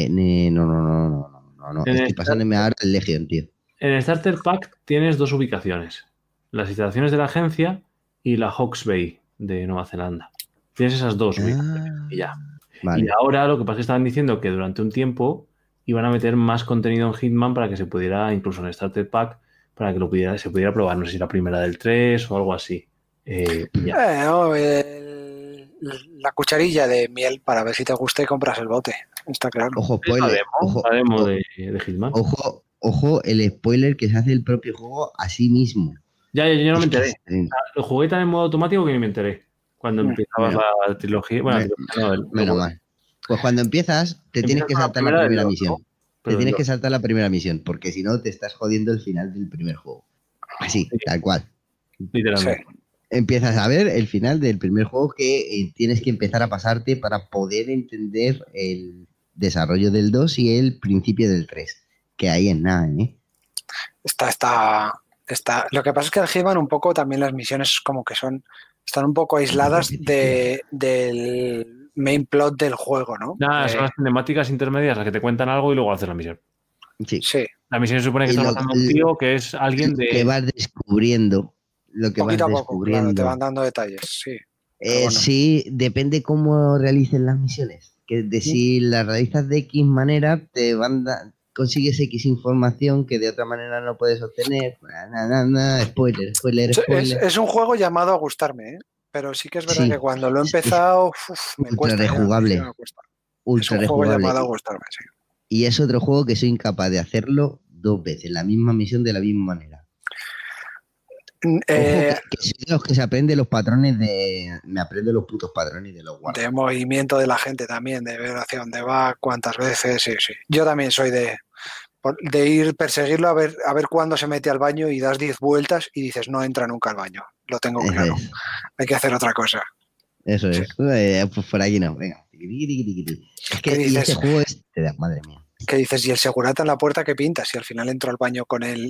no. En Estoy el pasándome ahora el Legion, tío. En el Starter Pack tienes 2 ubicaciones. Las instalaciones de la agencia y la Hawke's Bay de Nueva Zelanda. Tienes esas 2 ubicaciones y ya. Vale. Y ahora lo que pasa es que estaban diciendo que durante un tiempo iban a meter más contenido en Hitman para que se pudiera, incluso en el Starter Pack, para que se pudiera probar. No sé si la primera del 3 o algo así. Y ya. No, la cucharilla de miel para ver si te gusta y compras el bote. Está claro. Ojo, spoiler. La demo de Hitman. Ojo, el spoiler que se hace el propio juego a sí mismo. Ya, yo no me Es que enteré. Lo jugué tan en modo automático que ni me enteré. Cuando empezabas la trilogía. Bueno, Menos mal. Pues cuando empiezas, te tienes que saltar la primera misión. Te tienes que saltar la primera misión, porque si no, te estás jodiendo el final del primer juego. Así, tal cual. Literalmente. Sí. Empiezas a ver el final del primer juego que tienes que empezar a pasarte para poder entender el desarrollo del 2 y el principio del 3. Que ahí es nada, ¿eh? Está. Lo que pasa es que el Hitman un poco también las misiones como que están un poco aisladas del main plot del juego, ¿no? Nada, son las cinemáticas intermedias las que te cuentan algo y luego haces la misión. Sí. Sí, La misión se supone que Y está lo- matando a un tío que es alguien de. Que vas descubriendo. Lo que vas poquito a poco, descubriendo. claro, te van dando detalles, sí. Pero bueno. Sí, depende cómo realicen las misiones. Que si las realizas de X manera, consigues X información que de otra manera no puedes obtener. Spoiler. Es un juego llamado a gustarme, ¿eh? Pero sí que es verdad Sí. que cuando lo he empezado, me ultra cuesta. rejugable. Me cuesta. Es Ultra un juego rejugable. llamado a gustarme, sí. Y es otro juego que soy incapaz de hacerlo 2 veces, la misma misión de la misma manera. Ojo, que soy de los que se aprende los patrones me aprendo los putos patrones de los guardas. De movimiento de la gente también, de ver hacia dónde va, cuántas veces, sí. Yo también soy de ir perseguirlo a ver cuándo se mete al baño y das 10 vueltas y dices no entra nunca al baño. Lo tengo Eso claro. es. Hay que hacer otra cosa. Eso Sí. es. Pues por aquí no, venga. Es ¿Qué que y dices? este juego es... Madre mía. ¿Qué dices? ¿Y el segurata en la puerta qué pinta? Si al final entro al baño con él.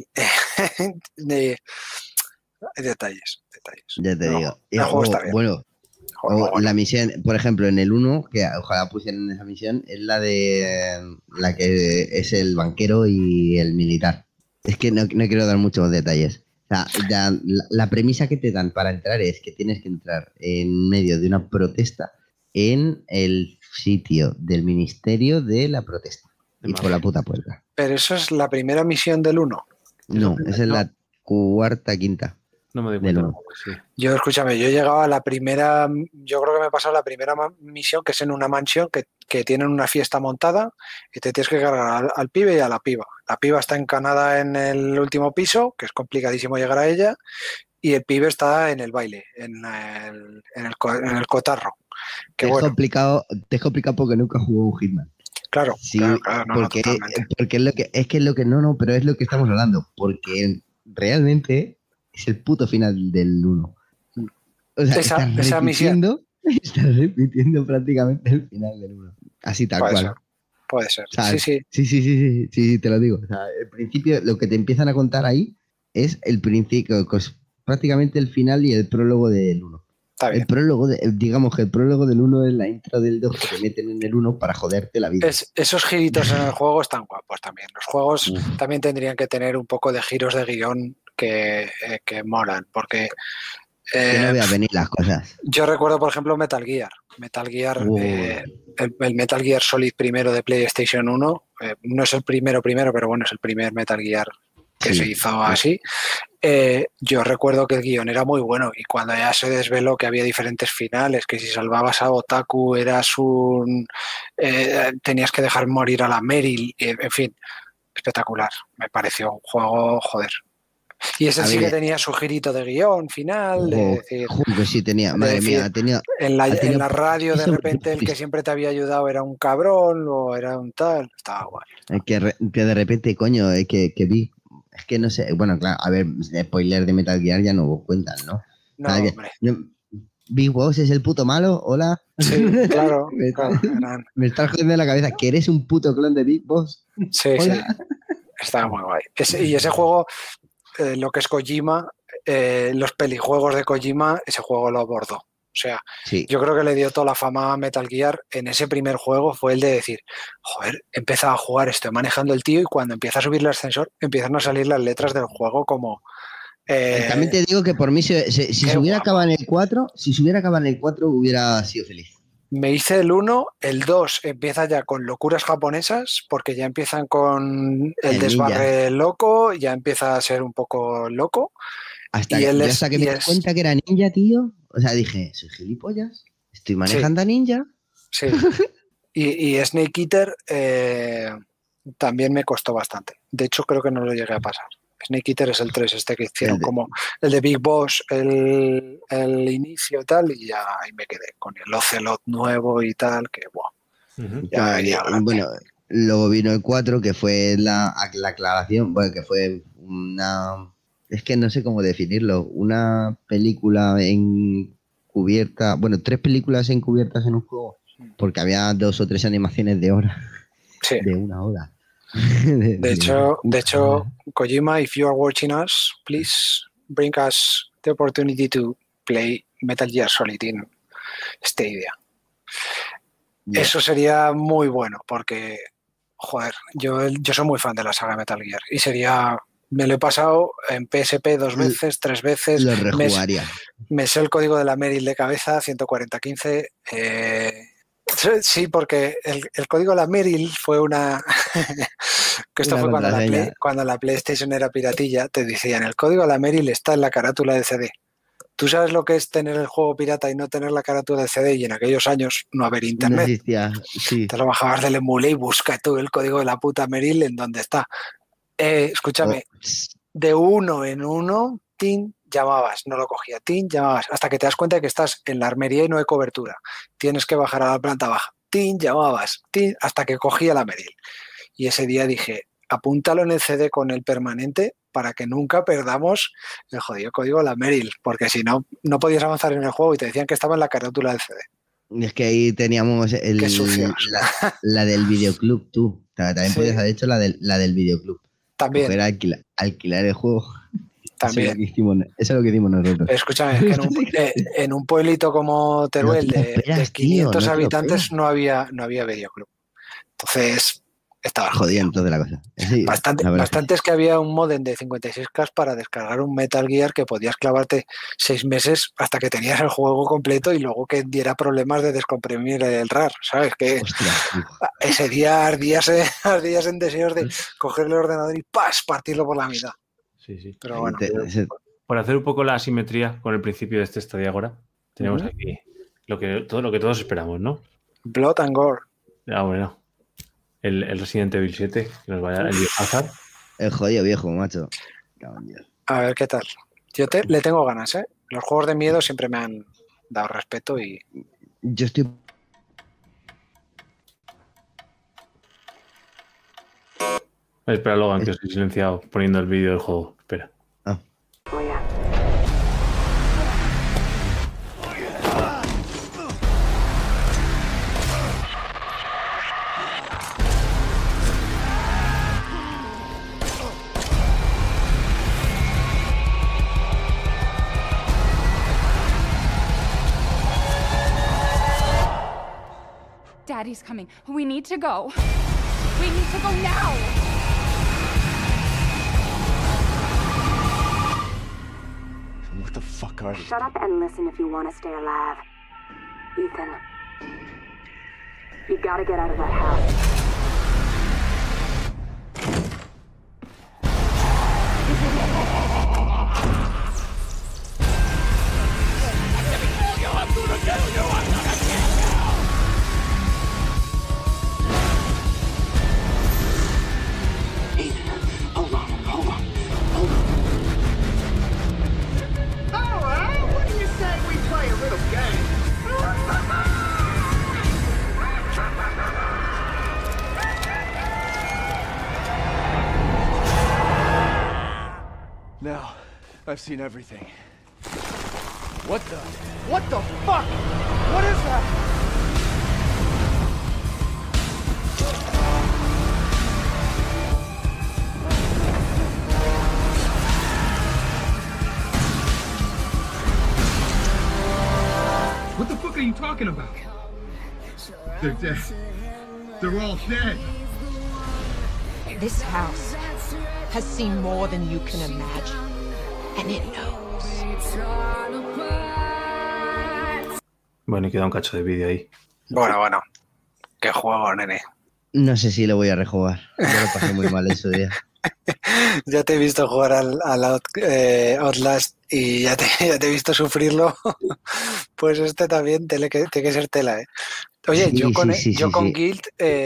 Detalles. Ya te No, digo. el juego está bien. Bueno, la misión, por ejemplo, en el 1, que ojalá pusieran esa misión, es la de la que es el banquero y el militar. Es que no quiero dar muchos detalles. O sea, ya la premisa que te dan para entrar es que tienes que entrar en medio de una protesta en el sitio del Ministerio de la Protesta. Y por la puta puerta. Pero eso es la primera misión del 1. No, esa es la quinta. No me doy Del cuenta. uno. Sí. Yo, escúchame, yo he llegado a la primera, yo creo que me he pasado la primera misión, que es en una mansión que tienen una fiesta montada y te tienes que cargar al pibe y a la piba. La piba está encanada en el último piso, que es complicadísimo llegar a ella, y el pibe está en el baile, en el cotarro. Que Te es bueno, complicado porque nunca jugó un Hitman. claro, Sí, claro, no, porque totalmente. es lo que pero es lo que estamos hablando, porque realmente es el puto final del 1. O sea, Esa misión. estás repitiendo prácticamente el final del 1. Así tal cual. Puede ser. O sea, Sí. Sí, te lo digo. O sea, el principio, lo que te empiezan a contar ahí es el principio, prácticamente el final y el prólogo del 1. Está bien. El prólogo, digamos que el prólogo del 1 es la intro del 2 que te meten en el 1 para joderte la vida. Esos giritos en el juego están guapos también. Los juegos también tendrían que tener un poco de giros de guión que molan, porque que no veas venir las cosas. yo recuerdo, por ejemplo, Metal Gear, el Metal Gear Solid primero de PlayStation 1, no es el primero, pero bueno, es el primer Metal Gear que se hizo así. Yo recuerdo que el guión era muy bueno y cuando ya se desveló que había diferentes finales, que si salvabas a Otaku tenías que dejar morir a la Meryl, en fin, espectacular. Me pareció un juego, joder, Y ese A sí mí que me- tenía su girito de guión final, de decir, que sí tenía, madre decir, mía, tenía... en ha tenido la radio de eso, repente el que siempre te había ayudado era un cabrón o era un tal. Estaba guay. que de repente, coño, que vi... Es que no sé, bueno, claro, a ver, spoiler de Metal Gear ya no cuentan, ¿no? No, Nada que- hombre. Big Boss es el puto malo, hola. Sí, claro. me, está- Eran- me estás jodiendo la cabeza, que eres un puto clon de Big Boss. sí, sí. Hola. Estaba muy guay. Y ese juego, lo que es Kojima, los pelijuegos de Kojima, ese juego lo abordó. O sea, Sí, yo creo que le dio toda la fama a Metal Gear en ese primer juego, fue el de decir, joder, he empezado a jugar, estoy manejando el tío y cuando empieza a subir el ascensor empiezan a salir las letras del juego como... también te digo que por mí, si qué se hubiera guapo. acabado en el 4, si se hubiera acabado en el 4, hubiera sido feliz. Me hice el 1, el 2 empieza ya con locuras japonesas, porque ya empiezan con el El desbarre loco, ya empieza a ser un poco loco. Hasta Y que, él yo es- hasta que y me di es- cuenta que era ninja, tío. O sea, dije, soy gilipollas, estoy manejando a ninja. Sí. Y Snake Eater también me costó bastante. De hecho, creo que no lo llegué a pasar. Snake Eater es el 3 este que hicieron El de- como el de Big Boss, el inicio y tal, y ya ahí me quedé con el Ocelot nuevo y tal, que buah, Ujú. ya Bueno, venía grande. bueno, luego vino el 4, que fue la aclaración, bueno, que fue una... Es que no sé cómo definirlo. Una película encubierta, bueno, 3 películas encubiertas en un juego, porque había 2 o 3 animaciones de hora, Sí. de una hora. De hecho, Kojima, if you are watching us, please bring us the opportunity to play Metal Gear Solid in Stadia. Ya. Eso sería muy bueno, porque, joder, yo soy muy fan de la saga Metal Gear y sería, me lo he pasado en PSP 2 veces, 3 veces, Lo rejugaría. me sé el código de la Meryl de cabeza, 14015. Sí, porque el código de la Meryl fue una... que esto Una fue contraseña. cuando la PlayStation era piratilla, te decían, el código de la Meryl está en la carátula del CD. ¿Tú sabes lo que es tener el juego pirata y no tener la carátula del CD? Y en aquellos años no haber No internet. existía, sí. Te lo bajabas del emule y busca tú el código de la puta Meryl en donde está. Escúchame, Oh, de uno en uno, tin, llamabas, no lo cogía, tin, llamabas, hasta que te das cuenta de que estás en la armería y no hay cobertura. Tienes que bajar a la planta baja, tin, llamabas, tin, hasta que cogía la Meryl. Y ese día dije, apúntalo en el CD con el permanente para que nunca perdamos el jodido código de la Meryl, porque si no, no podías avanzar en el juego y te decían que estaba en la carátula del CD. Y es que ahí teníamos Qué sucios. la del videoclub, tú. También Sí. podías haber hecho la del videoclub. También, Coger, alquilar el juego. también. Eso es lo que hicimos nosotros. Escúchame, que en un pueblito como Teruel No te lo de esperas, 500 tío, no te lo habitantes esperas. no había videoclub. Entonces, estaba Jodía jodido. entonces la cosa. Sí, la verdad Bastante es que había un modem de 56K para descargar un Metal Gear que podías clavarte 6 meses hasta que tenías el juego completo y luego que diera problemas de descomprimir el RAR, ¿sabes? Que Hostia, uf. ese día ardías en deseos de coger el ordenador y ¡pas! Partirlo por la mitad. Sí, sí. Pero bueno, Por hacer un poco la asimetría con el principio de este Stadia ahora, tenemos Ujú. aquí todo lo que todos esperamos, ¿no? Blood and Gore. Ah, bueno. El Resident Evil 7, que nos vaya el Biohazard. El jodido viejo, macho. Cabrón, Dios. A ver qué tal. Le tengo ganas, ¿eh? Los juegos de miedo siempre me han dado respeto y Yo estoy... Espera, Logan, que os he silenciado poniendo el vídeo del juego. Espera. Ah. Daddy's coming. We need to go. We need to go now. What the fuck are you? Shut up and listen if you want to stay alive. Ethan, you gotta get out of that house. Ethan, hold on. I've seen everything. What the fuck? What is that? What the fuck are you talking about? They're dead. They're all dead. This house has seen more than you can imagine, and it knows. Bueno, y queda un cacho de vídeo ahí. Bueno. Qué juego, nene. No sé si lo voy a rejugar. Yo lo pasé muy mal ese día. Ya te he visto jugar al Outlast y ya te he visto sufrirlo. Pues este también tiene que ser tela, ¿eh? Oye, Sí, yo con sí. Guild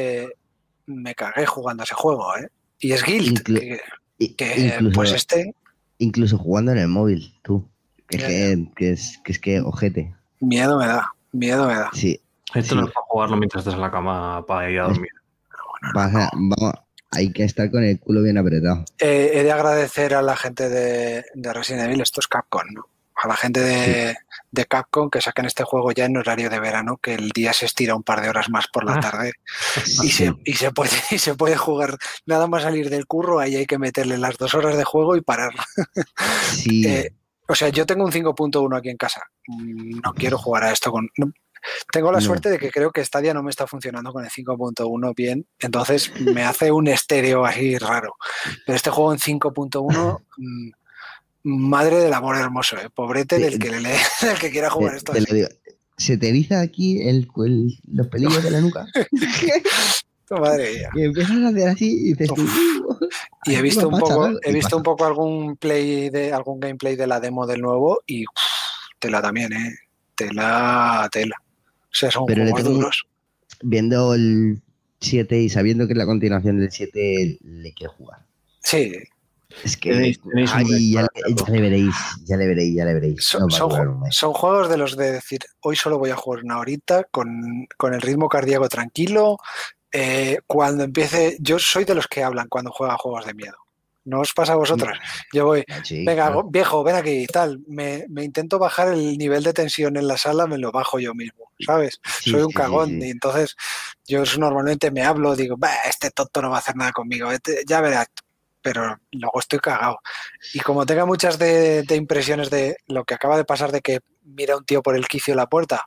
me cagué jugando ese juego, ¿eh? Y es Guild. Incluso, Pues este... Incluso jugando en el móvil, tú. Ya. Que es que ojete. Miedo me da. Sí. Esto sí. no es para jugarlo mientras estás en la cama para ir a dormir. Vamos, hay que estar con el culo bien apretado. He de agradecer a la gente de Resident Evil, esto es Capcom, ¿no? A la gente de Capcom que sacan este juego ya en horario de verano, que el día se estira un par de horas más por la tarde y se puede jugar nada más salir del curro, ahí hay que meterle las 2 horas de juego y parar. Sí. O sea, yo tengo un 5.1 aquí en casa, no quiero jugar a esto tengo la suerte de que creo que Stadia no me está funcionando con el 5.1 bien, entonces me hace un estéreo así raro, pero este juego en 5.1... Madre del amor hermoso, pobrete del que quiera jugar esto. Te lo digo. ¿Se te eriza aquí los pelillos de la nuca? Madre mía. Y empiezas a hacer así y dices tú... Y he visto un poco algún gameplay de la demo del nuevo y tela también, tela. O sea, son juegos duros. Viendo el 7 y sabiendo que es la continuación del 7, le quiero jugar. Sí. Es que ya le veréis. Son juegos de los de decir, hoy solo voy a jugar una horita con el ritmo cardíaco tranquilo. Cuando empiece, yo soy de los que hablan cuando juegan juegos de miedo. ¿No os pasa a vosotros? Yo voy, venga, claro. Viejo, ven aquí y tal. Me intento bajar el nivel de tensión en la sala, me lo bajo yo mismo, ¿sabes? Soy un cagón y entonces yo normalmente me hablo, digo, este tonto no va a hacer nada conmigo, ya verás. Pero luego estoy cagado. Y como tenga muchas de impresiones de lo que acaba de pasar, de que mira un tío por el quicio de la puerta,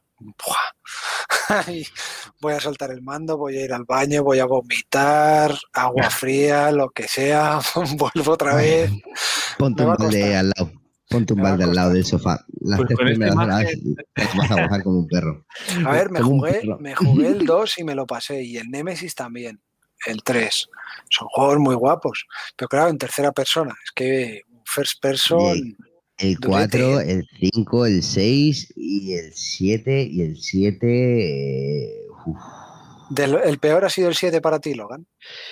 voy a soltar el mando, voy a ir al baño, voy a vomitar, agua fría, lo que sea, vuelvo otra vez. Ponte un balde al lado. Ponte un balde al lado del sofá. Las pues 3 primeras horas te vas a bajar como un perro. A ver, me jugué el 2 y me lo pasé, y el Nemesis también. El 3. Son juegos muy guapos. Pero claro, en tercera persona. Es que first person... El 4, el 5, el 6 y el 7. Y el 7... ¿El peor ha sido el 7 para ti, Logan?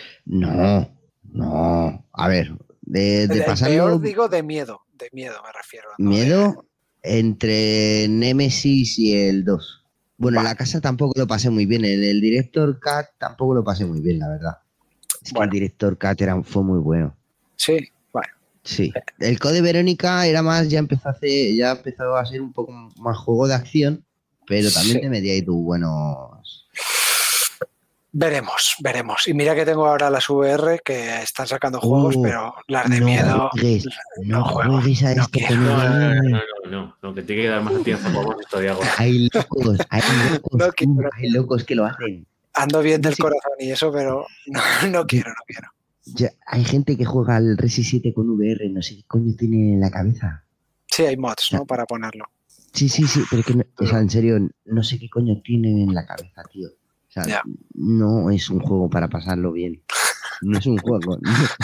No. A ver, de pasarlo... El peor digo de miedo. De miedo me refiero. ¿No? Miedo entre Nemesis y el 2. Bueno, en la casa tampoco lo pasé muy bien. En el Director Cut tampoco lo pasé muy bien, la verdad. Es que el Director Cut fue muy bueno. Sí, bueno. Sí. El Code Verónica era más, ya empezó a ser un poco más juego de acción, pero también te metía ahí tus buenos... Veremos. Y mira que tengo ahora las VR que están sacando juegos, pero las de miedo... No juegues a esto con No, que tiene que dar más tiempo por esto de algo. Hay locos que lo hacen. Ando bien del corazón y eso, pero no quiero. Ya, hay gente que juega al Resi 7 con VR, no sé qué coño tiene en la cabeza. Sí, hay mods, ¿no? Para ponerlo. Sí, pero es que, o sea, en serio, no sé qué coño tienen en la cabeza, tío. O sea, no es un juego para pasarlo bien. No es un juego.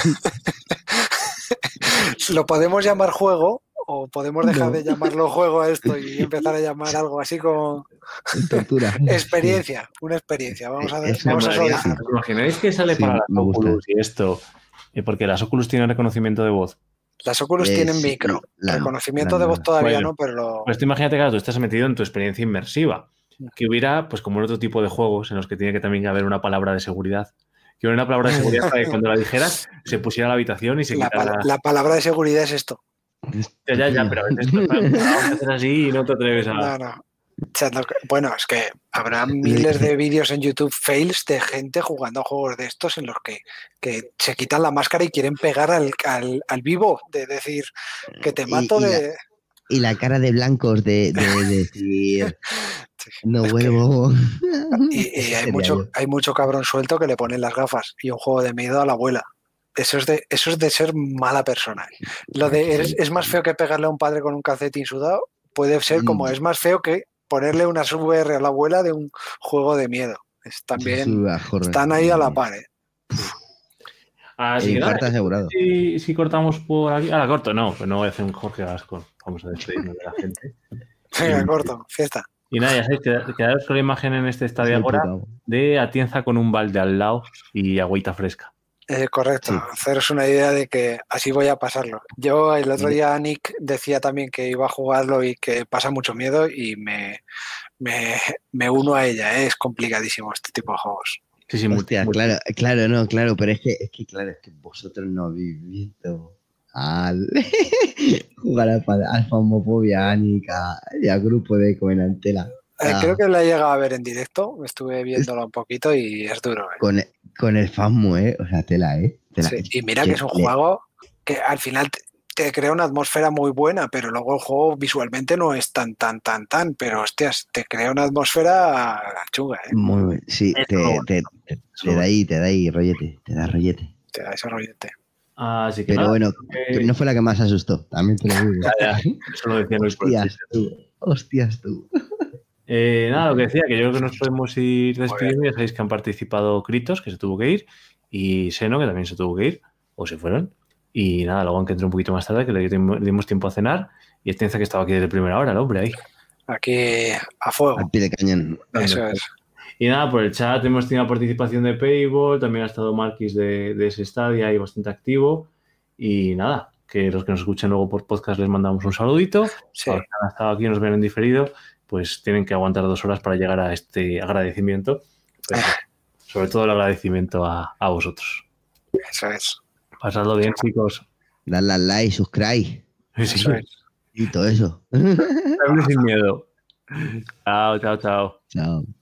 ¿Lo podemos llamar juego o podemos dejar de llamarlo juego a esto y empezar a llamar algo así como tortura? Experiencia, una experiencia. Vamos a solicitar. ¿Os imagináis que sale para las Oculus y esto? Porque las Oculus tienen reconocimiento de voz. Las Oculus tienen micro. Reconocimiento de voz todavía no, pero... Pues tú imagínate que tú estás metido en tu experiencia inmersiva. Que hubiera, pues como en otro tipo de juegos en los que tiene que también haber una palabra de seguridad. Que hubiera una palabra de seguridad para que cuando la dijeras se pusiera a la habitación y se quitara... La palabra de seguridad es esto. Ya, pero a veces vamos a hacer así y no te atreves a... No. O sea, bueno, es que habrá miles de vídeos en YouTube fails de gente jugando a juegos de estos en los que se quitan la máscara y quieren pegar al vivo, de decir que te mato Y la cara de blancos de decir no vuelvo. Y hay mucho cabrón suelto que le ponen las gafas y un juego de miedo a la abuela. Eso es de ser mala persona. Lo de es más feo que pegarle a un padre con un calcetín sudado, puede ser como es más feo que ponerle una VR a la abuela de un juego de miedo. También están ahí a la par, ¿eh? Así que nada, asegurado. Si cortamos por aquí. Ahora corto, no voy a hacer un Jorge Gascón. Vamos a despedirnos de la gente. Venga, corto, fiesta. Y nada, ya sabéis, quedaros con la imagen en este estadio ahora de Atienza con un balde al lado y agüita fresca. Correcto, haceros una idea de que así voy a pasarlo. Yo el otro día Nick decía también que iba a jugarlo y que pasa mucho miedo y me uno a ella, es complicadísimo este tipo de juegos. Sí, hostia, claro, pero es que vosotros no habéis visto jugar al Phasmophobia, a Nick y al grupo de Covenantela. Creo que la he llegado a ver en directo, estuve viéndolo un poquito y es duro. Con el Phasmo, o sea, tela. Sí, y mira que es un juego que al final te crea una atmósfera muy buena, pero luego el juego visualmente no es tan, pero hostias, te crea una atmósfera chunga, ¿eh? Muy bueno, sí, te da ahí rollete, te da rollete. Te da ese rollete. Así que pero nada, bueno, no fue la que más asustó, también te lo digo. Eso lo decía Luis. Hostias tú. Nada, lo que decía, que yo creo que nos podemos ir despidiendo. Ya sabéis que han participado Kritos, que se tuvo que ir, y Seno, que también se tuvo que ir, o se fueron. Y nada, luego que entró un poquito más tarde, que le dimos tiempo a cenar, y Atienza que estaba aquí desde primera hora, el hombre ahí. Aquí a fuego. Al pie de cañón. Eso es. Y nada, por el chat hemos tenido participación de Payball, también ha estado Marquis de ese estadio ahí bastante activo. Y nada, que los que nos escuchen luego por podcast les mandamos un saludito. Sí. Los que han estado aquí y nos ven en diferido, pues tienen que aguantar 2 horas para llegar a este agradecimiento. Pero, sobre todo el agradecimiento a vosotros. Eso es. Pasadlo bien, chicos. Dadle al like, subscribe. Sí. Y todo eso. Hable sin miedo. Chao. Chao.